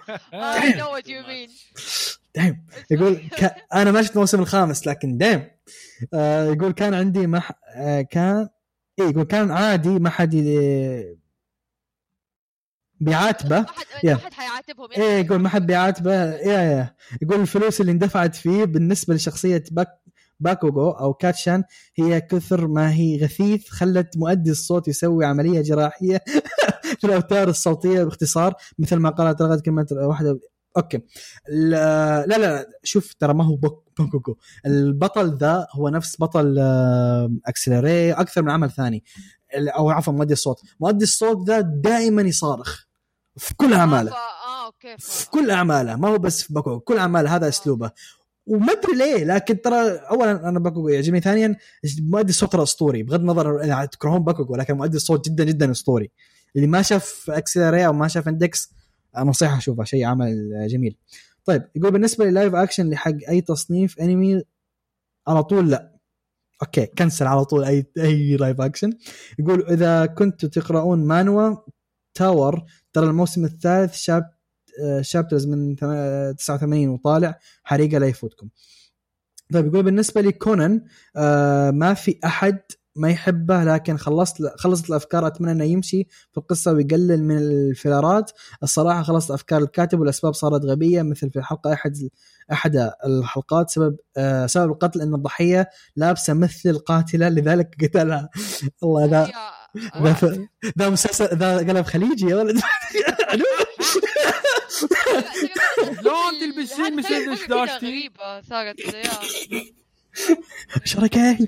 دايم. يقول أنا ما شفت الموسم الخامس لكن دايم. يقول كان عندي يقول كان عادي ما حد بيعاتبه. ما حد حيعاتبهم. يقول ما حد بيعاتبه. يقول الفلوس اللي اندفعت فيه بالنسبة لشخصية باكوغو أو كاتشان هي كثر ما هي غثيث خلت مؤدي الصوت يسوي عملية جراحية في الأوتار الصوتية باختصار مثل ما قالت رغد كلمة واحدة. أوكي لا شوف ترى ما هو باكوغو البطل ذا هو نفس بطل أكسلري أكثر من عمل ثاني أو عفوا مؤدي الصوت ذا دائما يصارخ في كل أعماله في كل أعماله ما هو بس في باكوغو كل أعماله هذا أسلوبه وما أدري ليه لكن ترى أولا أنا باكوغو يعجبني ثانيا مؤدي الصوت أسطوري بغض النظر إذا تكرهون باكوغو ولكن مؤدي الصوت جدا جدا أسطوري اللي ما شاف أكسلري أو ما شاف إندكس نصيحة أشوفها شيء عمل جميل. طيب يقول بالنسبة للايف أكشن اللي حق أي تصنيف أنمي على طول لا أوكي كنسل على طول أي لايف أكشن. يقول إذا كنتوا تقرؤون مانوا تاور ترى الموسم الثالث شابترز من 89 وطالع حريقة لا يفوتكم. طيب يقول بالنسبة لي كونان ما في أحد ما يحبه لكن خلصت الأفكار أتمنى أنه يمشي في القصة ويقلل من الفلارات. الصراحة خلصت أفكار الكاتب والأسباب صارت غبية مثل في الحلقة أحد الحلقات سبب القتل أن الضحية لابسة مثل القاتلة لذلك قتلها. الله ذا مسلسل ذا قلب خليجي يا ولد. لون تلبسين مسدس داشتي غريبة صارت شركة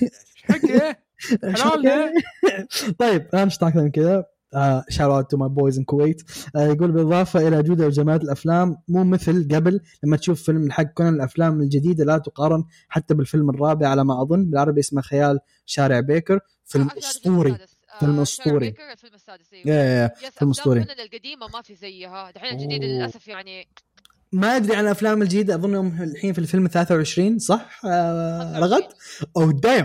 حلال. طيب أنا مش أكثر من كذا. shout out to my boys in Kuwait. يقول بالإضافة إلى جودة وجمال الأفلام مو مثل قبل لما تشوف فيلم الحق كونان الأفلام الجديدة لا تقارن حتى بالفيلم الرابع على ما أظن بالعربي اسمه خيال شارع بيكر فيلم أسطوري فيلم أسطوري الفيلم السادس فيلم أسطوري. القديمة ما في زيها الحين الجديد للأسف يعني ما أدري عن الأفلام الجديدة أظنهم الحين في الفيلم 23 صح رغد أو دايم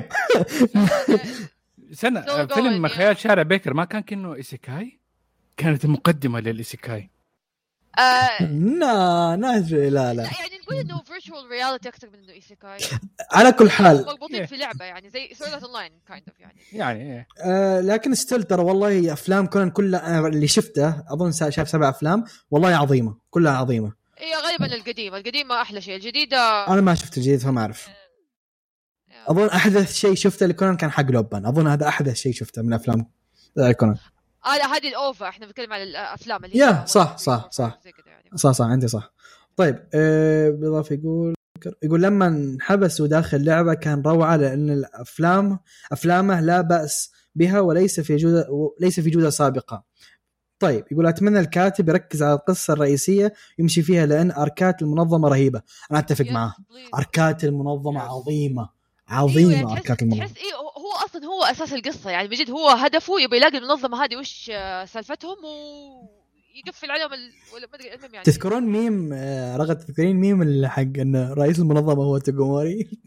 سنة فيلم خيال شارع بيكر ما كان كأنه إيسيكاي كانت مقدمة للإيسيكاي نادري لا يعني نقول إنه virtual reality أكثر من إنه إيسيكاي على كل حال مربوطين في لعبة يعني زي سورة أونلاين kind of يعني لكن ستيل ترى والله أفلام كونان كلها اللي شفته أظن شاف 7 أفلام والله عظيمة كلها عظيمة. هي غالبا القديمة أحلى شيء الجديدة أنا ما شفت الجديد فما أعرف. أظن أحدث شيء شفته لكونان كان حق لوبان أظن هذا أحدث شيء شفته من أفلام كونان. هذه الأوفا إحنا بنتكلم عن الأفلام اللي صح عندي صح. طيب بالإضافة يقول لما انحبسوا داخل لعبة كان روعة لأن أفلامه لا بأس بها وليس في جودة سابقة. طيب يقول أتمنى الكاتب يركز على القصة الرئيسية يمشي فيها لأن أركات المنظمة رهيبة. أنا أتفق معه أركات المنظمة عظيمة أركات المنظمة هو أصلا هو أساس القصة يعني بجد هو هدفه يبي يلاقي المنظمة هذه وش سالفتهم ويقفل عليهم ولا ما أدري المهم يعني. تذكرون ميم رغد تذكرين ميم اللي حق أن رئيس المنظمة هو توغوموري يا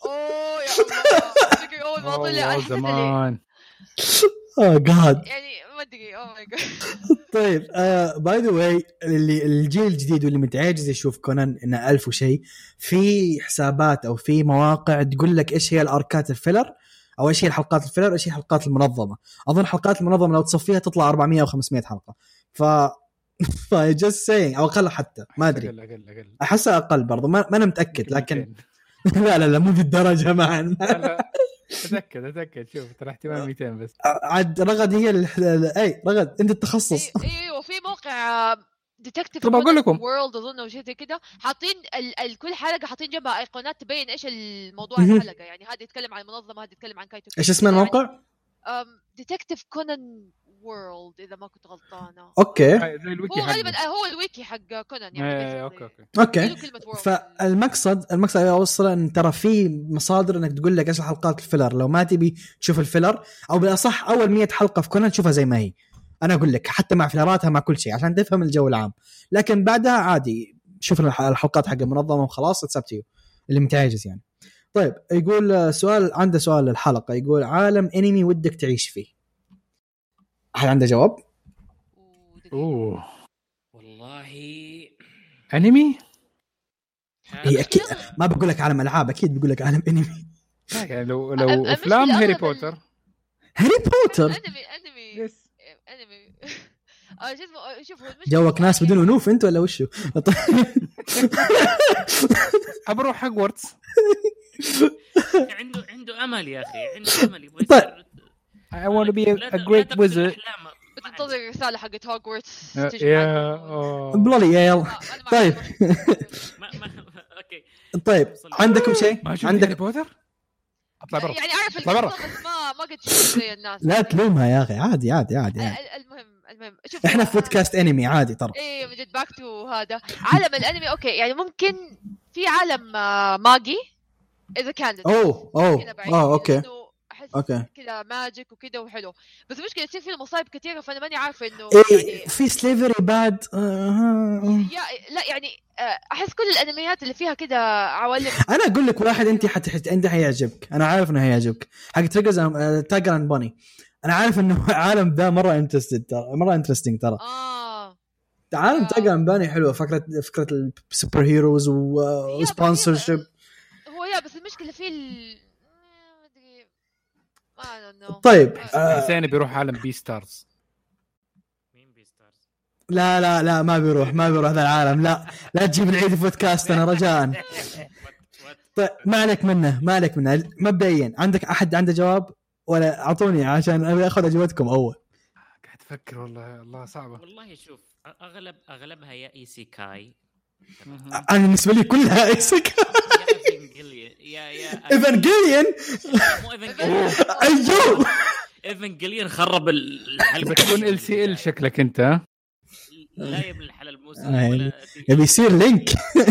الله الموضوع اللي زمان جاد يعني ما أدري ماي جاد. طيب باي ذا واي الجيل الجديد واللي متعجز يشوف كونان إنه 1000 وشيء في حسابات أو في مواقع تقول لك إيش هي الأركات الفيلر أو إيش هي الحلقات الفيلر إيش هي حلقات المنظمة. أظن حلقات المنظمة لو تصفيها تطلع 400 أو 500 حلقة just saying أو أقل حتى ما أدري أحسها أقل برضو ما أنا متأكد لكن لا مو بالدرجة معا أتأكد شوف ترى احتمال 200 بس عاد رغد هي أي رغد أنت التخصص. أيوة في موقع ديتكتيف طب أقول لكم وورلد أظن أو شيء زي كده حاطين كل حلقة حاطين جنبها أيقونات تبين إيش الموضوع الحلقة يعني هذا يتكلم عن المنظمة هذا يتكلم عن كايتو. إيش اسم الموقع؟ ديتكتيف كونان وورلد إذا ما كنت غلطانة. أوكي هو غالبا هو الويكي حق كونان يعني أوكي. فالمقصد أوصل أن ترى في مصادر أنك تقول لك إيش الحلقات الفيلر لو ما تبي تشوف الفيلر أو بالأصح أول 100 حلقة في كونان تشوفها زي ما هي. أنا أقول لك حتى مع فيلراتها مع كل شيء عشان تفهم الجو العام لكن بعدها عادي شوف الحلقات حق المنظمة وخلاص تسبتيو اللي متعجز يعني. طيب يقول عنده سؤال للحلقة يقول عالم أنمي ودك تعيش فيه هل عنده جواب؟ والله أنمي هي أكيد ما بقول لك عالم ألعاب أكيد بقول لك عالم أنمي يعني لو أفلام هاري بوتر أنمي شوف جوك ناس بدون أنوف أنت ولا وشو؟ أبروح هوجورتس عنده امل يا اخي، عنده امل يبغى طيب. I want to be a great wizard. بتنتظر الرسالة حقت هوجورتس بلولي يا طيب. اوكي طيب عندكم شيء؟ عندك بوتر؟ اطلع برا يعني عارف القصة بس ما قد شفت زي الناس. لا تلومها يا اخي، عادي عادي عادي. المهم شوف احنا في بودكاست انمي عادي ترى. ايه من جد باك تو هذا عالم الانمي. اوكي يعني ممكن في عالم ماجي اذا كان اوكي اوكي كذا ماجيك وكذا وحلو، بس المشكله يصير فيه مصايب كثيره فانا ماني عارفه انه يعني في سليفري بعد لا يعني احس كل الانميات اللي فيها كذا عوالم. انا اقول لك واحد انت حيعجبك، انا عارف انه هيعجبك حق تايجر اند بوني. انا عارف انه عالم ذا مره انترستينج ترى. عالم تايجر اند بوني حلوه، فكره السوبر هيروز وسبونسرشيب. هو بس المشكله فيه طيب حسين بيروح عالم بي ستارز. مين بي ستارز؟ لا ما بيروح هذا العالم. لا تجيب العيد في بودكاست انا رجاء. طيب ما عليك منه مبدئيا عندك احد عنده جواب ولا اعطوني عشان ابي اخذ اجوبتكم اول. قاعد افكر والله صعبه. والله شوف اغلبها يا ايسيكاي. انا بالنسبه لي كلها ايسيكاي. يا ايفانجيليون. مو ايفانجيليون. ايوه ايفانجيليون خرب الحلقه. بتكون LCL شكلك انت. لا يا ابن الحلال الموسم يبي يصير لينك.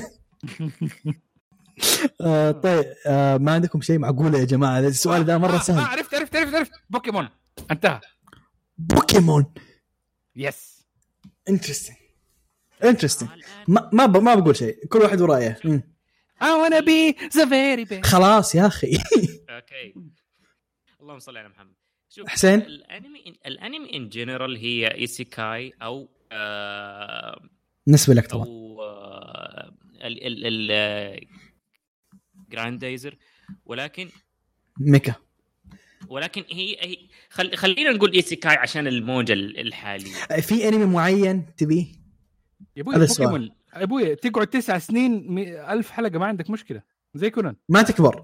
طيب ما عندكم شيء معقوله يا جماعه؟ السؤال ده مره سهل. عرفت بوكيمون انتهى. بوكيمون يس انترستينج. ما بقول شيء، كل واحد ورايه. I wanna be the very best. خلاص يا اخي. اوكي اللهم صل على محمد. شوف حسين، الانمي ان جنرال هي ايسيكاي او بالنسبه لك طبعا او ال جراندايزر، ولكن هي خلينا نقول ايسيكاي عشان الموجه الحاليه. في انمي معين تبيه يا ابوي؟ بوكيمون يا ابوي تقعد 9 سنين 1000 حلقه ما عندك مشكله زي كونان. ما تكبر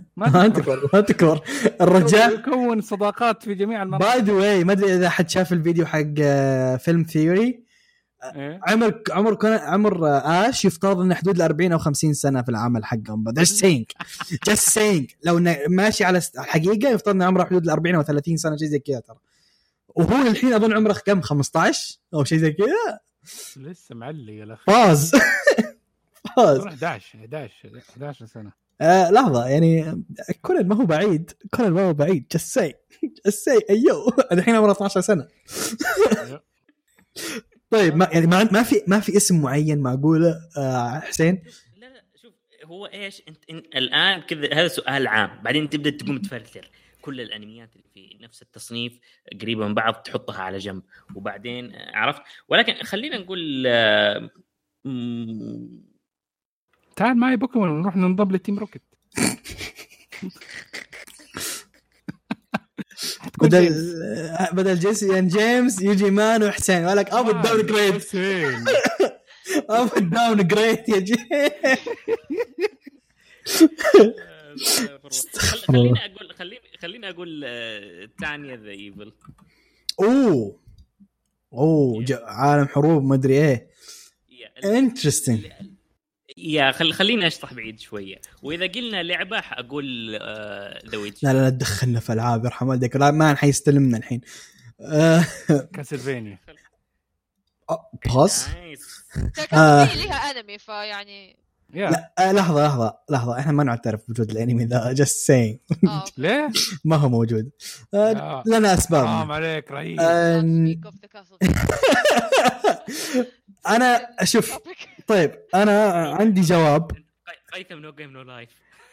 الرجال يكون صداقات في جميع المناطق. باي ذا واي، ما ادري اذا حد شاف الفيديو حق فيلم ثيوري. عمر آش يفترض انه حدود 40 او 50 سنه في العمل حقهم. just saying لو ماشي على الحقيقه يفترض انه عمره حدود 40 او 30 سنه شيء زي كذا ترى. وهو الحين اظن عمره كم 15 او شيء زي كذا، لسه معلق يا اخي. فاز 11 سنه. لحظه يعني كونان ما هو بعيد just say ايوه الحين عمره 12 سنه. طيب ما في اسم معين معقوله حسين؟ لا شوف هو ايش انت الان كذا هذا سؤال عام، بعدين تبدا تقوم تفلتر كل الانميات اللي في نفس التصنيف قريبه من بعض تحطها على جنب وبعدين عرفت. ولكن خلينا نقول تعال معي بوكيمون نروح ننضم لتيم روكيت. بدل جيمس يجي مان وحسين قال لك ابو الداون جريد يا جي. خليني اقول تانيا ذا ايفل. عالم حروب ما ادري ايه انترستينج. يا خليني اشطح بعيد شويه، واذا قلنا لعبه اقول ذا ويتش. لا تدخلنا في العاب يرحم والديك، ما حيستلمنا الحين. كاسلفينيا باس ليها انمي فيعني لا لحظه احنا ما نعترف بوجود الانمي ذا just saying. ليه ما هو موجود؟ لنا اسباب. عليك رهيب. انا اشوف. طيب انا عندي جواب. قيثم نو جيم نو لايف.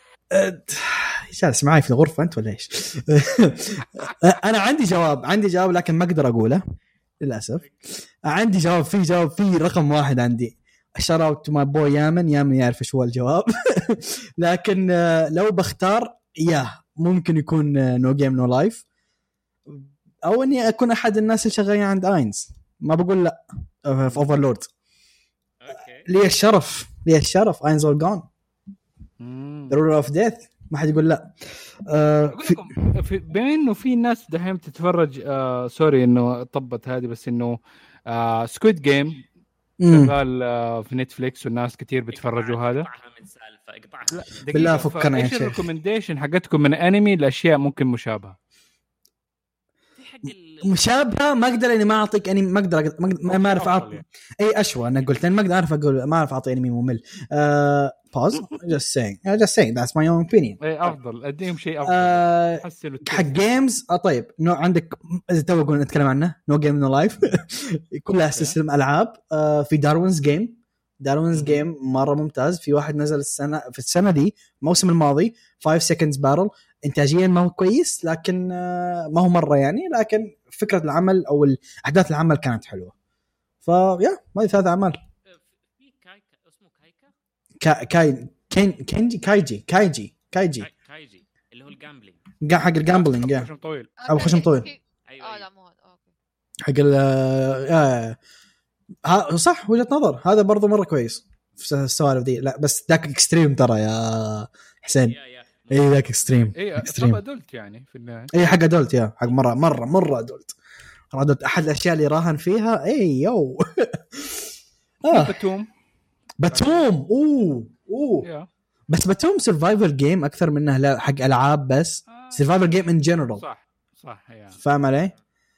جالس معي في الغرفه انت ولا ايش؟ انا عندي جواب لكن ما اقدر اقوله للاسف. عندي جواب في رقم واحد عندي. شراوت ما بوي يامن يعرف ايش هو الجواب. لكن لو بختار ممكن يكون نو جيم نو لايف، او اني اكون احد الناس اللي شغالين عند اينز. ما بقول لا في اوفرلورد. لي الشرف اينز اول جون. The Ruler of Death ما حد يقول لا. اقول لكم بما انه في ناس دحين تتفرج سوري انه طبت هذه، بس انه سكويد جيم شغال في نتفليكس والناس كتير بتفرجوا هذا. اقطعها من سالفه، اقطعها بالله فكرنا يا ايش شيخ. الريكومنديشن حقتكم من انمي الاشياء ممكن مشابهه؟ في حق مشابهه ما اقدر اني ما اعطيك انمي، ما اقدر ما اعرف اعطي اي اشوى. انا قلت انا ما اقدر اعرف اقول، ما اعرف اعطي انمي ممل. pause just saying that's my own opinion. اي افضل اديهم شيء افضل حسنوا حق جيمز. طيب نوع عندك اذا تو قلنا نتكلم عنه نو جيم نو لايف كلها سلسله العاب. في داروينز جيم مره ممتاز. في واحد نزل في السنه دي الموسم الماضي 5 seconds battle. انتاجيا ما هو كويس لكن ما هو مره يعني، لكن فكره العمل او احداث العمل كانت حلوه. فيا ما 3 اعمال. في كايكا اسمه كايكا كايجي اللي هو الجامبلينج حق الجامبلينج خشم طويل او خشم طويل. ايوه لا مو اوكي حق صح وجهة نظر. هذا برضو مرة كويس في السوالف دي. لا بس ذاك اكستريم ترى يا حسين. اي ذاك اكستريم. اي طب ادولت يعني في النهاية. اي حق ادولت يا حق مرة ادولت. ردت احد الاشياء اللي راهن فيها. اي يو باتوم اوه بس باتوم سرفايفل جيم اكثر منه حق العاب. بس سرفايفل جيم ان جنرال. صح يعني فاهم علي.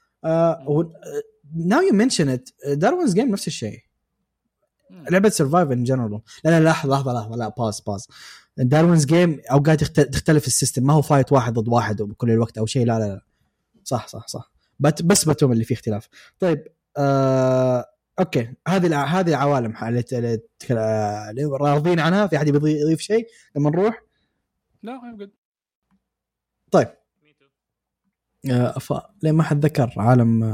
now you mention it داروينز جيم نفس الشيء. لعبة سرفايفل ان جنرال. لا لحظة لا باز. داروينز جيم اوقات تختلف السيستم، ما هو فايت واحد ضد واحد بكل الوقت او شيء. لا صح بس باتوم اللي فيه اختلاف. طيب اوكي هذه عوالم اللي راضين عنها. في احد يضيف شيء لما نروح؟ لا I'm good. طيب ليه ما حد ذكر عالم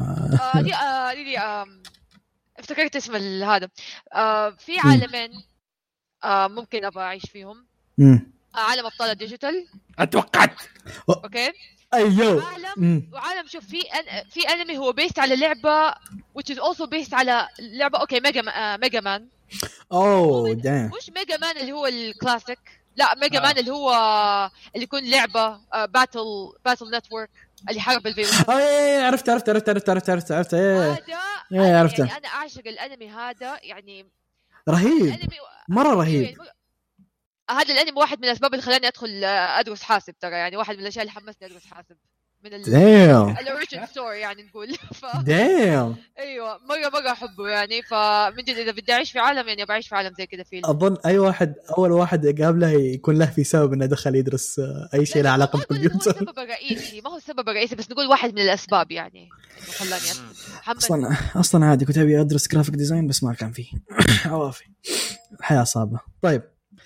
افتكرت اسم هذا. في عالمين ممكن ابغى اعيش فيهم. عالم ابطال الديجيتال اتوقعت. اوكي ايوه وعالم شوف في انمي هو بيست على لعبه which is also based على لعبه اوكي ميجا مان. اوه دام مش ميجا مان اللي هو الكلاسيك، لا ميجا مان اللي هو اللي يكون لعبه باتل نتورك اللي حرب الفيروس. عرفت هذا عرفته. يعني انا اعشق الانمي هذا يعني رهيب مره رهيب. هذا الانمي واحد من الاسباب اللي خلاني ادخل ادرس حاسب ترى، يعني واحد من الاشياء اللي حمسني ادرس حاسب من الاوريجين ستوري يعني نقول دايم ايوه مره احبه يعني. فمن جد اذا بدي اعيش في عالم يعني بعيش في عالم زي كذا فيه. اظن اي واحد اول واحد قابله يكون له في سبب انه دخل يدرس اي شيء له علاقه بالكمبيوتر. ما هو السبب الرئيسي بس نقول واحد من الاسباب يعني انه خلاني اصلا عادي كنت ابي ادرس جرافيك ديزاين بس ما كان فيه عوافي الحياه صعبه. طيب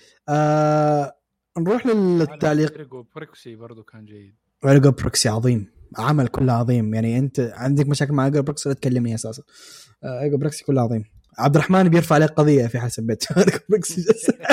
نروح للتعليق. إيرجو بروكسي برضو كان جيد. إيرجو بروكسي عظيم، عمل كله عظيم يعني. انت عندك مشاكل مع إيرجو بروكسي لا تكلمني اساسا. إيرجو بروكسي كله عظيم. عبد الرحمن بيرفع عليه قضيه في حسب بيت إيرجو بروكسي.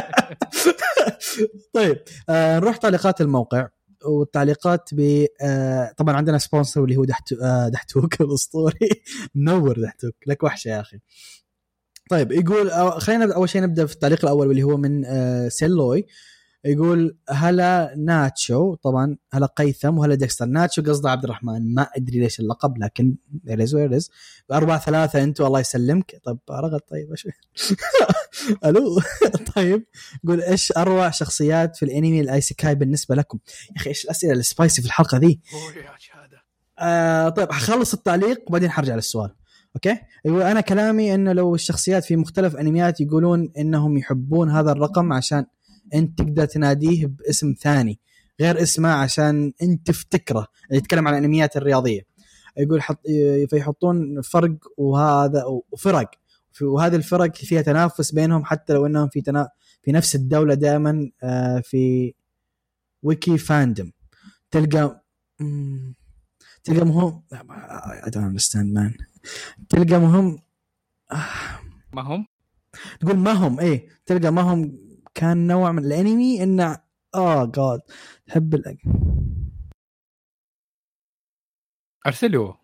طيب نروح تعليقات الموقع. والتعليقات طبعا عندنا سبونسر اللي هو دحتوك الاسطوري. منور دحتوك لك وحشه يا اخي. طيب يقول خلينا اول شيء نبدا في التعليق الاول واللي هو من سيلوي. يقول هلا ناتشو، طبعا هلا قيثم وهلا ديكستر. ناتشو قصده عبد الرحمن، ما ادري ليش اللقب لكن ريز 4-3 انتو الله يسلمك. طيب رغد طيب ايش الو طيب يقول ايش اروع شخصيات في الانمي الايسيكاي بالنسبه لكم؟ يا اخي ايش الاسئله السبايسي في الحلقه ذي. طيب هخلص التعليق وبعدين حرجع للسؤال. اوكي يقول انا كلامي انه لو الشخصيات في مختلف انميات يقولون انهم يحبون هذا الرقم عشان انت تقدر تناديه باسم ثاني غير اسمه عشان انت تفتكره. يتكلم عن الانميات الرياضيه. يقول فيحطون فرق وهذا وفرق، وهذه الفرق فيها تنافس بينهم حتى لو انهم في نفس الدوله. دائما في ويكي فاندم تلقى مهم I don't understand man. تلقى مهم ما هم تقول ما هم ايه تلقى ما هم كان نوع من الانمي انه جاد تحب ارسلوا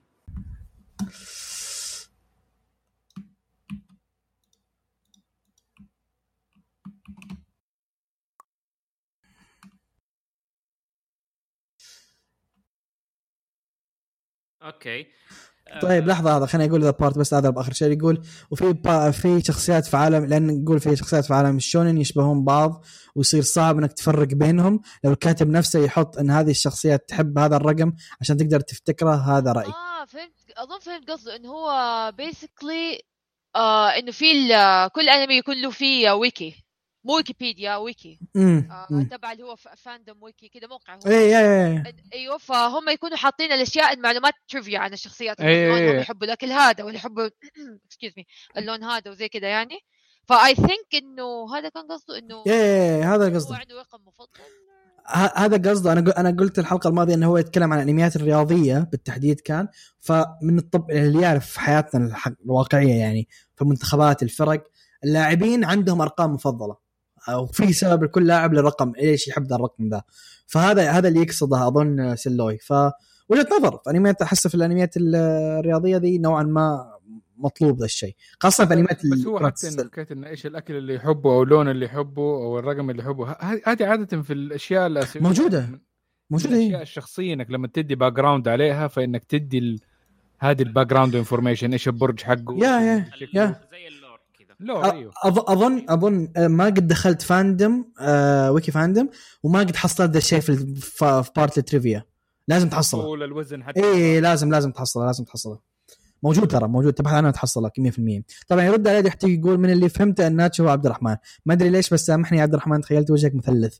اوكي طيب لحظه، هذا خليني اقول ذا بارت بس، هذا باخر شيء يقول في شخصيات في عالم، لان نقول في شخصيات في عالم الشونن يشبهون بعض ويصير صعب انك تفرق بينهم لو الكاتب نفسه يحط ان هذه الشخصيات تحب هذا الرقم عشان تقدر تفتكره. هذا رايي. فهمت، اظن فهمت قصده انه هو بيسكلي انه في كل انمي يكون له فيه ويكي، مو ويكيبيديا، ويكي تبع اللي هو فاندوم ويكي كده، موقع هو. ايوه فهم يكونوا حاطين الاشياء المعلومات تريفيا عن الشخصيات، هم يحبوا الاكل هذا ولا يحبوا اكسكيوز مي اللون هذا وزي كده يعني. فاي ثينك انه هذا كان قصده، انه هذا قصده، عنده رقم مفضل. هذا قصده. انا قلت الحلقه الماضيه انه هو يتكلم عن الانميات الرياضيه بالتحديد، كان فمن الطب اللي يعرف حياتنا الواقعيه يعني، فمنتخبات الفرق اللاعبين عندهم ارقام مفضله، او في سبب لكل لاعب للرقم ايش يحب ذا الرقم ذا. فهذا اللي يقصده اظن سيلوي. فوجهه نظر في انميات، احس في الانميات الرياضيه ذي نوعا ما مطلوب ذا الشيء، خاصه في انميات. بس هو حتى انه حكيت انه ايش الاكل اللي يحبه او اللون اللي يحبه او الرقم اللي يحبه، هذه عاده في الاشياء الاساسيه موجوده الاشياء الشخصيه، انك لما تدي باك جراوند عليها فانك تدي هذه الباك جراوند انفورميشن، ايش البرج حقه يا زي اللور كذا. أيوه. اظن ما قد دخلت فاندم ويكي فاندم وما قد حصلت ذا الشيء في بارت التريفيا. لازم تحصله. طول الوزن حتى لازم تحصله. موجود، ترى موجود، تبحث عنه تحصله 100%. طبعا يرد عليه يحتاج يقول من اللي فهمته الناتش هو عبد الرحمن. ما ادري ليش بس سامحني يا عبد الرحمن، تخيلت وجهك مثلث.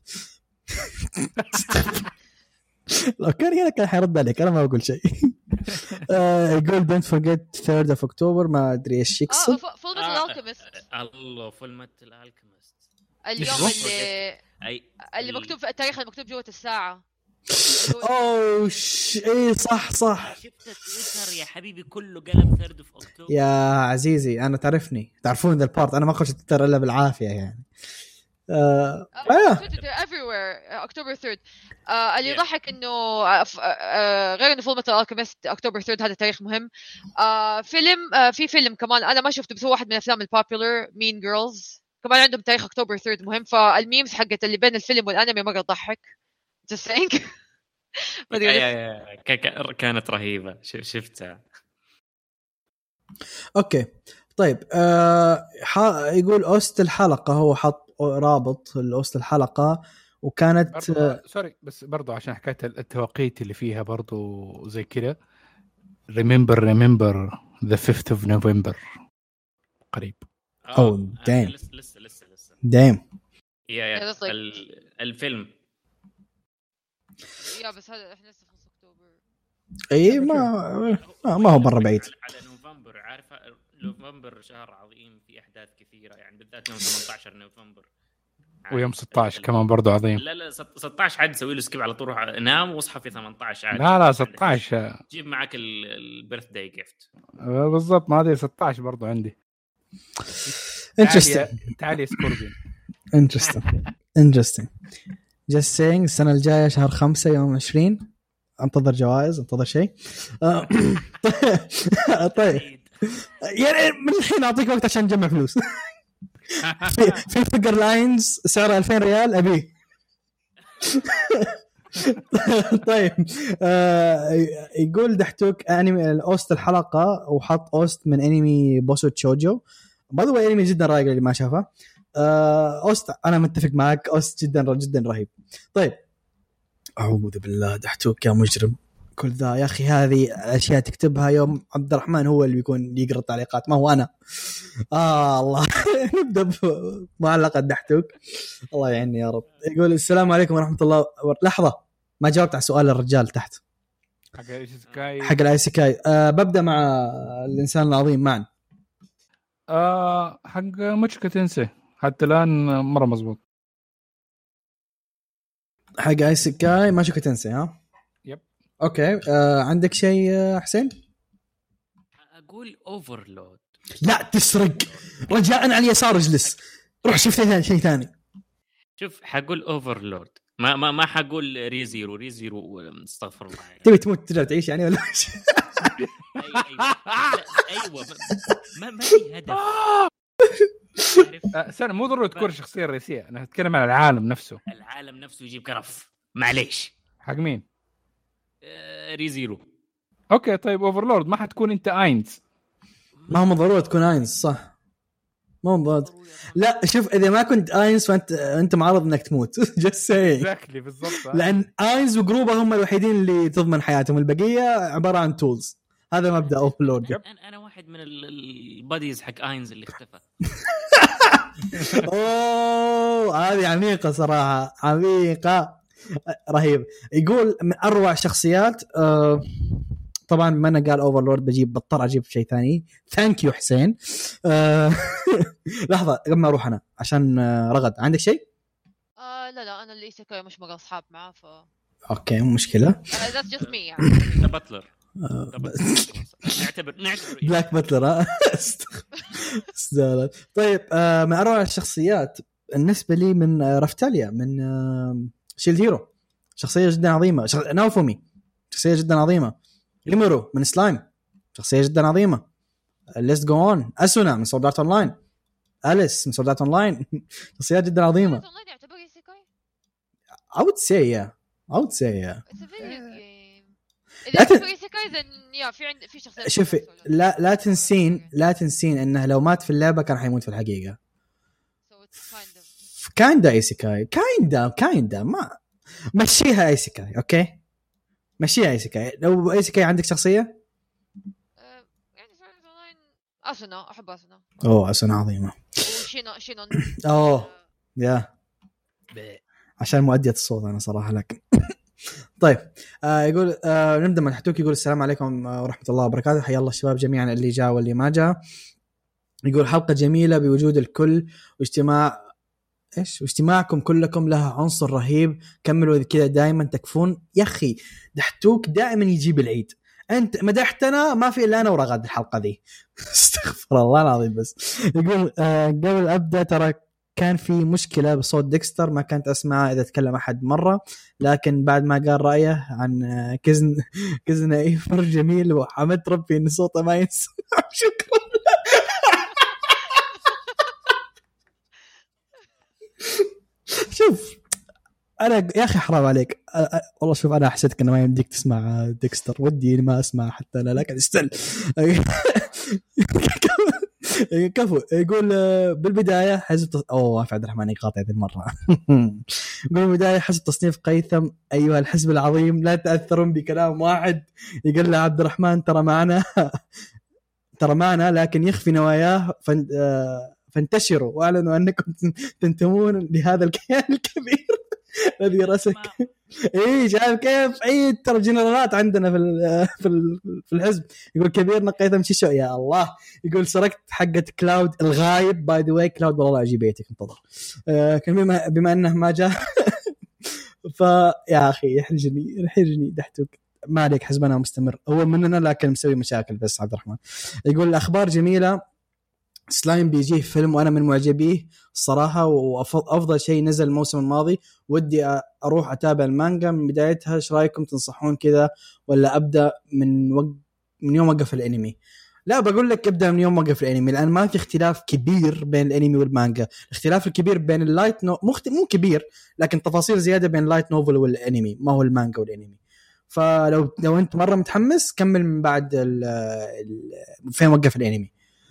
لو كان حيرد عليك، انا ما بقول شيء. يقول don't forget 3rd of October، ما ادري ايش يقصد. فول ميتال الكيمست. الله، فول ميتال الكيمست اليوم اللي مكتوب في التاريخ، المكتوب جوه الساعه. ايه صح شفت تويتر يا حبيبي كله قلم 3rd of October. يا عزيزي انا تعرفون ذا البارت، انا ما اخش تويتر الا بالعافيه يعني. everywhere October 3rd. اللي يضحك انه غير انه فول ميتال الكيمست October 3rd هذا تاريخ مهم. فيلم في فيلم كمان انا ما شفته بس هو واحد من الافلام البوبولار، مين جيرلز، كمان عندهم تاريخ October 3rd مهم. فالميمز حقت اللي بين الفيلم والانمي مره تضحك. just saying. كانت رهيبه، شفتها. اوكي طيب. يقول اوست الحلقه، هو حط رابط الاوست الحلقه وكانت سوري بس برضو عشان حكايه التوقيت اللي فيها برضو زي كده. remember the 5th of November قريب. دايم لسه دايم يا الفيلم يا بس هذا احنا لسه في اكتوبر. اي ما هو برا بعيد. على نوفمبر، عارفه نوفمبر شهر عظيم في احداث كثيره يعني، بالذات يوم 18 نوفمبر ويوم 16 كمان برضو عظيم. لا 16 عاد سوي له سكيب على طول، روح نام واصحى في 18 عاد. لا 16 جيب معك البيرث داي جيفت بالضبط. ما هذه 16 برضو عندي. تعالي سكوربين. interesting just saying. السنة الجاية شهر 5 يوم 20 انتظر جوائز، انتظر شيء. طيب يعني من الحين اعطيك وقت عشان نجمع فلوس. في فيجر لاينز سعره 2000 ريال ابيه. طيب يقول دحتوك انمي الاوست الحلقة وحط اوست من انمي بوسو تشوجو. باي ذا انمي جدا رايق اللي ما شافه. اوست انا متفق معك، اوست جدا رهيب. طيب اعوذ بالله دحتوك يا مجرم، كل ذا يا اخي هذه اشياء تكتبها يوم عبد الرحمن هو اللي بيكون يقرا التعليقات ما هو انا. الله. نبدا بمعلقه دحتوك، الله يعيني يا رب. يقول السلام عليكم ورحمه الله. لحظه ما جاوبت على سؤال الرجال تحت حق الايسيكاي. ببدا مع الانسان العظيم معا. حق مشكلة تنسى حتى الآن مرة مزبوط. حق ايسيكاي ما شكت تنسى ها. يب اوكي. عندك شيء حسين؟ اقول اوفرلود. لا تسرق رجاء، على اليسار اجلس، روح شوف شيء ثاني. شوف حقول اوفرلود، ما حقول ريزيرو استغفر الله يعني. تبي تموت ترجع تعيش يعني ولا ايش؟ ايوه ما في هدف. سنة مو ضروري تكون الشخصية الرئيسية، أنا أتكلم عن العالم نفسه يجيب كرف معليش. حق مين؟ ريزيرو. اوكي طيب اوفرلورد ما حتكون انت اينز. ما هو ضروري تكون اينز صح، مو ضروري. لا شوف اذا ما كنت اينز فانت معرض انك تموت. جست اكزاكتلي بالضبط. لان اينز وجروبه هم الوحيدين اللي تضمن حياتهم، البقيه عباره عن تولز. هذا مبدا اوفرلورد. انا واحد من الباديز حق اينز اللي اختفى. اوه هذه عميقه صراحه، عميقه رهيب. يقول من اروع شخصيات طبعا ما انا قال اوفرلورد بضطر اجيب شيء ثاني. ثانك يو حسين. لحظه قبل ما اروح انا عشان رغد عندك شيء؟ لا انا اللي سكاي مش مره اصحاب معاه اوكي مو مشكله. that's just me يعني. باتلر نعتبر بلاك باتلر. طيب من اروع الشخصيات بالنسبه لي من رفتاليا من شيلد هيرو، شخصيه جدا عظيمه. ناوفومي شخصيه جدا عظيمه. ريمورو من سلايم شخصيه جدا عظيمه. ليتس جو اون. اسونا من سورد ارت اونلاين. أليس من سورد ارت اونلاين. شخصيات جدا عظيمه. I would say yeah. It's a video game. في شخصيات. شوفي لا تنسين انه لو مات في اللعبه كان حيموت في الحقيقه. كايندا ايسيكاي كايندا ما مشيها ايسيكاي. اوكي مشيها ايسيكاي. لو ايسيكاي عندك شخصيه يعني اسونا احب اسونا. اسونا عظيمه. شينون يا عشان مؤدية الصوت أنا صراحة. لكن طيب يقول نبدأ من حتوك. يقول السلام عليكم ورحمة الله وبركاته. حيا الله الشباب جميعا اللي جاء واللي ما جاء. يقول حلقة جميلة بوجود الكل واجتماعكم كلكم لها عنصر رهيب. كملوا كذا دائما تكفون. يا أخي دحتوك دائما يجيب العيد. أنت مدحتنا ما في إلا أنا ورغد الحلقة ذي. استغفر الله العظيم. بس يقول قبل أبدأ ترى كان في مشكلة بصوت ديكستر ما كانت أسمعه إذا تكلم أحد مرة، لكن بعد ما قال رأيه عن كزن إيفر جميل وحمد ربي إن صوته ما ينسمع. شكرا. شوف أنا يا أخي حرام عليك والله. شوف أنا حسيتك إنه ما يمديك تسمع ديكستر، ودي ما أسمع حتى أنا لكن استل. كفو. يقول بالبداية حزب عبد الرحمن يقاطع ذي المرة. يقول بالبداية حزب تصنيف قيثم أيها الحزب العظيم لا تأثرون بكلام واحد يقول له عبد الرحمن ترى معنا لكن يخفي نواياه فانتشروا واعلنوا أنكم تنتمون لهذا الكيان الكبير الذي رسك. ايه شايف كيف اي ترى جنرالات عندنا في الحزب. يقول كبير نقيتهم شو يا الله. يقول سرقت حقة كلاود الغايب. باي ذا واي كلاود والله اجي بيتك انتظر. كان بما انه ما جاء فيا اخي يحرجني دحتوك. ما عليك حزبنا مستمر هو مننا لكن مسوي مشاكل. بس عبد الرحمن يقول الاخبار جميله. سلايم بيجيه فيلم وأنا من معجبيه الصراحة، وأفضل شيء نزل الموسم الماضي. ودي أروح أتابع المانجا من بدايتها. إيش رأيكم تنصحون كذا ولا أبدأ من يوم وقف الأنمي؟ لا بقول لك ابدأ من يوم وقف الأنمي لأن ما في اختلاف كبير بين الأنمي والمانجا. الاختلاف الكبير بين اللايت مو كبير لكن تفاصيل زيادة بين اللايت نوفل والأنمي ما هو المانجا والأنمي. فلو أنت مرة متحمس كمل من بعد فين وقف الأنمي.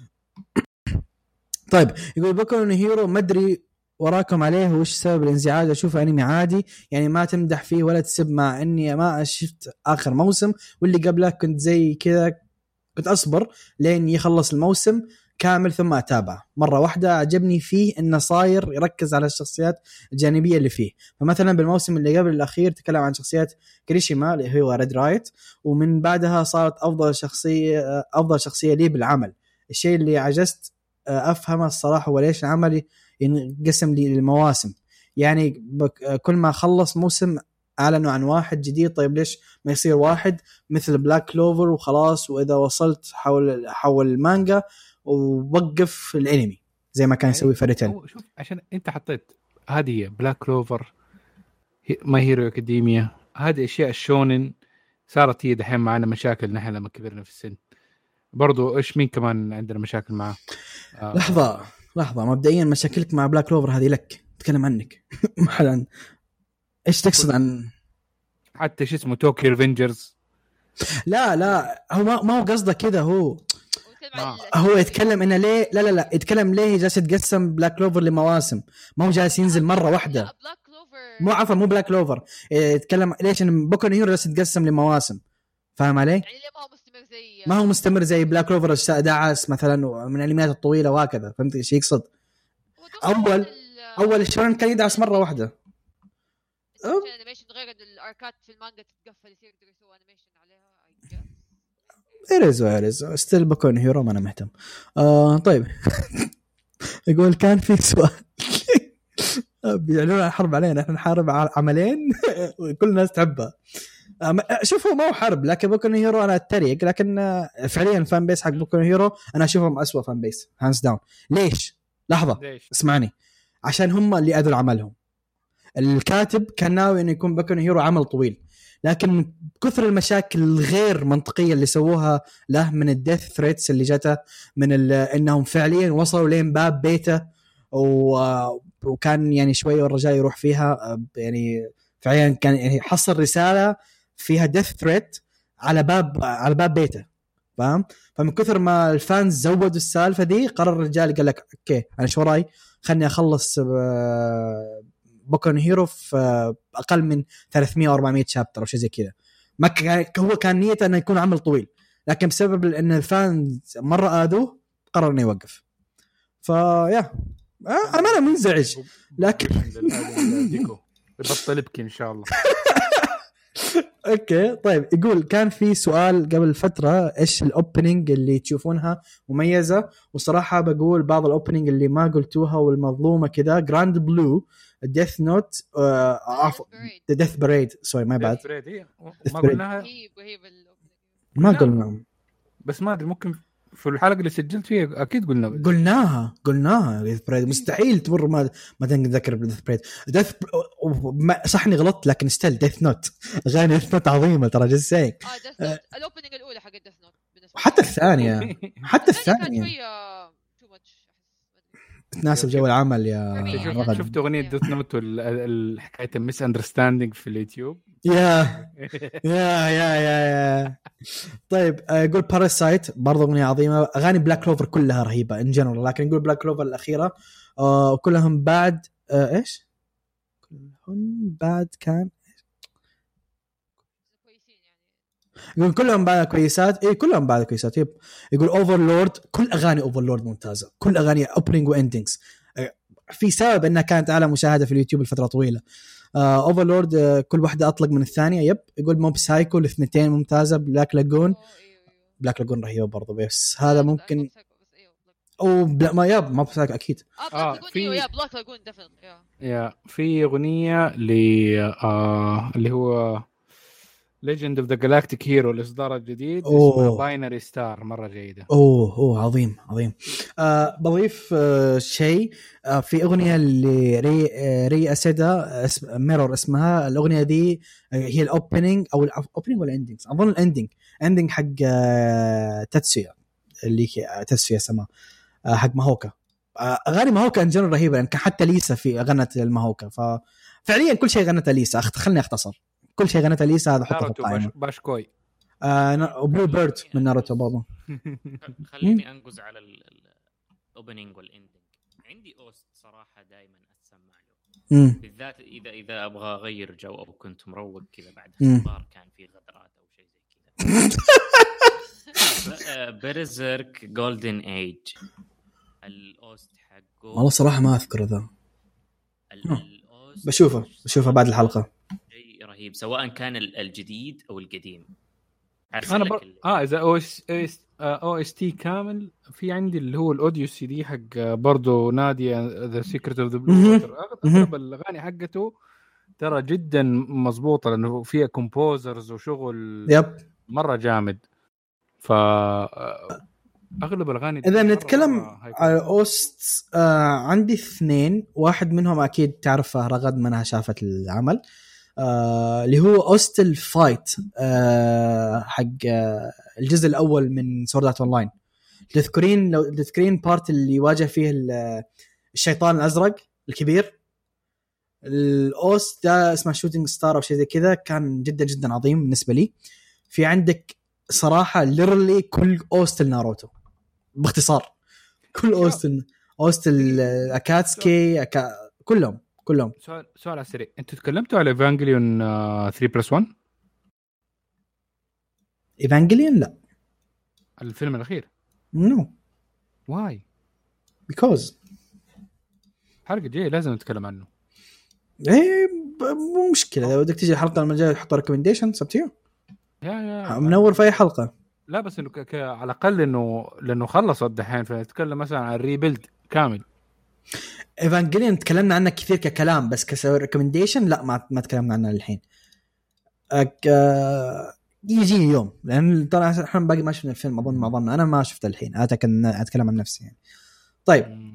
طيب يقول بوكو نو هيرو ما ادري وراكم عليه وش سبب الانزعاج. اشوف انمي عادي يعني ما تمدح فيه ولا تسب، مع اني ما شفت اخر موسم واللي قبله كنت زي كذا كنت اصبر لين يخلص الموسم كامل ثم اتابع مره واحده. عجبني فيه انه صاير يركز على الشخصيات الجانبيه اللي فيه. فمثلا بالموسم اللي قبل الاخير تكلم عن شخصيات كريشيما اللي هو ريد رايت، ومن بعدها صارت افضل شخصيه لي بالعمل. الشيء اللي عجزت أفهمه الصراحة وليش العمل ينقسم لي للمواسم. يعني كل ما خلص موسم أعلنوا عن واحد جديد. طيب ليش ما يصير واحد مثل بلاك كلوفر وخلاص، وإذا وصلت حول المانجا ووقف الأنمي زي ما كان يسوي فريتين. شوف عشان أنت حطيت هذه بلاك كلوفر ما هيرو أكاديميا، هذه أشياء الشونن صارت هي دحين معنا مشاكل نحن لما كبرنا في السن. برضو إيش مين كمان عندنا مشاكل معه. لحظة مبدئيا مشاكلك مع بلاك كلوفر هذه لك تتكلم عنك. محلا إيش تقصد عن حتى شو اسمه توكيو ريفنجرز لا هو ما هو قصده كده. هو يتكلم انه ليه لا يتكلم ليه جالس يتقسم بلاك كلوفر لمواسم، ما هو جالس ينزل مره واحده. مو عفوا مو بلاك كلوفر، يتكلم ليش ان بوكو هيرو جالس يتقسم لمواسم، فاهم علي؟ يعني ما هو مستمر زي بلاك كلوفر دعس مثلا من الانميات الطويله وهكذا، فهمت ايش يقصد؟ اول شلون كان يدعس مره واحده انيميشن غير الاركات في المانجا تتقفل يصير يسوي انيميشن عليها. إيريز ستيل بكون هيرو ما أنا مهتم. طيب يقول كان في سؤال بيعلنون الحرب علينا، احنا نحارب عملين وكل الناس تحبها. شوفوا ما هو حرب، لكن بوكو هيرو انا اتريق، لكن فعليا فان بيس حق بوكو هيرو انا اشوفهم اسوأ فان بيس هانس داون. ليش؟ لحظه اسمعني، عشان هم اللي ادوا عملهم. الكاتب كان ناوي انه يكون بوكو هيرو عمل طويل، لكن من كثر المشاكل الغير منطقيه اللي سووها له من الديث ثريتس اللي جته من انهم فعليا وصلوا لين باب بيته وكان يعني شويه الرجال يروح فيها، يعني فعليا كان يعني حصل رساله فيها ديث ثريت على باب بيته، فاهم؟ فمن كثر ما الفانز زودوا السالفه دي قرر الرجال قال لك اوكي انا شو راي خلني اخلص بوكو هيرو في اقل من 300 او 400 شابتر او شيء زي كذا. ما هو كان نيته انه يكون عمل طويل، لكن بسبب ان الفانز مره اذوه قرر انه يوقف. فيا انا منزعج، لكن بطل ابكي ان شاء الله. اوكي طيب، يقول كان في سؤال قبل فتره ايش الاوبننج اللي تشوفونها مميزه، وصراحه بقول بعض الاوبننج اللي ما قلتوها والمظلومه كذا. جراند بلو، ديث نوت، عفوا ديث بريد، سوري ما بعد ما قلناها، ما قلنا، بس ما ادري ممكن في الحلقه اللي سجلت فيها اكيد قلناها ديث بريد مستحيل تمر ما تنذكر بديث بريد. ديث صح اني غلطت، لكن ستيل ديث نوت اغاني ديث نوت عظيمه ترى جزاك. الاوبننج الاولى حق ديث نوت حتى الثانيه تناسب جو العمل يا رغد. شفت اغنيه ديث نوت والحكايه الميس اندرستاندينج في اليوتيوب؟ يا طيب يقول باراسايت برضه اغنيه عظيمه. اغاني بلاك كلوفر كلها رهيبه ان جنرال، لكن يقول بلاك كلوفر الاخيره كلهم بعد ايش كلهم بعد كان يقول كلهم بعد كويسات. كلهم بعد كويسات. يقول اوفرلورد، كل اغاني اوفرلورد ممتازه، كل اغاني اوبننج واندنجز في سبب انها كانت اعلى مشاهده في اليوتيوب لفتره طويله. اوفرلورد كل واحده اطلق من الثانيه. يقول موب سايكو الاثنتين ممتازه. بلاك لاجون رهيبه برضه، بس هذا ممكن او ما موب سايكو اكيد. في بلاك لاجون ديفينتلي في اغنيه اللي هو Legend of the Galactic Hero الإصدار الجديد اسمه باينري ستار، مرة جيدة. عظيم. بضيف شيء في أغنية اللي ري أسيدا ميرور اسمها. الأغنية دي هي الأوبننج أو الأوبننج ولا الأندنج، أظن الأندنج حق تاتسويا اللي تاتسويا سما حق ماهوكا. أغاني ماهوكا انجن رهيبة، يعني حتى ليسا في غنت الماهوكا، ففعليا كل شيء غنت ليسا. خلني أختصر، كل شيء غنت ليسا هذا حطه في القائمة. باشكوي وبلو بيرد من ناروتو بابا. خليني أنقز على الأوبننج والإندنج. عندي أوست صراحة دائما أتسمع له، بالذات إذا أبغى أغير جو أو كنت مروق كذا بعد اختبار كان في غدرات أو شيء زي كذا. بيرزيرك جولدن ايج، الأوست حقه والله صراحة ما أذكر ذا. بشوفه بعد الحلقة. شيء رهيب سواء كان الجديد أو القديم. أنا إذا او اس تي كامل في عندي اللي هو الاوديو سي دي حق برضو نادية ذا سيكريت اوف ذا بلو ووتر. اغلب الاغاني حقته ترى جدا مزبوطه لانه فيها كومبوزرز وشغل مره جامد. ف اغلب الاغاني اذا بنتكلم على اوست عندي اثنين، واحد منهم اكيد تعرفه رغد منها شافت العمل اللي هو اوست الفايت حق الجزء الاول من سورد آرت اونلاين. تذكرين بارت اللي يواجه فيه الشيطان الازرق الكبير؟ الاوست ده اسمه شوتينج ستار او شيء زي كذا، كان جدا جدا عظيم بالنسبه لي. في عندك صراحه ليرلي كل اوستل ناروتو باختصار، كل اوستل اكاتسكي كلهم. سؤال على السريع، انتوا تكلمتوا على ايفانجيليون 3+1؟ ايفانجيليون لا، الفيلم الاخير نو واي بيكوز حرق جاي لازم نتكلم عنه. ايه مو مشكله، لو بدك تيجي الحلقه المجايه تحط ريكومنديشن سبتيو يا منور في اي حلقه. لا بس انه على الاقل انه لانه خلص الدحين، فنتكلم مثلا عن الريبيلد كامل. ايفانجيليون تكلمنا عنه كثير ككلام، بس كسوي ريكومنديشن لا ما تكلمنا عنه الحين. يجيني يوم، لان ترى احنا باقي ما شفنا الفيلم، اظن معظمنا، انا ما شفته الحين، اتكلم عن نفسي يعني. طيب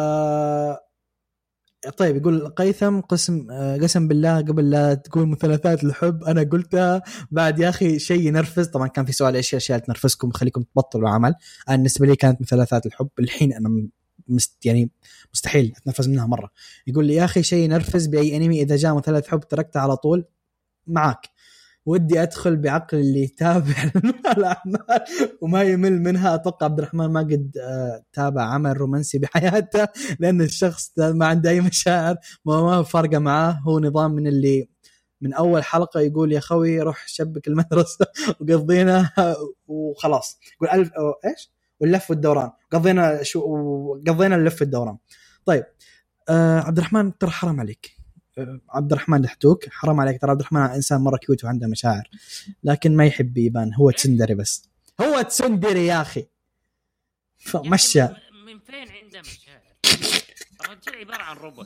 طيب يقول قيثم قسم بالله قبل لا تقول مثلثات الحب انا قلتها بعد يا اخي شيء ينرفز. طبعا كان في سؤال ايش اشياء تنرفزكم خليكم تبطلوا عمل. انا بالنسبه لي كانت مثلثات الحب، الحين انا يعني مستحيل اتنرفز منها مره. يقول لي يا اخي شيء ينرفز باي انمي اذا جاء مثلث حب تركته على طول. معك ودي ادخل بعقل اللي يتابع الاعمال وما يمل منها. اتوقع عبد الرحمن ما قد تابع عمل رومانسي بحياته، لان الشخص ما عنده اي مشاعر، ما فارقه معاه. هو نظام من اللي من اول حلقه يقول يا خوي روح شبك المدرسه وقضينا وخلاص. يقول ايش واللف والدوران، قضينا اللف والدوران. طيب عبد الرحمن ترى حرام عليك، عبد الرحمن الحتوك حرام عليك، ترى عبد الرحمن انسان مره كيوت وعنده مشاعر، لكن ما يحب يبان. هو تسندري، بس هو تسندري يا اخي. مشى من فين عنده مشاعر؟ الرجال عباره عن روبوت.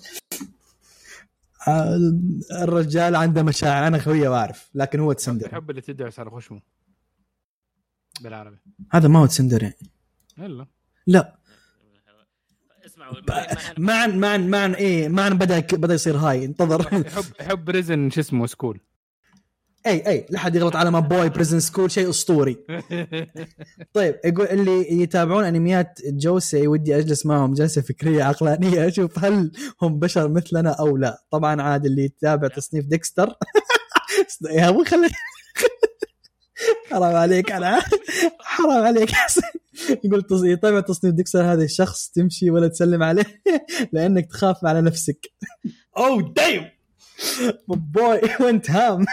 الرجال عنده مشاعر، انا خويه بعرف، لكن هو تسندري. يحب اللي تدعس على خشمه بالعربي. هذا ما هو تسندري. لا اسمعوا معن ايه معن بدا يصير هاي. انتظر. يحب بريزن شو اسمه سكول. اي لا حد يغلط على ما بوي بريزن سكول، شيء اسطوري. طيب يقول اللي يتابعون انميات جوسي ودي اجلس معهم جلسه فكريه عقلانيه اشوف هل هم بشر مثلنا او لا. طبعا عاد اللي يتابع تصنيف ديكستر يا ابو خلي حرام عليك، انا حرام عليك. يقول يتابع تصنيف ديكستر هذا الشخص تمشي ولا تسلم عليه لانك تخاف على نفسك. او دايم بوي وانت هام.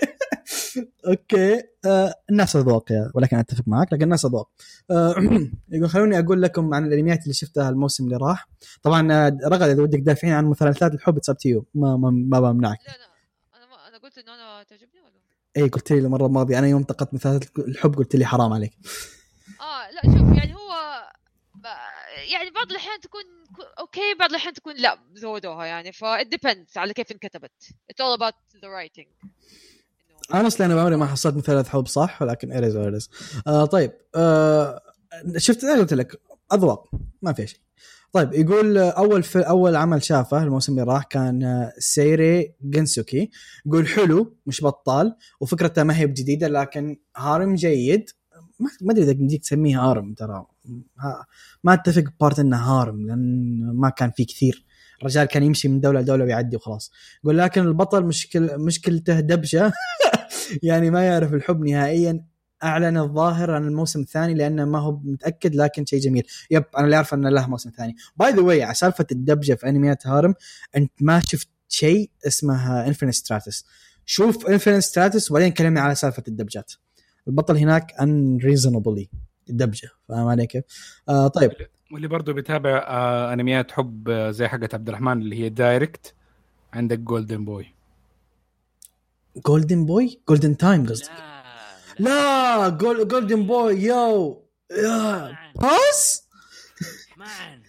اوكي الناس ذوق، ولكن اتفق معك، لكن الناس ذوق. يقول خلوني اقول لكم عن الانميات اللي شفتها الموسم اللي راح. طبعا رغد اذا ودك تدافعين عن مثلثات الحب تسابتيو ما بمنعك. لا انا قلت انه انا تعجبني ولا ايه قلت لي المره الماضيه انا يوم طقت مثلثات الحب قلت لي حرام عليك. لا شوف يعني هو يعني بعض الأحيان تكون أوكي، بعض الأحيان تكون لا زودوها يعني، it depends على كيف انكتبت. It's all about the writing. أنا أصلاً أنا بعمري ما حصلت مثلث حب صح، ولكن إيريز. طيب شفت أنا قلت لك أذواق ما في شيء. طيب يقول أول عمل شافه الموسم اللي راح كان سيري جنسوكي. يقول حلو مش بطال، وفكرته ما هي جديدة لكن هارم جيد. ما أدري إذا بديك تسميه هارم، ترى ما أتفق بارت إنه هارم لأن ما كان فيه كثير. الرجال كان يمشي من دولة لدولة ويعدي وخلاص. يقول لكن البطل مشكلته دبشة يعني ما يعرف الحب نهائيا. أعلن الظاهر عن الموسم الثاني لأنه ما هو متأكد، لكن شيء جميل. يب أنا اللي أعرف أن له موسم ثاني. باي ذا واي على سالفة الدبجة في أنميات هارم، أنت ما شفت شيء اسمه إنفينيت ستراتس. شوف إنفينيت ستراتس وبعدين كلمني على سالفة الدبجات. البطل هناك unreasonably الدبجة، فاهم عليك؟ طيب واللي برضو بيتابع أنميات حب زي حقة عبد الرحمن اللي هي دايركت، عندك جولدن بوي. جولدن بوي جولدن تايم قصدك؟ لا جولدن بوي يو باس مان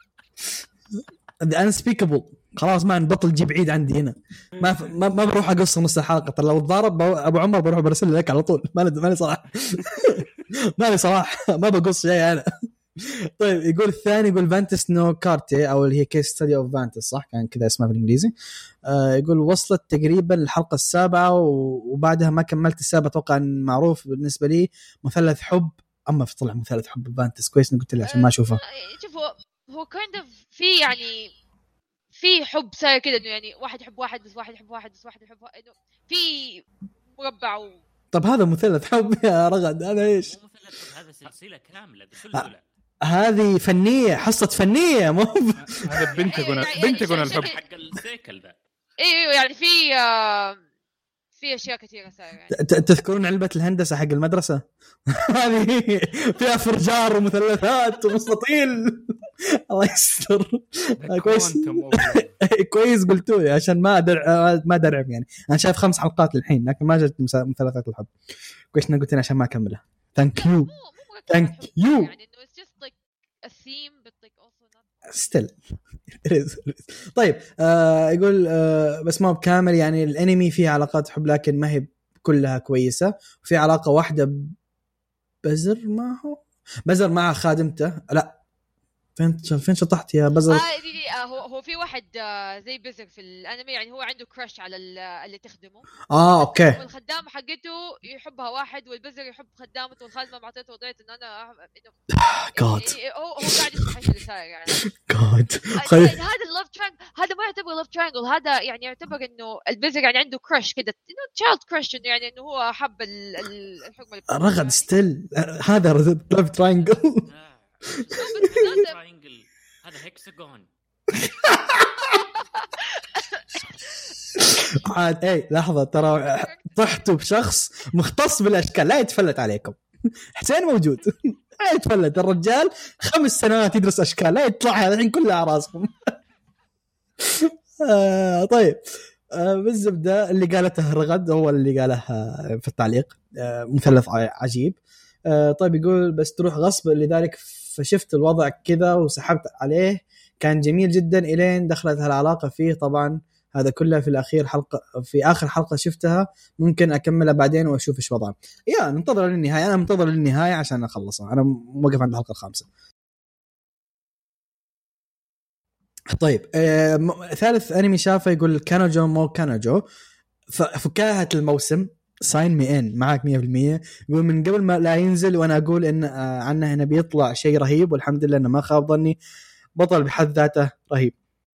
the unspeakable. خلاص ما نبطل جيب عيد عندي هنا. ما بروح اقص نص الحلقه. ترى لو تضارب ابو عمر بروح برسل لك على طول. ماني صراحه ما بقص شيء انا. طيب يقول الثاني، يقول فانتس نو كارتي او اللي هي كيس ستدي اوف فانتس، صح كان كذا اسمها بالانجليزي. يقول وصلت تقريبا الحلقه السابعه وبعدها ما كملت السابعه. اتوقع ان معروف بالنسبه لي مثلث حب. اما في طلع مثلث حب فانتس كويس اني قلت لي عشان ما اشوفه. شوف هو kind of في يعني في حب صار كده انه يعني واحد يحب واحد بس واحد يحب واحد بس واحد يحب انه في مربع طب هذا مثلث حب يا رغد، هذا ايش؟ مو مثلث، هذا سلسله كامله بسلسله. هذه فنيه، حصه فنيه، مو هذا بنتكون الحب حق السيكل ذا. ايوه يعني في اشياء كثيره صايره يعني. تذكرون علبه الهندسه حق المدرسه؟ هذه فيها فرجار ومثلثات ومستطيل. الله يستر. كويس قلتوا لي عشان ما درعم يعني. انا شايف 5 حلقات للحين لكن ما جت مثلثات الحب. كويس انك قلت لي عشان ما اكملها. ثانك يو يعني انه it's just like a theme but like also not still. طيب يقول بس ما بكامل يعني الانمي فيه علاقات حب لكن ما هي كلها كويسه. وفي علاقه واحده بزر مع خادمته. لا فين شطحت يا بزر؟ هو في واحد زي بزر في الانمي يعني هو عنده كراش على اللي تخدمه. اوكي. والخدامه حقته يحبها واحد والبزر يحب خدامته والخادمه معطيته وضعت ان انا جاد هو قاعد يسمع ايش اللي صاير يعني. جاد هذا اللوف ترانجل، هذا ما يعتبر لوف ترانجل، هذا يعني يعتبر انه البزر يعني عنده كراش كده، انه تشايلد كراش، يعني انه هو حب الحكم رغد ستيل هذا لوف ترانجل. هذا هكساغون. عاد اي لحظه ترى طحتوا بشخص مختص بالاشكال لا يتفلت عليكم. حسين موجود لا يتفلت الرجال 5 سنوات يدرس اشكال لا يطلع الحين كلها على راسكم. طيب بالزبده اللي قالته رغد هو اللي قاله في التعليق. مثلث عجيب. طيب يقول بس تروح غصب لذلك فشفت الوضع كذا وسحبت عليه. كان جميل جدا إلين دخلت هالعلاقة فيه. طبعا هذا كله في آخر حلقة شفتها، ممكن أكملها بعدين وأشوف إيش وضعه. ننتظر للنهاية. أنا منتظر للنهاية عشان أخلصها. أنا موقف عند الحلقة 5. طيب ثالث أنمي شافه يقول كانوجو مو كانوجو. فكاهة الموسم ساين مي ان معك 100%. يقول من قبل ما لا ينزل وانا اقول ان عنه هنا بيطلع شيء رهيب والحمد لله انه ما خاب ظني. بطل بحد ذاته رهيب.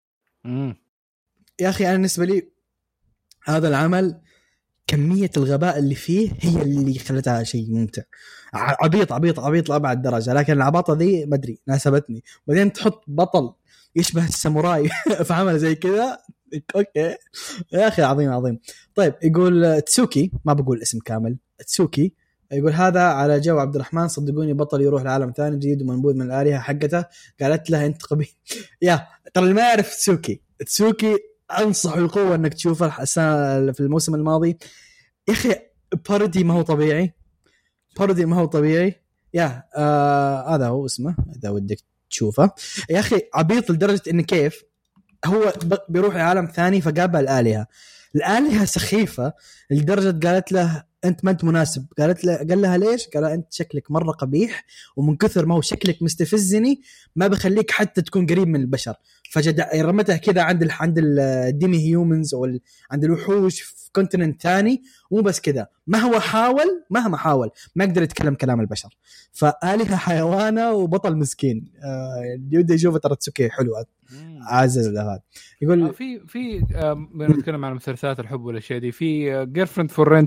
يا اخي انا بالنسبه لي هذا العمل كميه الغباء اللي فيه هي اللي خلتها شيء ممتع. عبيط لأبعد درجه، لكن العباطه ذي ما ادري ناسبتني. بعدين تحط بطل يشبه الساموراي في عمل زي كذا. اوكي يا اخي عظيم. طيب يقول تسوكي، ما بقول اسم كامل، تسوكي يقول هذا على جو عبد الرحمن صدقوني بطل يروح لعالم ثاني جديد ومنبوذ من الآلهة حقته. قالت له انت قبيح. يا ترى اللي ما يعرف تسوكي انصح القوه انك تشوفه السنه في الموسم الماضي. يا اخي بارودي ما هو طبيعي. يا هذا هو اسمه اذا ودك تشوفه. يا اخي عبيط لدرجه ان كيف هو بيروح لعالم ثاني فقابل الآلهة سخيفة لدرجة قالت له أنت ما أنت مناسب. قال لها ليش؟ قال أنت شكلك مرة قبيح ومن كثر ما هو شكلك مستفزني ما بخليك حتى تكون قريب من البشر. رمته كذا عند الديمي هيومنز أو عند الوحوش في كونتيننت ثاني. ومو بس كذا، مهما حاول ما يقدر يتكلم كلام البشر. فآلهة حيوانة وبطل مسكين. اللي يشوفه ترى تسوكي حلوة عزز هذا. يقول في بنتكلم عن مسلسلات الحب والاشياء دي. في جيرفريند فور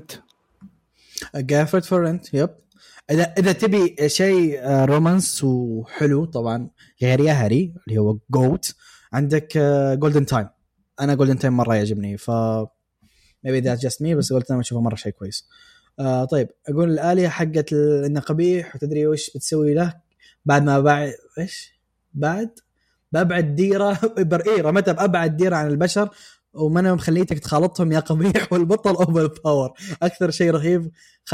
رنت يب. اذا تبي شيء رومانس وحلو طبعا غير يهري اللي هو جوت عندك جولدن تايم. انا جولدن تايم مره يعجبني ف maybe that's just me بس قلت انا اشوفه مره شيء كويس. طيب اقول الآلية حقت انه قبيح وتدري وش بتسوي له بعد ما بأبعد ديرة رمتها بأبعد ديرة عن البشر ومن مخليتك تخالطهم يا قبيح. والبطل أوبل باور أكثر شيء رهيب.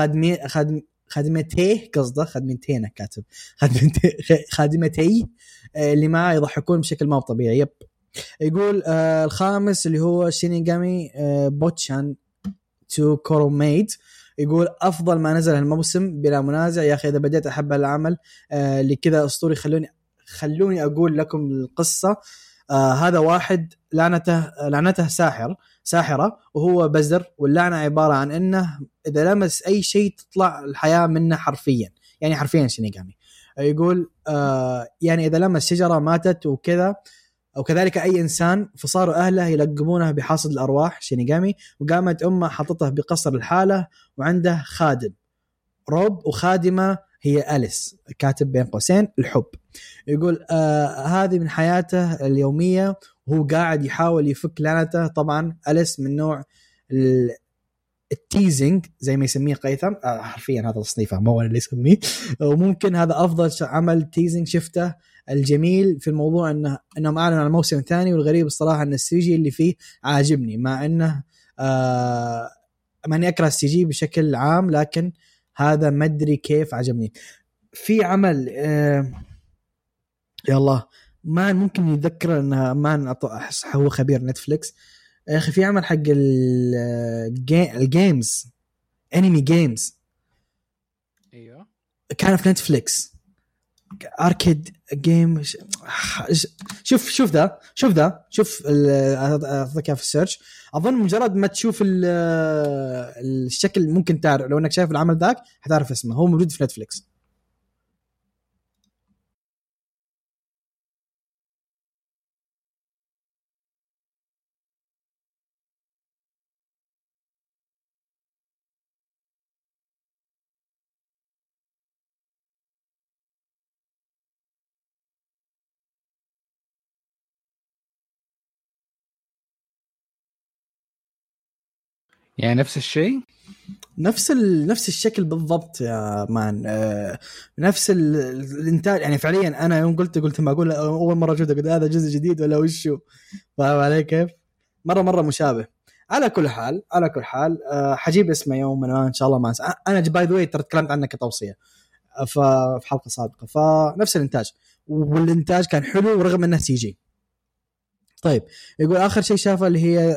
خادمتين كاتب خادمتي اللي معه يضحكون بشكل ما طبيعي. يب. يقول الخامس اللي هو شينيغامي بوتشان تو كوروميد. يقول أفضل ما نزل الموسم بلا منازع. يا أخي إذا بديت أحب العمل اللي كذا أسطوري خلوني أقول لكم القصة. هذا واحد لعنته ساحرة وهو بزر. واللعنة عبارة عن أنه إذا لمس أي شيء تطلع الحياة منه حرفيا شينيغامي. يقول يعني إذا لمس شجرة ماتت وكذا. وكذلك أي إنسان، فصاروا أهله يلقبونه بحاصد الأرواح شينيغامي. وقامت أمه حطته بقصر الحالة وعنده خادم روب وخادمة هي أليس، كاتب بين قوسين الحب. يقول هذه من حياته اليومية وهو قاعد يحاول يفك لعنته. طبعا أليس من نوع التيزنج زي ما يسميه قيثم، حرفيا هذا تصنيفه مو أنا اللي يسميه، وممكن هذا أفضل عمل تيزنج شفته. الجميل في الموضوع انهم اعلنوا عن الموسم الثاني، والغريب الصراحه ان السي جي اللي فيه عاجبني، مع انه ماني اكره السي جي بشكل عام، لكن هذا ما ادري كيف عجبني. في عمل يا الله ما ممكن يتذكر انه ما احس هو خبير نتفليكس يا اخي، في عمل حق الجيمز انمي جيمز، ايوه كان في نتفليكس اركيد جيم. شوف ذا اعطيك في السيرش. اظن مجرد ما تشوف الشكل ممكن تعرف، لو انك شايف العمل ذاك حتعرف اسمه، هو موجود في نتفليكس. يعني نفس الشيء، نفس الشكل بالضبط يا مان. نفس الانتاج يعني فعليا. انا يوم قلت ما اقول اول مره شفته قلت هذا جزء جديد ولا وشو، فاهم علي كيف؟ مره مشابه. على كل حال حجيب اسمه يوم من ان شاء الله ما انسى. انا باي ذا واي ترى تكلمت عنه كتوصيه في حلقه سابقه. فنفس الانتاج، والانتاج كان حلو رغم انه سي جي. طيب يقول اخر شيء شافه اللي هي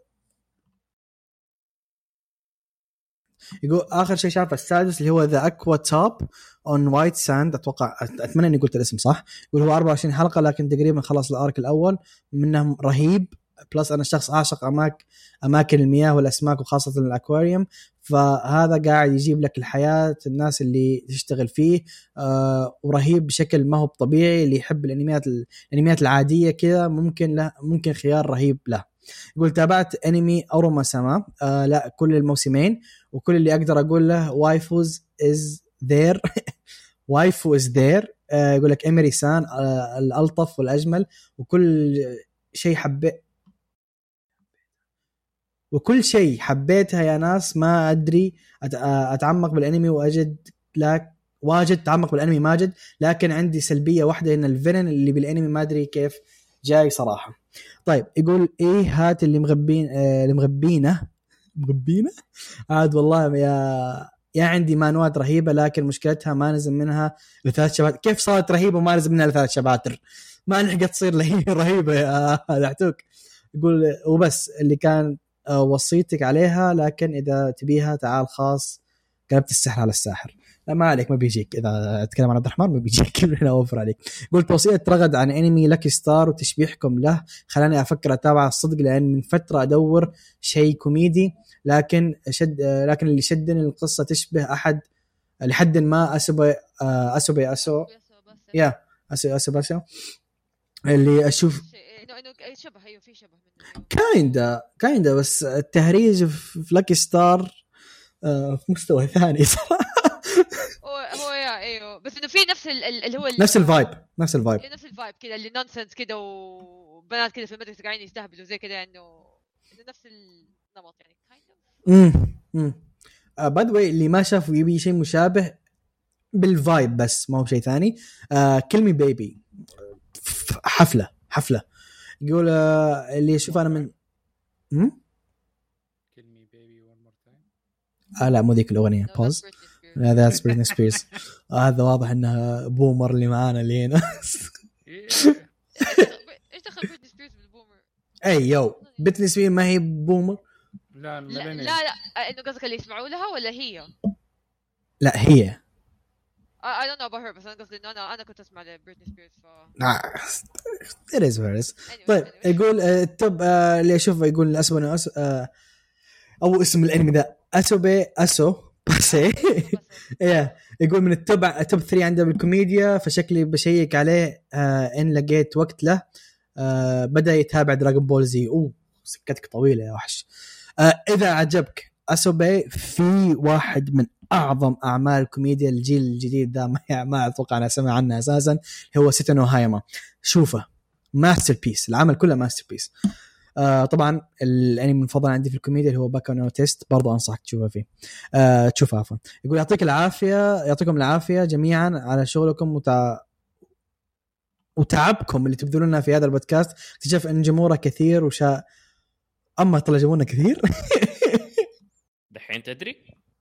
يقول آخر شيء شافه السادس اللي هو The Aqua Top on White Sand. أتمنى أني قلت الاسم صح. يقول هو 24 حلقة لكن تقريبا خلص الأرك الأول منهم رهيب. بلس أنا شخص عاشق أماكن المياه والأسماك وخاصة الأكواريوم، فهذا قاعد يجيب لك الحياة الناس اللي تشتغل فيه. ورهيب بشكل ما هو طبيعي. اللي يحب الأنميات العادية كذا ممكن خيار رهيب له. يقول تابعت أنمي أوروما سما لا كل الموسمين، وكل اللي أقدر أقول له وايفوز is there وايفو is there. يقول لك إمري سان الألطف والأجمل، وكل شيء حبيتها يا ناس. ما أدري أتعمق بالأنمي واجد تعمق بالأنمي ماجد، لكن عندي سلبية واحدة إن الفيلن اللي بالأنمي ما أدري كيف جاي صراحة. طيب يقول إيه هات اللي مغبينه عاد والله يا عندي مانوات رهيبة، لكن مشكلتها ما نزل منها ل3 شباتر. كيف صارت رهيبة وما نزل منها ل3 شباتر؟ ما نحقت تصير رهيبة يا دعتوك. يقول وبس اللي كان وصيتك عليها، لكن إذا تبيها تعال خاص قلبت السحر على الساحر. ما عليك ما بيجيك، إذا أتكلم عن عبد الرحمن ما بيجيك هنا أوفر عليك. قلت توصية رغد عن أنمي لاكي ستار وتشبيحكم له خلاني أفكر أتابع الصدق، لأن من فترة أدور شيء كوميدي، لكن اللي شدني القصة تشبه أحد لحد ما أسو اللي أشوف شبه. أيوه في شبه كايندا بس التهريج في لاكي ستار في مستوى ثاني صراحة. هو ايوه بس انه في اللي هو نفس الفايب كده اللي نونسنس كده، وبنات كده في المدرسه قاعدين يستهبلوا زي كده، انه نفس النمط يعني باي ذا واي اللي ما شاف يبي شيء مشابه بالفايب بس ما هو شيء ثاني. كلمي بيبي حفله يقول اللي يشوف انا من كلمي بيبي وان مور تايم. لا مو ذيك الاغنيه باوز. هذا بريتني سبيرز. هذا واضح انها بومر اللي معانا اللي هنا. ايش دخل بريتني سبيرز بالبومر؟ اي يو بريتني سبيرز ما هي بومر. لا انه قصدك اللي يسمعوا لها ولا هي؟ لا هي I don't know about her، بس انا قصدي انه انا كنت اسمع لبريتني سبيرز it is what it is. طيب يقول التوب اللي اشوفه يقول اسمه او اسم الانمي ذا اسو باسي. يقول من التوب 3 عنده بالكوميديا، فشكلي بشيك عليه ان لقيت وقت له. بدأ يتابع دراغون بول زي. سكتك طويلة يا وحش. إذا عجبك أسوبي، في واحد من أعظم أعمال كوميديا الجيل الجديد ده، ما أتوقع أنا سمع عنه أساسا، هو سيتانو هايما. شوفه ماستر بيس، العمل كله ماستر بيس. طبعا الانمي المفضل عندي في الكوميديا اللي هو باكا نو تيست، برضه انصحك تشوفه فيه. تشوفه عفوا. يقول يعطيكم العافيه جميعا على شغلكم وتعبكم اللي تبذلونه في هذا البودكاست. اكتشف ان جمهوره كثير اما طلع جمهورنا كثير. دحين تدري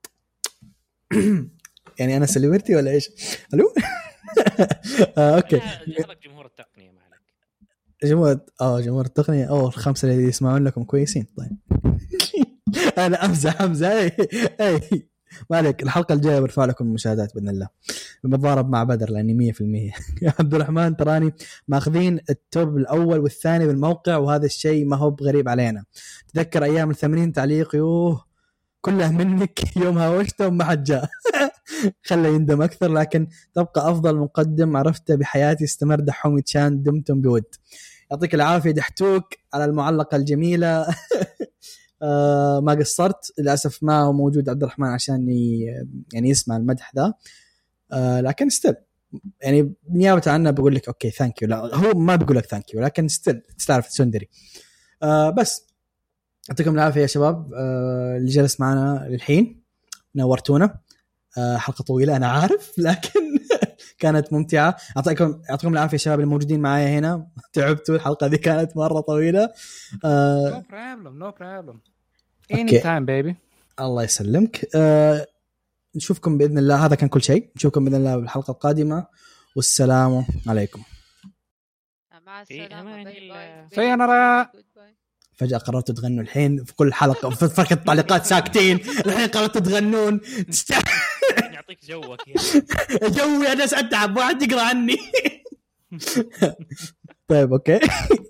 يعني انا سليبرتي ولا ايش؟ الو. اوكي. هذا جمهور التقنيه معك. جمهور التقنية الخمسة اللي يسمعون لكم كويسين. طيب. أنا أمزح أي ما عليك. الحلقة الجاية برفع لكم المشاهدات بإذن الله، بتضارب مع بدر لأني 100%. يا عبد الرحمن تراني ماخذين التوب الأول والثاني بالموقع، وهذا الشيء ما هو بغريب علينا. تذكر أيام 80 تعليق كلها منك يومها وشته وما حد جاء. خلى يندم أكثر، لكن تبقى أفضل مقدم عرفته بحياتي. استمر دحومي تشان، دمتم بود. يعطيك العافية دحتوك على المعلقة الجميلة. ما قصرت. للأسف ما هو موجود عبد الرحمن عشان يعني يسمع المدح ذا، لكن استل يعني نيابة عنه بقول لك أوكي ثانك يو. لا هو ما بقول لك ثانك يو، لكن استل تستعرف سندري. بس يعطيكم العافية يا شباب اللي جلس معنا للحين، نورتونا. حلقة طويلة أنا عارف، لكن كانت ممتعة. يعطيكم العافية يا شباب الموجودين معايا هنا. تعبتوا، الحلقة دي كانت مرة طويلة. No problem. Anytime baby. الله يسلمك. نشوفكم بإذن الله. هذا كان كل شيء. نشوفكم بإذن الله بالحلقة القادمة، والسلام عليكم. مع السلامة. سينارا. فجأة قررتوا تغنوا الحين في كل حلقة، في فرق التعليقات ساكتين، الحين قررتوا تغنون. يعطيك جوك جوي أنا سأتعب، واحد يقرأ عني. طيب أوكي.